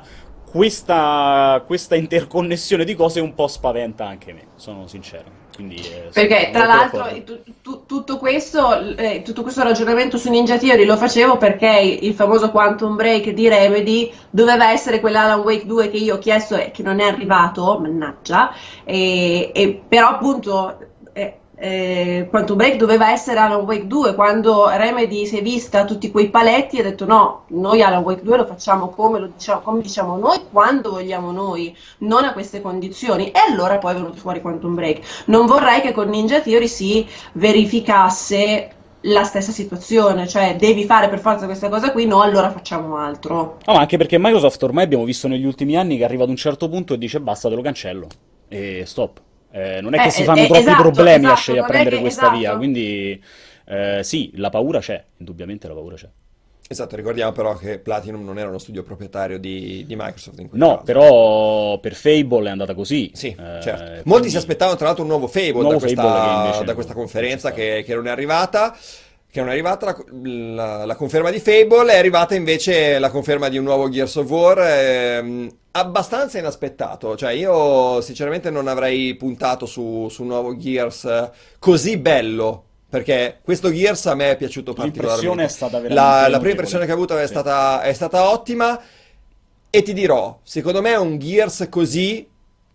Questa, questa interconnessione di cose un po' spaventa anche me, sono sincero. Quindi, eh, Perché sono tra molto l'altro d'accordo. tu- tu- tutto questo, eh, tutto questo ragionamento su Ninja Theory lo facevo perché il famoso Quantum Break di Remedy doveva essere quell'Alan Wake due che io ho chiesto e che non è arrivato, mannaggia, e, e però appunto eh, eh, Quantum Break doveva essere Alan Wake due. Quando Remedy si è vista tutti quei paletti ha detto no, noi Alan Wake due lo facciamo come lo diciamo, come diciamo noi, quando vogliamo noi, non a queste condizioni, e allora poi è venuto fuori Quantum Break. Non vorrei che con Ninja Theory si verificasse la stessa situazione, cioè devi fare per forza questa cosa qui, no, allora facciamo altro. No, ma anche perché Microsoft ormai abbiamo visto negli ultimi anni che arriva ad un certo punto e dice basta, te lo cancello e stop. Eh, non è che Eh, si fanno eh, troppi esatto, problemi a, esatto, scegli- a non è prendere che- questa esatto. via, quindi eh, sì, la paura c'è, indubbiamente la paura c'è. Esatto, ricordiamo però che Platinum non era uno studio proprietario di, di Microsoft in quel No, caso. però per Fable è andata così. Sì, Eh, certo. Molti quindi- si aspettavano tra l'altro un nuovo Fable, Un nuovo da, questa, Fable che invece da questa non- conferenza non c'è che, che non è arrivata. Che non è arrivata la, la- la conferma di Fable, è arrivata invece la conferma di un nuovo Gears of War, ehm, abbastanza inaspettato. Cioè io sinceramente non avrei puntato su, su un nuovo Gears eh, così bello. Perché questo Gears a me è piaciuto L'impressione particolarmente. è stata veramente La, la prima notevole. impressione che ho avuto è Sì. stata, è stata ottima. E ti dirò, secondo me un Gears così,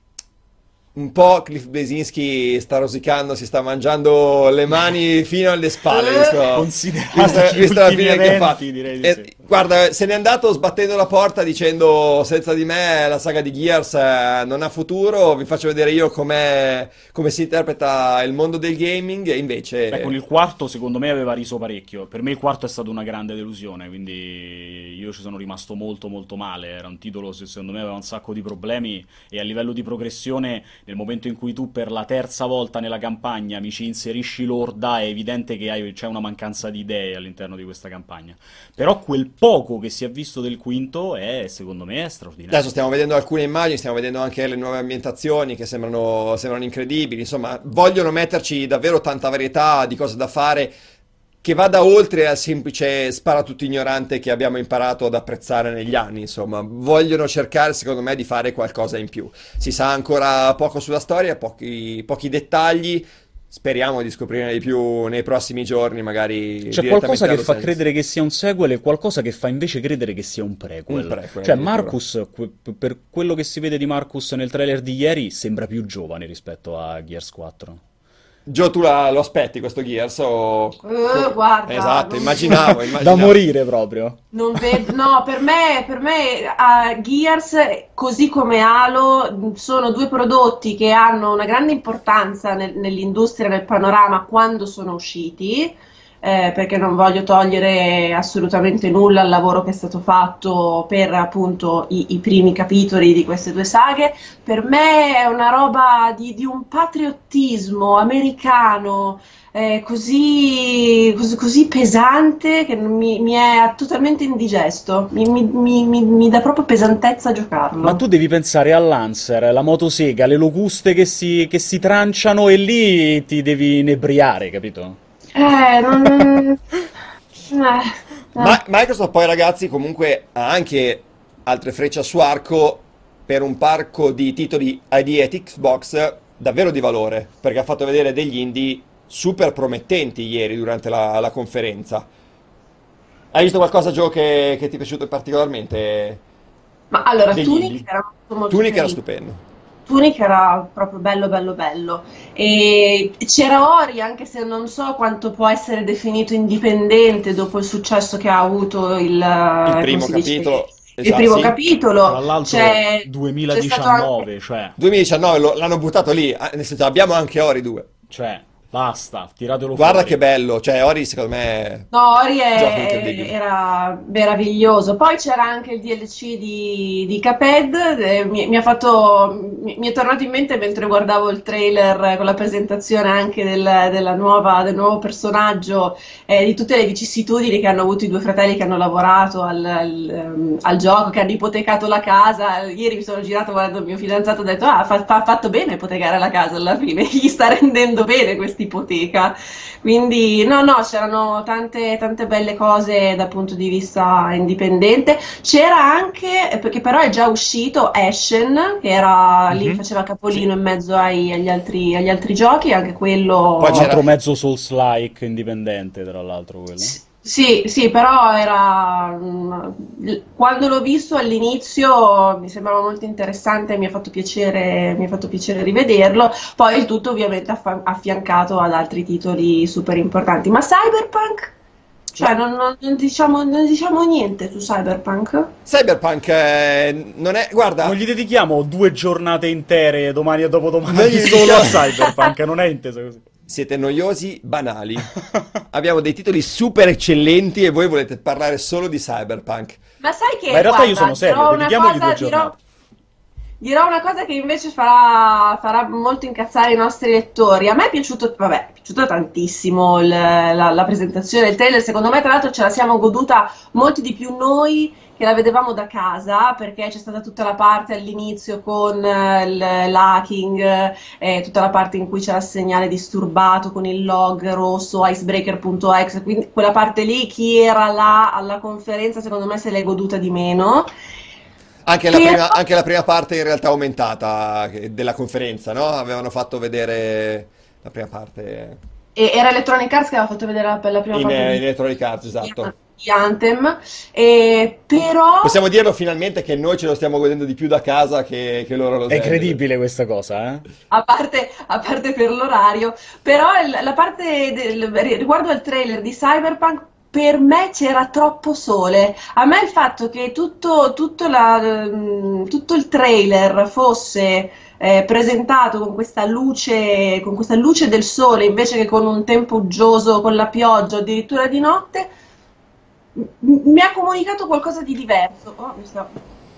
un po' Cliff Bleszinski sta rosicando, si sta mangiando le mani fino alle spalle. Visto, Considerati visto- gli visto la ultimi fine che ha eventi, fatto. direi di E, sì. guarda, se n'è andato sbattendo la porta dicendo senza di me la saga di Gears eh, non ha futuro, vi faccio vedere io com'è- come si interpreta il mondo del gaming, e invece... Beh, con il quarto secondo me aveva riso parecchio. Per me il quarto è stata una grande delusione, quindi io ci sono rimasto molto molto male. Era un titolo che secondo me aveva un sacco di problemi e a livello di progressione, nel momento in cui tu per la terza volta nella campagna mi ci inserisci l'orda, è evidente che hai- c'è una mancanza di idee all'interno di questa campagna. Però quel poco che si è visto del quinto è, secondo me, è straordinario. Adesso stiamo vedendo alcune immagini, stiamo vedendo anche le nuove ambientazioni che sembrano, sembrano incredibili, insomma, vogliono metterci davvero tanta varietà di cose da fare che vada oltre al semplice sparatutto ignorante che abbiamo imparato ad apprezzare negli anni, insomma, vogliono cercare, secondo me, di fare qualcosa in più. Si sa ancora poco sulla storia, pochi, pochi dettagli. Speriamo di scoprirne di più nei prossimi giorni, magari C'è direttamente qualcosa da che Los fa Angeles. credere che sia un sequel e qualcosa che fa invece credere che sia un prequel. Un prequel, Cioè addirittura. Marcus, que- per quello che si vede di Marcus nel trailer di ieri, sembra più giovane rispetto a Gears quattro. Gio, tu la- lo aspetti questo Gears? O... Eh, guarda, Esatto, non- immaginavo, Da immaginavo. morire proprio. Non vedo, no, per me, per me uh, Gears, così come Halo, sono due prodotti che hanno una grande importanza nel- nell'industria, nel panorama quando sono usciti, eh, perché non voglio togliere assolutamente nulla al lavoro che è stato fatto per appunto i, i primi capitoli di queste due saghe. Per me è una roba di, di un patriottismo americano eh, così, così, così pesante che mi, mi è totalmente indigesto, mi, mi, mi, mi, mi dà proprio pesantezza a giocarlo. Ma tu devi pensare al Lancer, la motosega, le locuste che si, che si tranciano e lì ti devi inebriare, capito? Eh, non... eh, Ma eh. Microsoft poi ragazzi comunque ha anche altre frecce a suo arco per un parco di titoli I D e Xbox davvero di valore, perché ha fatto vedere degli indie super promettenti ieri durante la, la conferenza. Hai visto qualcosa, Joe, che, che ti è piaciuto particolarmente Ma allora, degli Tunic indie? era molto, molto Tunic era carino. stupendo. Tunic era proprio bello, bello, bello. E c'era Ori, anche se non so quanto può essere definito indipendente dopo il successo che ha avuto il, Il come primo si dice, capitolo, il esatto, primo sì. capitolo. Tra l'altro C'è, c'è stato duemiladiciannove, anche... cioè, duemiladiciannove lo- l'hanno buttato lì, eh, nel senso abbiamo anche Ori due. cioè, basta, tiratelo Guarda fuori. che bello, cioè Ori secondo me è No, Ori un gioco è- incredibile. era meraviglioso. Poi c'era anche il D L C di, di Cuphead, eh, mi, mi ha fatto, mi, mi è tornato in mente mentre guardavo il trailer con la presentazione anche del, della nuova, del nuovo personaggio, eh, di tutte le vicissitudini che hanno avuto i due fratelli che hanno lavorato al, al, ehm, al gioco, che hanno ipotecato la casa. Ieri mi sono girato guardando il mio fidanzato e ho detto: Ah, fa, fa- fatto bene a ipotecare la casa alla fine, gli sta rendendo bene questa ipoteca. Quindi, no, no, c'erano tante, tante belle cose dal punto di vista indipendente. C'era anche, eh, perché però è già uscito, Ashen, che era lì, Mhm. faceva Sì. capolino in mezzo ai- agli altri, agli altri giochi, anche Poi quello. Un c'era- altro mezzo Souls-like indipendente, tra l'altro, quello. S- Sì, sì, però era mm, l- quando l'ho visto all'inizio mi sembrava molto interessante, mi ha fatto piacere, mi ha fatto piacere rivederlo. Poi il tutto ovviamente affa- affiancato ad altri titoli super importanti. Ma Cyberpunk? Cioè, non, non- non diciamo, non diciamo niente su Cyberpunk? Cyberpunk eh, non è, guarda, Non gli dedichiamo due giornate intere, domani e Non dopodomani, gli solo a dedichiamo- Cyberpunk, non è inteso così. siete noiosi, banali. Abbiamo dei titoli super eccellenti e voi volete parlare solo di Cyberpunk. Ma sai che, Ma in realtà io guarda, sono serio, dirò una dedichiamogli cosa, due dirò, giornate. dirò una cosa che invece farà, farà molto incazzare i nostri lettori. A me è piaciuto, vabbè, è piaciuto tantissimo il- la, la presentazione, il trailer. Secondo me, tra l'altro, ce la siamo goduta molti di più noi che la vedevamo da casa, perché c'è stata tutta la parte all'inizio con eh, il- l'hacking, eh, tutta la parte in c'era il segnale disturbato con il log rosso, icebreaker punto e x, quindi quella parte lì, chi era là alla conferenza, secondo me se l'è goduta di meno. Anche la Però- prima, anche la prima parte in realtà aumentata che- della conferenza, no? Avevano fatto vedere la prima parte E era Electronic Arts che aveva fatto vedere la, per la prima in, parte eh, di, in Electronic Arts, esatto. di Anthem, e però Possiamo dirlo finalmente che noi ce lo stiamo godendo di più da casa che, che loro a Los È Angeles. incredibile questa cosa, eh? a parte, a parte per l'orario, però il- la parte del- riguardo al trailer di Cyberpunk, per me c'era troppo sole. A me il fatto che tutto, tutto, la- mm, tutto il trailer fosse eh, presentato con questa luce, con questa luce del sole invece che con un tempo uggioso, con la pioggia, addirittura di notte, m- mi ha comunicato qualcosa di diverso. Oh, mi sta-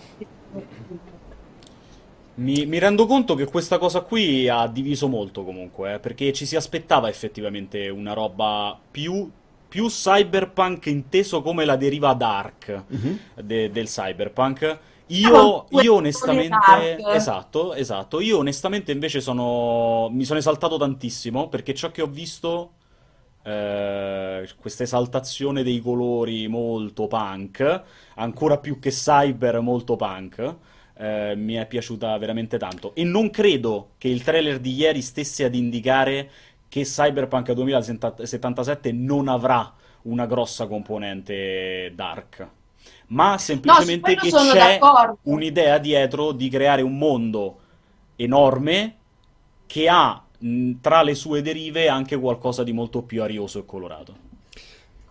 Mi, mi rendo conto che questa cosa qui ha diviso molto comunque, eh, perché ci si aspettava effettivamente una roba più, più cyberpunk inteso come la deriva dark Mhm. de- del cyberpunk. Ah, Io, quel io tone onestamente, dark. esatto, esatto, io onestamente invece sono, mi sono esaltato tantissimo perché ciò che ho visto, eh, questa esaltazione dei colori molto punk, ancora più che cyber molto punk, eh, mi è piaciuta veramente tanto. E non credo che il trailer di ieri stesse ad indicare che Cyberpunk duemilasettantasette non avrà una grossa componente dark, ma semplicemente quello che sono c'è d'accordo. un'idea dietro di creare un mondo enorme che ha mh, tra le sue derive anche qualcosa di molto più arioso e colorato.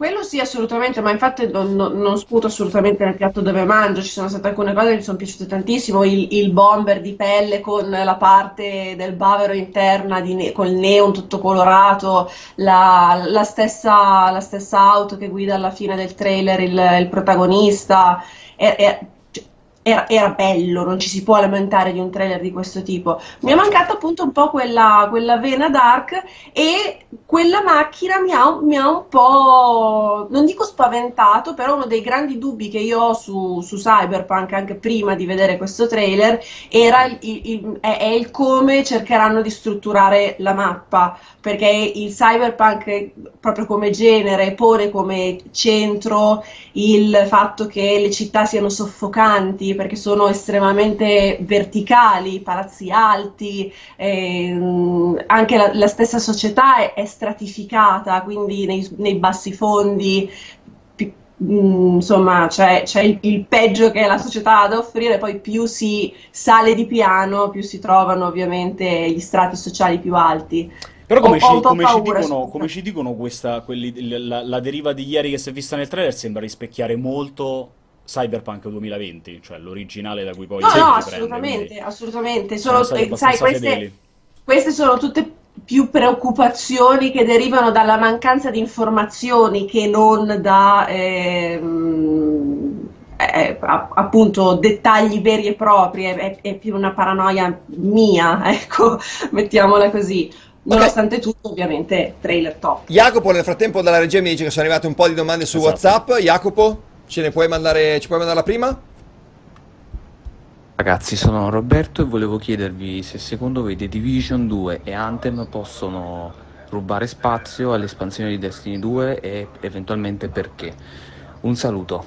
Quello sì, assolutamente, ma infatti non, non- non sputo assolutamente nel piatto dove mangio, ci sono state alcune cose che mi sono piaciute tantissimo, il, il bomber di pelle con la parte del bavero interna di ne- col neon tutto colorato, la, la stessa, la stessa auto che guida alla fine del trailer il, il protagonista, è- è- cioè, era, era bello, non ci si può lamentare di un trailer di questo tipo. Mi è mancata appunto un po' quella, quella vena dark e quella macchina mi ha, mi ha un po', non dico spaventato, però uno dei grandi dubbi che io ho su, su Cyberpunk anche prima di vedere questo trailer era il, il- il- è, è il come cercheranno di strutturare la mappa, perché il Cyberpunk proprio come genere pone come centro il fatto che le città siano soffocanti perché sono estremamente verticali, palazzi alti, ehm, anche la, la stessa società è, è stratificata, quindi nei, nei bassi fondi, pi- mh, insomma, c'è, c'è il, il peggio che la società ha da offrire, poi più si sale di piano, più si trovano ovviamente gli strati sociali più alti. Però come, Ho, ci, ho un po' come ci paura dicono, su come ci dicono questa, quelli- la, la deriva di ieri che si è vista nel trailer sembra rispecchiare molto Cyberpunk duemilaventi, cioè l'originale da cui poi No, si no, riprende, assolutamente, quindi assolutamente. sono Sono, stati eh, sai, abbastanza queste, fedeli. queste sono tutte più preoccupazioni che derivano dalla mancanza di informazioni che non da ehm, eh, a- appunto dettagli veri e propri. È, è- è più una paranoia mia, ecco, mettiamola così. Ok, Nonostante tutto, ovviamente, trailer top. Jacopo nel frattempo dalla regia mi dice che sono arrivate un po' di domande su Esatto. WhatsApp. Jacopo, ce ne puoi mandare, ci puoi mandare la prima? Ragazzi, sono Roberto e volevo chiedervi se secondo voi The Division due e Anthem possono rubare spazio all'espansione di Destiny due e eventualmente perché. Un saluto.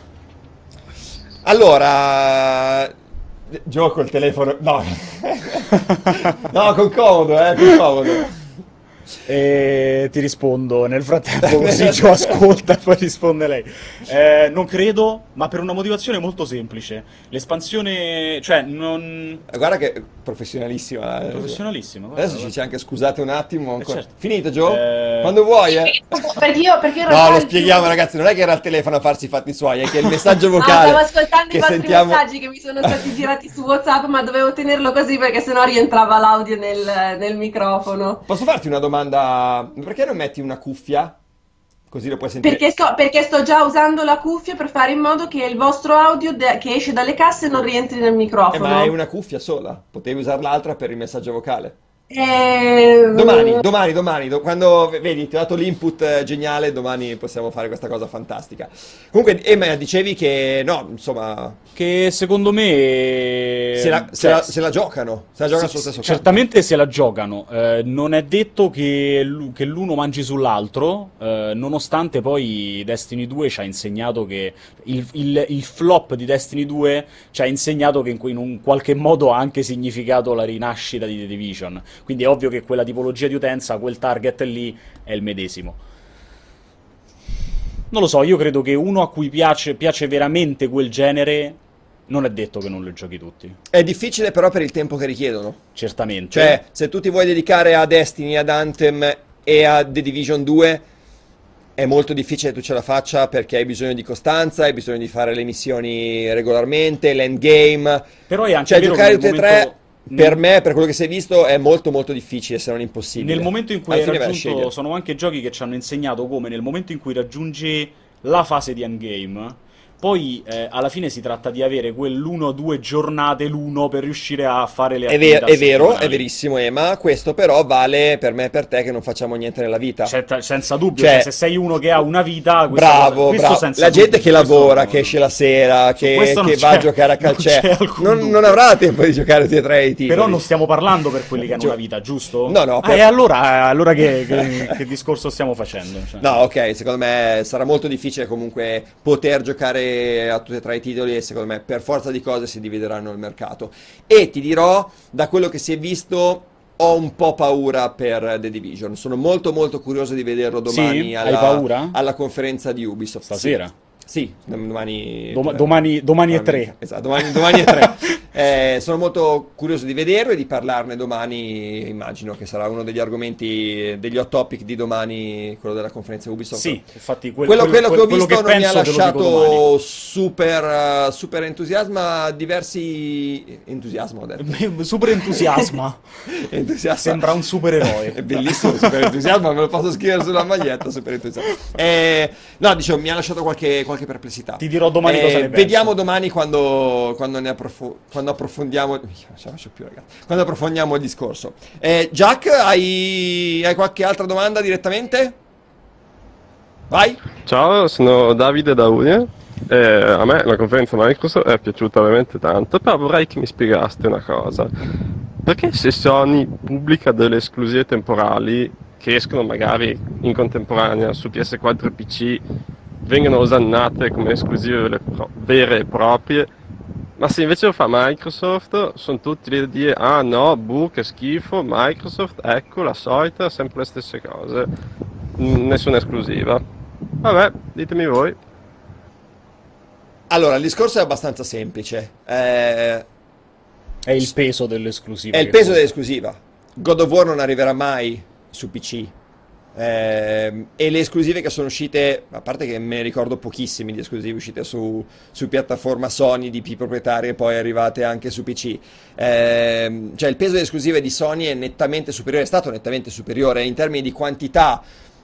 Allora, gioco il telefono. No, no, con comodo, eh, con comodo. E ti rispondo nel frattempo, così Gio ascolta e poi risponde lei. Eh, non credo, ma per una motivazione molto semplice. L'espansione, cioè, non... Guarda che professionalissima. eh. Professionalissima. guarda, Adesso ci guarda. c'è anche scusate un attimo. Eh, Ancora. certo. Finito, Gio? Eh, Quando vuoi, eh. Perché io, perché in No, realtà lo il più- spieghiamo, ragazzi. Non è che era al telefono a farsi i fatti suoi, è che il messaggio No, vocale stavo ascoltando che i vostri sentiamo. messaggi che mi sono stati girati su WhatsApp, ma dovevo tenerlo così perché sennò rientrava l'audio nel, nel microfono. Posso farti una domanda? Perché non metti una cuffia? Così lo puoi sentire. Perché sto, perché sto già usando la cuffia per fare in modo che il vostro audio de- che esce dalle casse non rientri nel Eh, microfono. ma hai una cuffia sola. Potevi usare l'altra per il messaggio vocale. Eh, Domani, domani, domani, do- quando vedi, ti ho dato l'input eh, geniale, domani possiamo fare questa cosa fantastica. Comunque, Emma, dicevi che no, insomma, Che secondo me... se la, se cioè, la- se la giocano, se la giocano sì, sullo stesso sì, campo. certamente se la giocano. Eh, non è detto che, l'u- che l'uno mangi sull'altro, eh, nonostante poi Destiny due ci ha insegnato che il, il- il flop di Destiny due ci ha insegnato che in, cui- in un qualche modo ha anche significato la rinascita di The Division. Quindi è ovvio che quella tipologia di utenza, quel target lì, è il medesimo. Non lo so, io credo che uno a cui piace, piace veramente quel genere, non è detto che non lo giochi tutti. È difficile però per il tempo che richiedono. Certamente. Cioè, se tu ti vuoi dedicare a Destiny, ad Anthem e a The Division due, è molto difficile che tu ce la faccia perché hai bisogno di costanza, hai bisogno di fare le missioni regolarmente, l'endgame. Però è anche Cioè, vero giocare che tutte e nel tre, momento- per me, per quello che si è visto, è molto molto difficile, se non impossibile. Nel momento in cui Alla hai fine vai a raggiunto, scegliere. sono anche giochi che ci hanno insegnato come nel momento in cui raggiungi la fase di endgame, poi eh, alla fine si tratta di avere quell'uno o due giornate l'uno per riuscire a fare le È, attività ver- è vero, è settimanali. verissimo, Emma. Questo però vale per me e per te che non facciamo niente nella vita. Cioè, senza dubbio, Cioè- cioè, se sei uno che ha una vita, questa Bravo, cosa- questo bravo. senza La gente dubbio, che questo lavora, no, che no. esce la sera, che, questo non che va a c'è- giocare a non calcetto, c'è alcun non, dubbio. non avrà tempo di giocare tutti e tre i titoli. Però non stiamo parlando per quelli che hanno Gio- una vita, giusto? No, no, Ah, per- e allora, allora che, che- che discorso stiamo facendo? Cioè, No, ok, secondo me sarà molto difficile comunque poter giocare a tutti e tre i titoli e secondo me per forza di cose si divideranno il mercato. E ti dirò, da quello che si è visto, ho un po' paura per The Division. Sono molto molto curioso di vederlo domani Sì? alla, Hai paura? alla conferenza di Ubisoft. Stasera? Sì, sì, domani... Doma- domani, domani e tre. Esatto, domani, domani e tre. Eh, sono molto curioso di vederlo e di parlarne domani, immagino che sarà uno degli argomenti, degli hot topic di domani, quello della conferenza Ubisoft. Sì, infatti quel- quello, quello- quello che ho quello visto che non mi ha penso te lo dico lasciato domani. super, uh, super entusiasma, diversi... entusiasmo ho detto. Super entusiasma. Entusiasma. Sembra un supereroe. È bellissimo super entusiasmo, me lo posso scrivere sulla maglietta, super entusiasmo. Eh, no, dicevo, mi ha lasciato qualche, qualche perplessità. Ti dirò domani Eh, cosa ne penso. Vediamo domani quando, quando ne approfo- quando approfondiamo. Non ce la faccio più, ragazzi. Quando approfondiamo il discorso. Eh, Jack, hai, hai qualche altra domanda direttamente? Vai. Ciao, sono Davide da Udine. Eh, a me la conferenza Microsoft è piaciuta veramente tanto, però vorrei che mi spiegaste una cosa. Perché se Sony pubblica delle esclusive temporali che escono magari in contemporanea su P S quattro e P C, vengono osannate come esclusive vere, pro- vere e proprie, ma se invece lo fa Microsoft sono tutti lì a dire ah no, buh, che schifo, Microsoft, ecco la solita, sempre le stesse cose, N- nessuna esclusiva. Vabbè, ditemi voi. Allora, il discorso è abbastanza semplice. Eh, È il peso dell'esclusiva. È il che peso conta. dell'esclusiva. God of War non arriverà mai su P C. Ehm, e le esclusive che sono uscite, a parte che me ne ricordo pochissimi di esclusive uscite su, su piattaforma Sony di P proprietarie e poi arrivate anche su P C. Ehm, cioè il peso delle esclusive di Sony è nettamente superiore, è stato nettamente superiore in termini di quantità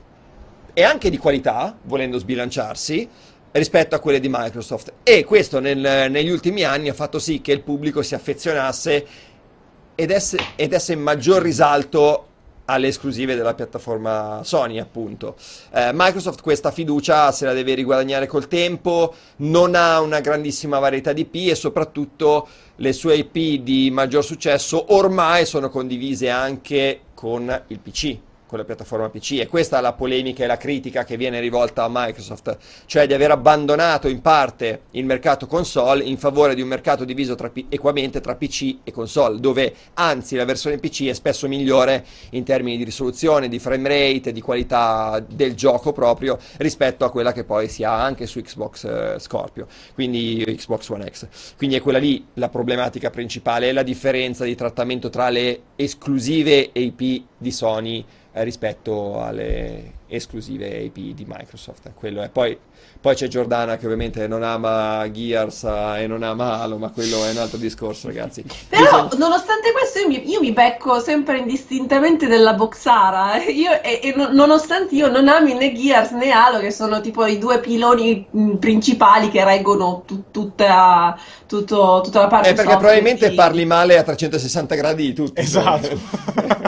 e anche di qualità, volendo sbilanciarsi, rispetto a quelle di Microsoft. E questo nel- negli ultimi anni ha fatto sì che il pubblico si affezionasse ed esse, ed esse in maggior risalto alle esclusive della piattaforma Sony, appunto. Eh, Microsoft questa fiducia se la deve riguadagnare col tempo, non ha una grandissima varietà di I P e soprattutto le sue I P di maggior successo ormai sono condivise anche con il P C, con la piattaforma P C, e questa è la polemica e la critica che viene rivolta a Microsoft, cioè di aver abbandonato in parte il mercato console in favore di un mercato diviso tra, equamente tra P C e console, dove anzi la versione P C è spesso migliore in termini di risoluzione, di frame rate, di qualità del gioco proprio rispetto a quella che poi si ha anche su Xbox eh, Scorpio, quindi Xbox One X. Quindi è quella lì la problematica principale, è la differenza di trattamento tra le esclusive I P di Sony eh, rispetto alle esclusive I P di Microsoft. Quello è. Poi, poi c'è Giordana che ovviamente non ama Gears eh, e non ama Halo, ma quello è un altro discorso, ragazzi. Però, Bisogna- nonostante questo, io mi, io mi becco sempre indistintamente della Boxara. eh. Io, e, e non- nonostante io non ami né Gears né Halo, che sono tipo i due piloni mh, principali che reggono tu- tutta, tutto- tutta la parte Eh, perché software probabilmente di- parli male a trecentosessanta gradi di tutti. Esatto.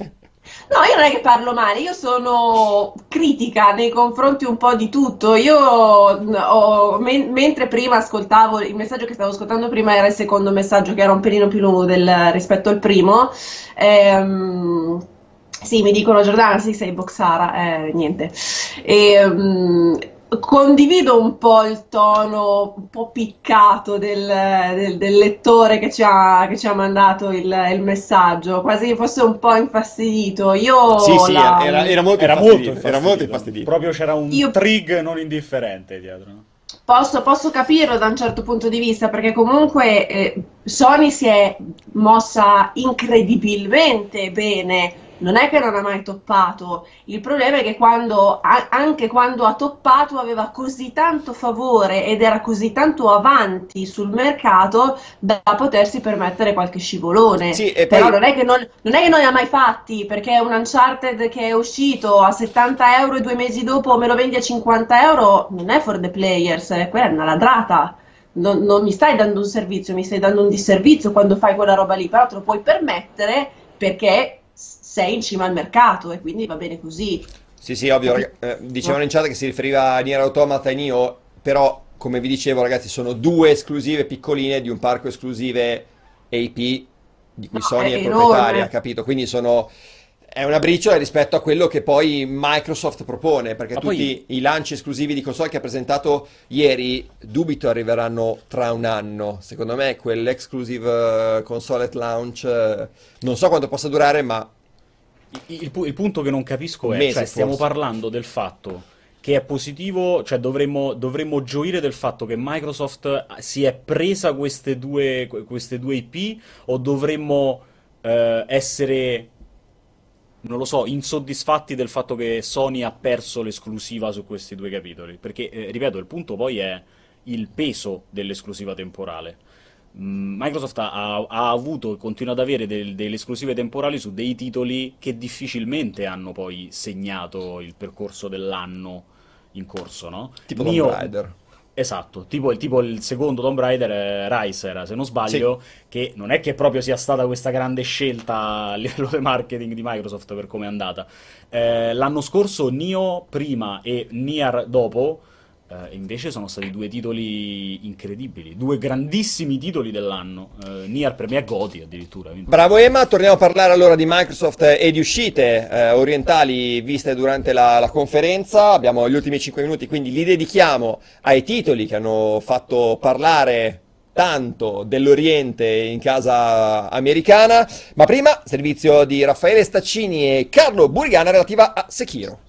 No, io non è che parlo male, io sono critica nei confronti un po' di tutto. Io ho- men- mentre prima ascoltavo, il messaggio che stavo ascoltando prima era il secondo messaggio, che era un pelino più lungo del- rispetto al primo. Ehm, sì, mi dicono Giordana, sì, sei Boxara, eh, niente. Ehm, condivido un po' il tono un po' piccato del, del- del lettore che ci ha, che ci ha mandato il, il messaggio, quasi fosse un po' infastidito. Io Sì, sì, la- era, era molto Era infastidito, molto era molto infastidito. infastidito. Proprio c'era un Io- trig non indifferente dietro. no? Posso, posso capirlo da un certo punto di vista, perché comunque eh, Sony si è mossa incredibilmente bene, non è che non ha mai toppato. Il problema è che quando, a- anche quando ha toppato aveva così tanto favore ed era così tanto avanti sul mercato da potersi permettere qualche scivolone. Sì, e Però poi- non è che non, non è che non li ha mai fatti, perché un Uncharted che è uscito a settanta euro e due mesi dopo me lo vendi a cinquanta euro, non è for the players, eh, quella è una ladrata. Non, non mi stai dando un servizio, mi stai dando un disservizio quando fai quella roba lì, però te lo puoi permettere perché sei in cima al mercato e quindi va bene così. Sì, sì, ovvio, raga- eh, dicevano in chat che si riferiva a Nier Automata e Nioh, però come vi dicevo, ragazzi, sono due esclusive piccoline di un parco esclusive A P di cui No, Sony è è proprietaria, enorme. capito? Quindi sono è una briciola rispetto a quello che poi Microsoft propone, perché Ma tutti poi- i lanci esclusivi di console che ha presentato ieri, dubito arriveranno tra un anno. Secondo me quell'exclusive eh, console at launch eh, non so quanto possa durare, ma Il, il pu- il punto che non capisco Un è, mese, cioè, stiamo forse. parlando del fatto che è positivo, cioè dovremmo, dovremmo gioire del fatto che Microsoft si è presa queste due, queste due I P, o dovremmo eh, essere, non lo so, insoddisfatti del fatto che Sony ha perso l'esclusiva su questi due capitoli? Perché, eh, ripeto, il punto poi è il peso dell'esclusiva temporale. Mm, Microsoft ha, ha avuto e continua ad avere del- delle esclusive temporali su dei titoli che difficilmente hanno poi segnato il percorso dell'anno in corso, no? Tipo Tomb Nioh, Raider. esatto, tipo, il- tipo il secondo Tomb Raider, eh, Rise era, se non Sì. sbaglio, che non è che proprio sia stata questa grande scelta a livello di marketing di Microsoft per come è andata. Eh, l'anno scorso Nioh prima e Nier dopo, eh, invece sono stati due titoli incredibili, due grandissimi titoli dell'anno. Eh, Nier per me è GOTY addirittura. quindi- Bravo Emma, torniamo a parlare allora di Microsoft e di uscite eh, orientali viste durante la, la conferenza. Abbiamo gli ultimi cinque minuti, quindi li dedichiamo ai titoli che hanno fatto parlare tanto dell'Oriente in casa americana. Ma prima, servizio di Raffaele Staccini e Carlo Burigana relativa a Sekiro.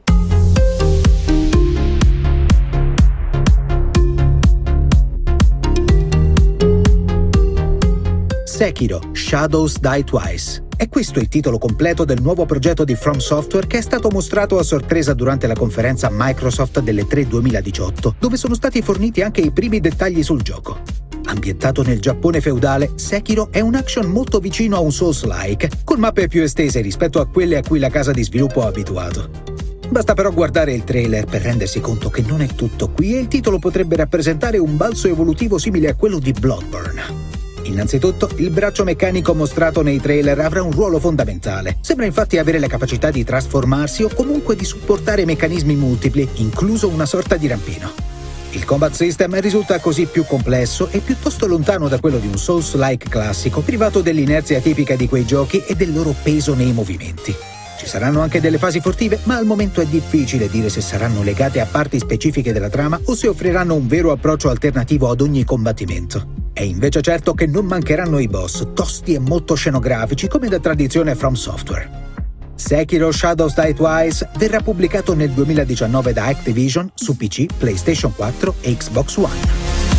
Sekiro: Shadows Die Twice. È questo il titolo completo del nuovo progetto di From Software che è stato mostrato a sorpresa durante la conferenza Microsoft delle tre duemiladiciotto, dove sono stati forniti anche i primi dettagli sul gioco. Ambientato nel Giappone feudale, Sekiro è un action molto vicino a un Souls-like, con mappe più estese rispetto a quelle a cui la casa di sviluppo ha abituato. Basta però guardare il trailer per rendersi conto che non è tutto qui e il titolo potrebbe rappresentare un balzo evolutivo simile a quello di Bloodborne. Innanzitutto, il braccio meccanico mostrato nei trailer avrà un ruolo fondamentale. Sembra infatti avere la capacità di trasformarsi o comunque di supportare meccanismi multipli, incluso una sorta di rampino. Il combat system risulta così più complesso e piuttosto lontano da quello di un Souls-like classico, privato dell'inerzia tipica di quei giochi e del loro peso nei movimenti. Ci saranno anche delle fasi furtive, ma al momento è difficile dire se saranno legate a parti specifiche della trama o se offriranno un vero approccio alternativo ad ogni combattimento. È invece certo che non mancheranno i boss, tosti e molto scenografici come da tradizione From Software. Sekiro: Shadows Die Twice verrà pubblicato nel duemiladiciannove da Activision su P C, PlayStation quattro e Xbox One.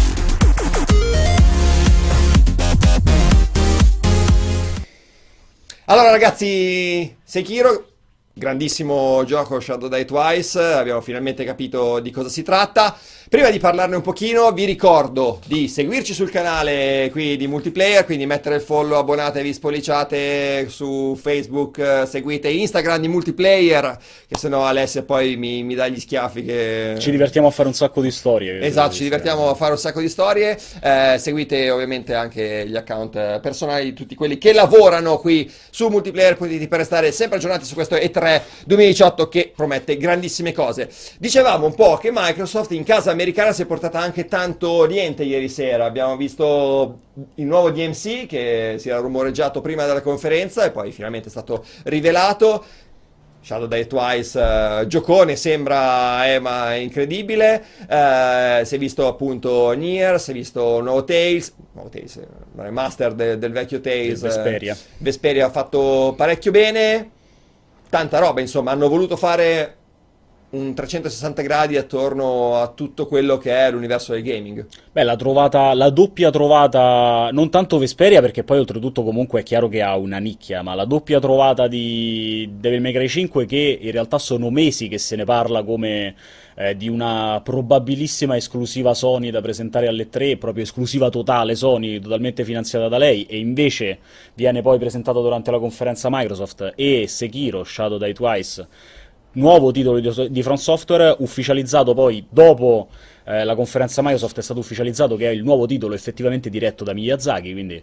Allora ragazzi, Sekiro, grandissimo gioco Shadow Die Twice, abbiamo finalmente capito di cosa si tratta. Prima di parlarne un pochino vi ricordo di seguirci sul canale qui di Multiplayer, quindi mettere il follow, abbonatevi, spolliciate su Facebook, eh, seguite Instagram di Multiplayer, che sennò Alessia poi mi, mi dà gli schiaffi che... Ci divertiamo a fare un sacco di storie. Esatto, ci divertiamo a fare un sacco di storie. Eh, seguite ovviamente anche gli account eh, personali di tutti quelli che lavorano qui su Multiplayer punto it per restare sempre aggiornati su questo E tre duemiladiciotto che promette grandissime cose. Dicevamo un po' che Microsoft in casa americana si è portata anche tanto Oriente ieri sera. Abbiamo visto il nuovo D M C che si era rumoreggiato prima della conferenza e poi finalmente è stato rivelato. Shadow Die Twice, uh, giocone, sembra, eh, ma è incredibile. Uh, si è visto appunto Nier, si è visto nuovo Tales, nuovo Tales, un remaster de- del vecchio Tales. Vesperia. Vesperia ha fatto parecchio bene, tanta roba, insomma, hanno voluto fare un trecentosessanta gradi attorno a tutto quello che è l'universo del gaming. Beh, la trovata, la doppia trovata, non tanto Vesperia, perché poi oltretutto comunque è chiaro che ha una nicchia, ma la doppia trovata di Devil May Cry cinque, che in realtà sono mesi che se ne parla come eh, di una probabilissima esclusiva Sony da presentare alle tre, proprio esclusiva totale Sony, totalmente finanziata da lei, e invece viene poi presentato durante la conferenza Microsoft. E Sekiro: Shadow Die Twice, nuovo titolo di, di From Software, ufficializzato poi dopo eh, la conferenza Microsoft, è stato ufficializzato che è il nuovo titolo effettivamente diretto da Miyazaki, quindi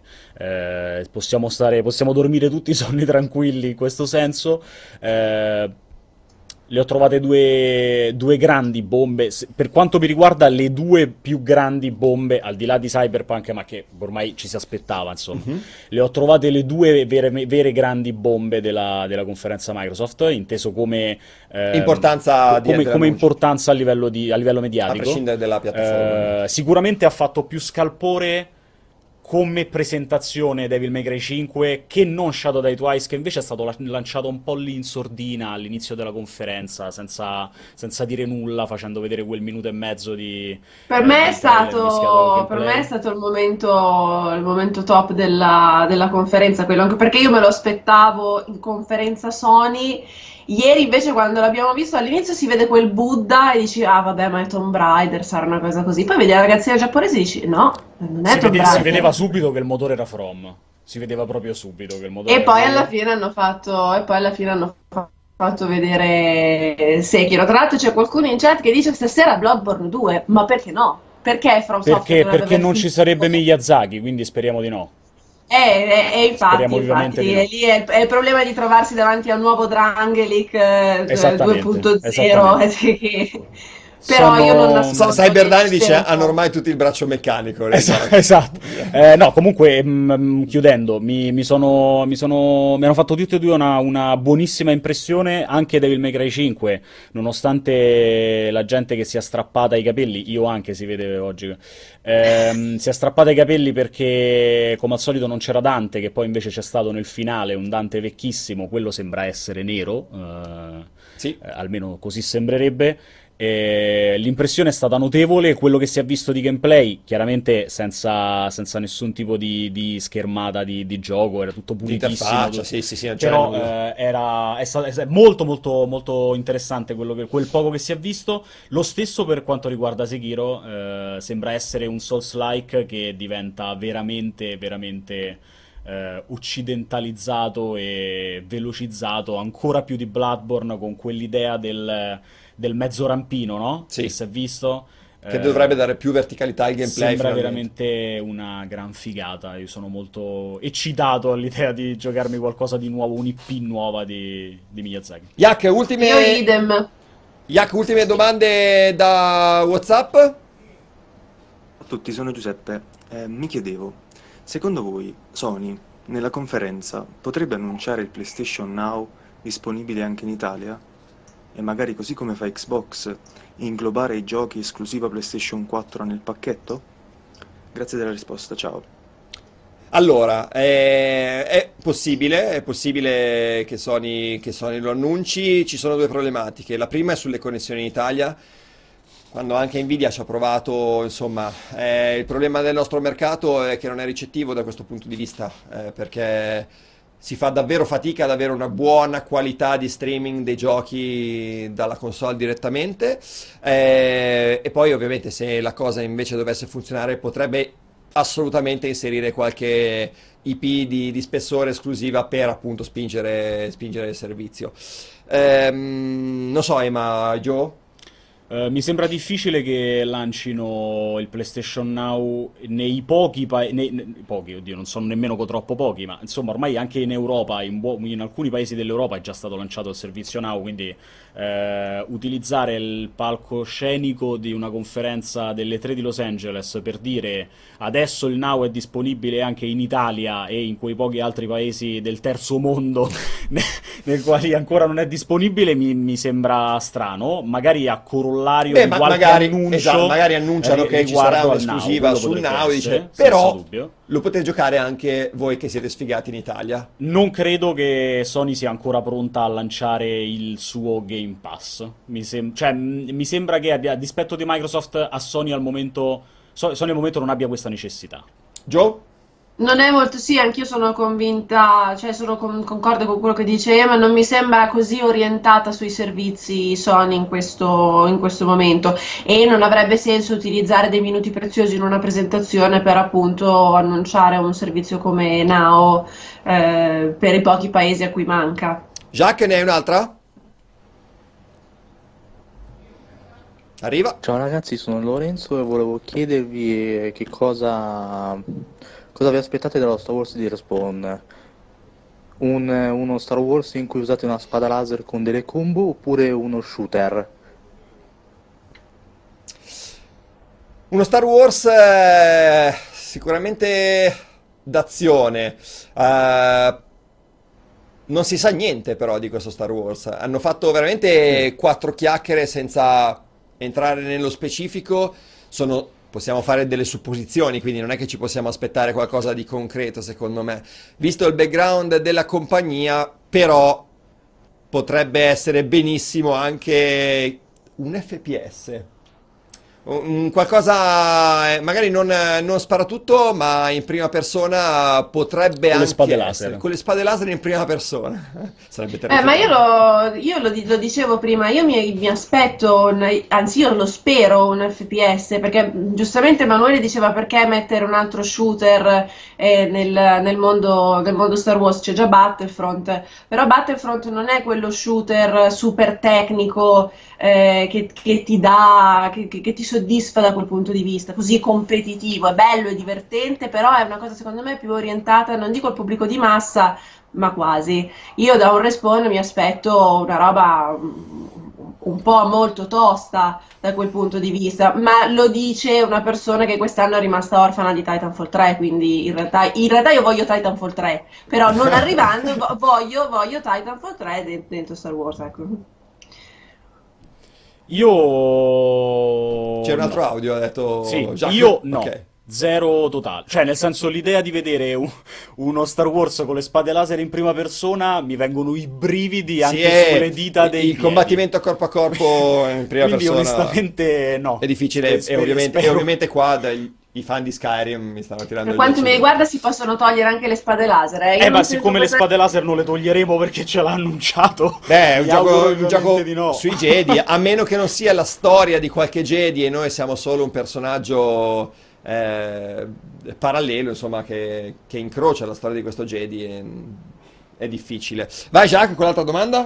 eh, possiamo stare, possiamo dormire tutti sonni tranquilli in questo senso. Eh, le ho trovate due, due grandi bombe, per quanto mi riguarda le due più grandi bombe, al di là di Cyberpunk, ma che ormai ci si aspettava, insomma. Mm-hmm. Le ho trovate le due vere, vere grandi bombe della, della conferenza Microsoft, inteso come, eh, importanza, come, come importanza a livello, di, a livello mediatico. A prescindere dalla piattaforma. Eh, sicuramente ha fatto più scalpore come presentazione Devil May Cry cinque, che non Shadow Die Twice, che invece è stato la- lanciato un po' lì in sordina all'inizio della conferenza, senza, senza dire nulla, facendo vedere quel minuto e mezzo di Per eh, me è di trailer mischiato al stato, per me è gameplay. stato il momento, il momento top della, della conferenza, quello anche perché io me lo aspettavo in conferenza Sony. Ieri invece quando l'abbiamo visto all'inizio si vede quel Buddha e dici ah vabbè ma è Tomb Raider, sarà una cosa così. Poi vedi la ragazzina giapponese e dici no, non è Si, Tomb vede- si Raider. vedeva subito che il motore era From, si vedeva proprio subito che il motore E era poi alla quello. fine hanno fatto, e poi alla fine hanno fa- fatto vedere Sekiro. Tra l'altro c'è qualcuno in chat che dice stasera Bloodborne due, ma perché no? Perché From Software Perché, dovrebbe perché aver non ci finito? sarebbe Miyazaki, quindi speriamo di no. Eh, eh, eh, infatti, Speriamo vivamente infatti, di e no. lì è il, è il problema di trovarsi davanti a un nuovo Drangelic eh, Esattamente, due punto zero. esattamente. che- Però io non Sono... nascondo Sa- Cyberdani che dice spero hanno po'. ormai tutti il braccio meccanico. le Esa- giochi. Esatto. Eh, no, comunque, mm, chiudendo, mi, mi sono, mi sono, mi hanno fatto tutti e due una, una buonissima impressione, anche Devil May Cry cinque, nonostante la gente che si è strappata i capelli, io anche si vede oggi, ehm, si è strappata i capelli perché, come al solito, non c'era Dante, che poi invece c'è stato nel finale, un Dante vecchissimo, quello sembra essere nero, eh, Sì. eh, almeno così sembrerebbe. E l'impressione è stata notevole, quello che si è visto di gameplay, chiaramente senza, senza nessun tipo di, di schermata di, di gioco, era tutto pulitissimo, L'interfaccia, tu- sì, sì, sì, non c'era però nulla. eh, era, è, sta- è molto molto molto interessante quello che- quel poco che si è visto. Lo stesso per quanto riguarda Sekiro, eh, sembra essere un Souls-like che diventa veramente, veramente eh, occidentalizzato e velocizzato ancora più di Bloodborne, con quell'idea del, del mezzo rampino, no? Sì. Che si è visto. Che Eh, dovrebbe dare più verticalità al gameplay Sembra finalmente. veramente una gran figata. Io sono molto eccitato all'idea di giocarmi qualcosa di nuovo, un'I P nuova di, di Miyazaki. Yak, Io ultime, idem. Yak, ultime domande da WhatsApp? Ciao a tutti, sono Giuseppe. Eh, mi chiedevo, secondo voi Sony nella conferenza potrebbe annunciare il PlayStation Now disponibile anche in Italia? E magari così come fa Xbox, inglobare i giochi esclusiva PlayStation quattro nel pacchetto? Grazie della risposta, ciao. Allora, è, è possibile, è possibile che Sony, che Sony lo annunci. Ci sono due problematiche. La prima è sulle connessioni in Italia. Quando anche Nvidia ci ha provato, insomma, eh, il problema del nostro mercato è che non è ricettivo da questo punto di vista, eh, perché si fa davvero fatica ad avere una buona qualità di streaming dei giochi dalla console direttamente. Eh, e poi ovviamente se la cosa invece dovesse funzionare potrebbe assolutamente inserire qualche I P di, di spessore esclusiva per appunto spingere, spingere il servizio. Ehm, non so, Emma, Joe? Eh, mi sembra difficile che lancino il PlayStation Now nei pochi paesi, pochi, oddio, non sono nemmeno co- troppo pochi, ma insomma ormai anche in Europa, in, buo- in alcuni paesi dell'Europa è già stato lanciato il servizio Now, quindi eh, utilizzare il palcoscenico di una conferenza delle tre di Los Angeles per dire adesso il Now è disponibile anche in Italia e in quei pochi altri paesi del terzo mondo ne- nei quali ancora non è disponibile, mi, mi sembra strano, magari a corollario Beh, di ma qualche magari, annuncio, esatto, magari annunciano ri- che ci riguardo sarà al un'esclusiva Now, sul quello potrebbe Now, essere, dice, senza però dubbio. lo potete giocare anche voi che siete sfigati in Italia. Non credo che Sony sia ancora pronta a lanciare il suo Game Pass. Mi, sem- cioè, m- mi sembra che a, a dispetto di Microsoft, a Sony al momento, So- Sony al momento non abbia questa necessità. Joe? Non è molto, sì, anch'io sono convinta, cioè sono con- concordo con quello che dice, ma non mi sembra così orientata sui servizi Sony in questo, in questo momento e non avrebbe senso utilizzare dei minuti preziosi in una presentazione per appunto annunciare un servizio come Now eh, per i pochi paesi a cui manca. Jacques, ne hai un'altra? Arriva. Ciao ragazzi, sono Lorenzo e volevo chiedervi eh, che cosa, cosa vi aspettate dallo Star Wars di Respawn. Un, uno Star Wars in cui usate una spada laser con delle combo oppure uno shooter? Uno Star Wars eh, sicuramente d'azione. Eh, non si sa niente però di questo Star Wars. Hanno fatto veramente quattro chiacchiere senza entrare nello specifico. Sono possiamo fare delle supposizioni, quindi non è che ci possiamo aspettare qualcosa di concreto, secondo me. Visto il background della compagnia, però potrebbe essere benissimo anche un F P S. Un qualcosa, eh, magari non, non spara tutto, ma in prima persona potrebbe Con le anche spade essere. laser. Con le spade laser in prima persona. Sarebbe Eh, ma io, terrificante. lo, io lo, di- lo dicevo prima, io mi, mi aspetto, un- anzi io lo spero un F P S, perché giustamente Emanuele diceva perché mettere un altro shooter eh, nel, nel mondo, nel mondo Star Wars, c'è già Battlefront, però Battlefront non è quello shooter super tecnico eh, che, che ti dà, che, che- che ti soddisfa da quel punto di vista, così competitivo, è bello, è divertente, però è una cosa secondo me più orientata, non dico al pubblico di massa, ma quasi. Io da un Respawn mi aspetto una roba mm, un po' molto tosta da quel punto di vista, ma lo dice una persona che quest'anno è rimasta orfana di Titanfall tre, quindi in realtà, in realtà io voglio Titanfall tre, però non arrivando vo- voglio, voglio Titanfall tre de- dentro Star Wars, ecco. Io... C'è un altro no. audio, ha detto Sì, Giacomo. io no. Ok. Zero totale. Cioè, nel senso, l'idea di vedere un- uno Star Wars con le spade laser in prima persona mi vengono i brividi anche Sì, è- sulle dita dei il piedi. combattimento corpo a corpo in prima Quindi persona onestamente no. è difficile, Spe- e ovviamente, e spero- ovviamente qua dai- i fan di Skyrim mi stanno tirando Per il quanto mi dito. riguarda si possono togliere anche le spade laser, eh. Io Eh, non ma penso siccome le potrebbe- spade laser non le toglieremo perché ce l'ha annunciato, Beh, è un mi gioco, auguro un vivamente gioco di no. sui Jedi, a meno che non sia la storia di qualche Jedi e noi siamo solo un personaggio eh, parallelo, insomma, che, che incrocia la storia di questo Jedi. È, è difficile. Vai, Jacques, con l'altra domanda?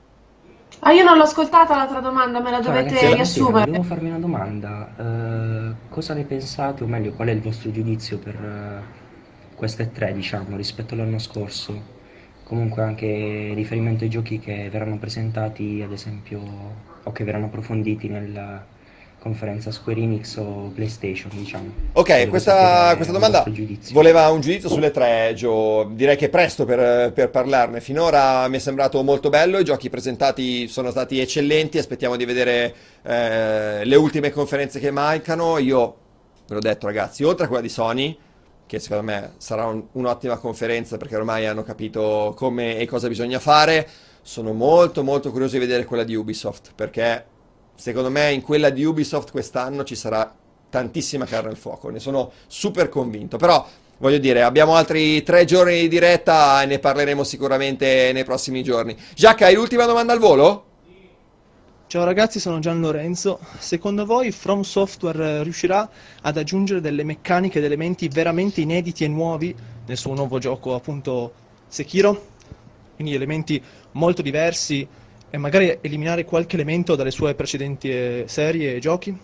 Ah, io non l'ho ascoltata l'altra domanda, me la Ciao dovete ragazzi, buonasera, riassumere. volevo farvi una domanda. Eh, cosa ne pensate, o meglio, qual è il vostro giudizio per eh, queste tre, diciamo, rispetto all'anno scorso? Comunque anche riferimento ai giochi che verranno presentati, ad esempio, o che verranno approfonditi nella conferenza Square Enix o PlayStation, diciamo. Ok, Volevo questa, sapere questa il domanda vostro giudizio. voleva un giudizio sulle tre, Gio. Direi che è presto per, per parlarne. Finora mi è sembrato molto bello, i giochi presentati sono stati eccellenti, aspettiamo di vedere eh, le ultime conferenze che mancano. Io ve l'ho detto, ragazzi, oltre a quella di Sony, che secondo me sarà un- un'ottima conferenza perché ormai hanno capito come e cosa bisogna fare, sono molto molto curioso di vedere quella di Ubisoft, perché secondo me in quella di Ubisoft quest'anno ci sarà tantissima carne al fuoco, ne sono super convinto, però voglio dire, abbiamo altri tre giorni di diretta e ne parleremo sicuramente nei prossimi giorni. Giacca, hai l'ultima domanda al volo? Ciao ragazzi, sono Gian Lorenzo. Secondo voi From Software eh, riuscirà ad aggiungere delle meccaniche ed elementi veramente inediti e nuovi nel suo nuovo gioco, appunto Sekiro? Quindi elementi molto diversi e magari eliminare qualche elemento dalle sue precedenti eh, serie e giochi?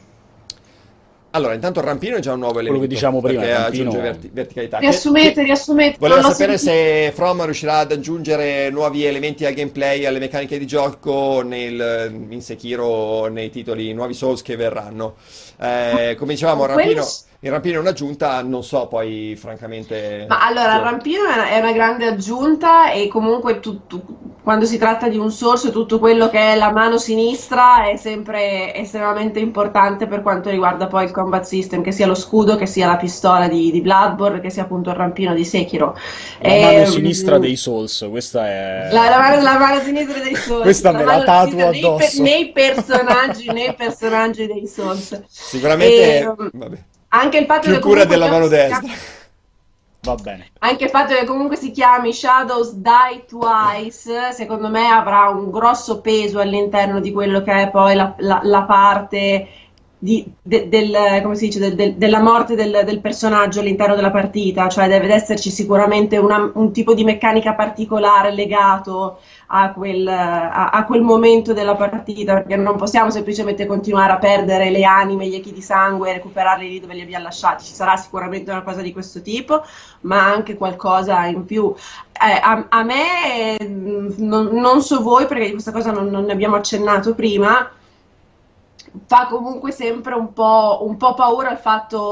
Allora, intanto il rampino è già un nuovo Quello elemento, che diciamo prima, perché il rampino- aggiunge verti- verticalità. Che- Riassumete, che- riassumete. Voleva non l'ho sapere sentito. se From riuscirà ad aggiungere nuovi elementi al gameplay, alle meccaniche di gioco nel, in Sekiro o nei titoli nuovi Souls che verranno. Eh, come dicevamo, il Quello rampino, s- il rampino è un'aggiunta, non so poi francamente... Ma allora, il Gio- rampino è una, è una grande aggiunta e comunque tu- tu- quando si tratta di un source tutto quello che è la mano sinistra è sempre estremamente importante per quanto riguarda poi il combat system, che sia lo scudo, che sia la pistola di, di Bloodborne, che sia appunto il rampino di Sekiro. La Ehm, mano sinistra dei Souls, questa è... La, la mano, la mano sinistra dei Souls. Questa me la mano tatuo sinistra nei, pe- addosso. nei personaggi, nei personaggi dei Souls. Sicuramente... Ehm, vabbè. Anche il fatto Più che cura comunque della mano si chiama- destra. Va bene. Anche il fatto che comunque si chiami Shadows Die Twice, secondo me avrà un grosso peso all'interno di quello che è poi la, la- la parte di- de- del, come si dice, del- del- della morte del, del personaggio all'interno della partita, cioè deve esserci sicuramente una- un tipo di meccanica particolare legato a quel, a, a quel momento della partita, perché non possiamo semplicemente continuare a perdere le anime, gli echi di sangue e recuperarli lì dove li abbiamo lasciati. Ci sarà sicuramente una cosa di questo tipo, ma anche qualcosa in più. Eh, a, a me, mh, non, non so voi, perché di questa cosa non, non ne abbiamo accennato prima, fa comunque sempre un po', un po' paura il fatto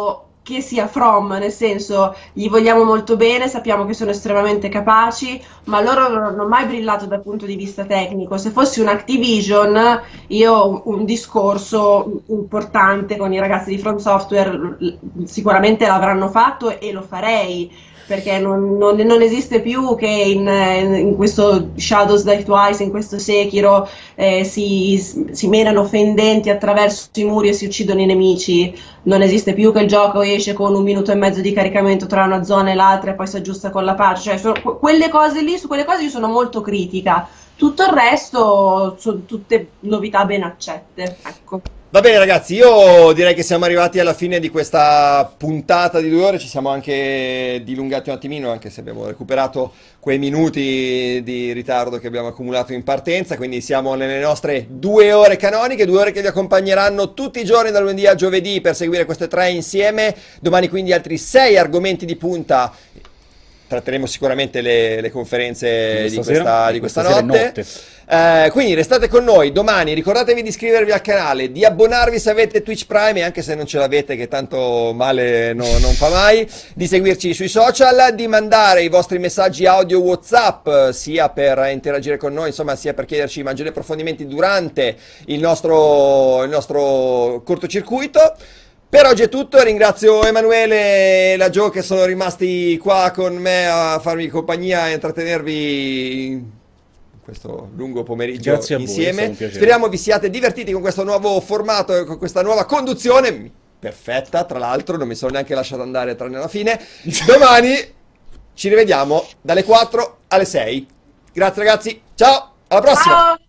che sia From, nel senso, gli vogliamo molto bene, sappiamo che sono estremamente capaci, ma loro non hanno mai brillato dal punto di vista tecnico. Se fossi un Activision, io ho un discorso importante con i ragazzi di From Software sicuramente l'avranno fatto e lo farei, perché non, non, non esiste più che in, in questo Shadows Die Twice, in questo Sekiro, eh, si, si menano fendenti attraverso i muri e si uccidono i nemici. Non esiste più che il gioco esce con un minuto e mezzo di caricamento tra una zona e l'altra e poi si aggiusta con la patch. Cioè, sono, quelle cose lì, su quelle cose io sono molto critica. Tutto il resto sono tutte novità ben accette, ecco. Va bene ragazzi, io direi che siamo arrivati alla fine di questa puntata di due ore, ci siamo anche dilungati un attimino, anche se abbiamo recuperato quei minuti di ritardo che abbiamo accumulato in partenza, quindi siamo nelle nostre due ore canoniche, due ore che vi accompagneranno tutti i giorni dal lunedì al giovedì per seguire queste tre insieme, domani quindi altri sei argomenti di punta. Tratteremo sicuramente le, le conferenze di, di questa, di questa notte, notte. Eh, quindi restate con noi domani, ricordatevi di iscrivervi al canale, di abbonarvi se avete Twitch Prime, e anche se non ce l'avete, che tanto male no, non fa mai, di seguirci sui social, di mandare i vostri messaggi audio WhatsApp, sia per interagire con noi, insomma, sia per chiederci maggiori approfondimenti durante il nostro, il nostro cortocircuito. Per oggi è tutto, ringrazio Emanuele e la Gio che sono rimasti qua con me a farmi compagnia e intrattenervi in questo lungo pomeriggio Grazie a insieme. voi, speriamo vi siate divertiti con questo nuovo formato e con questa nuova conduzione perfetta, tra l'altro non mi sono neanche lasciato andare tranne alla fine. Domani ci rivediamo dalle quattro alle sei. Grazie ragazzi, ciao, alla prossima. Ciao.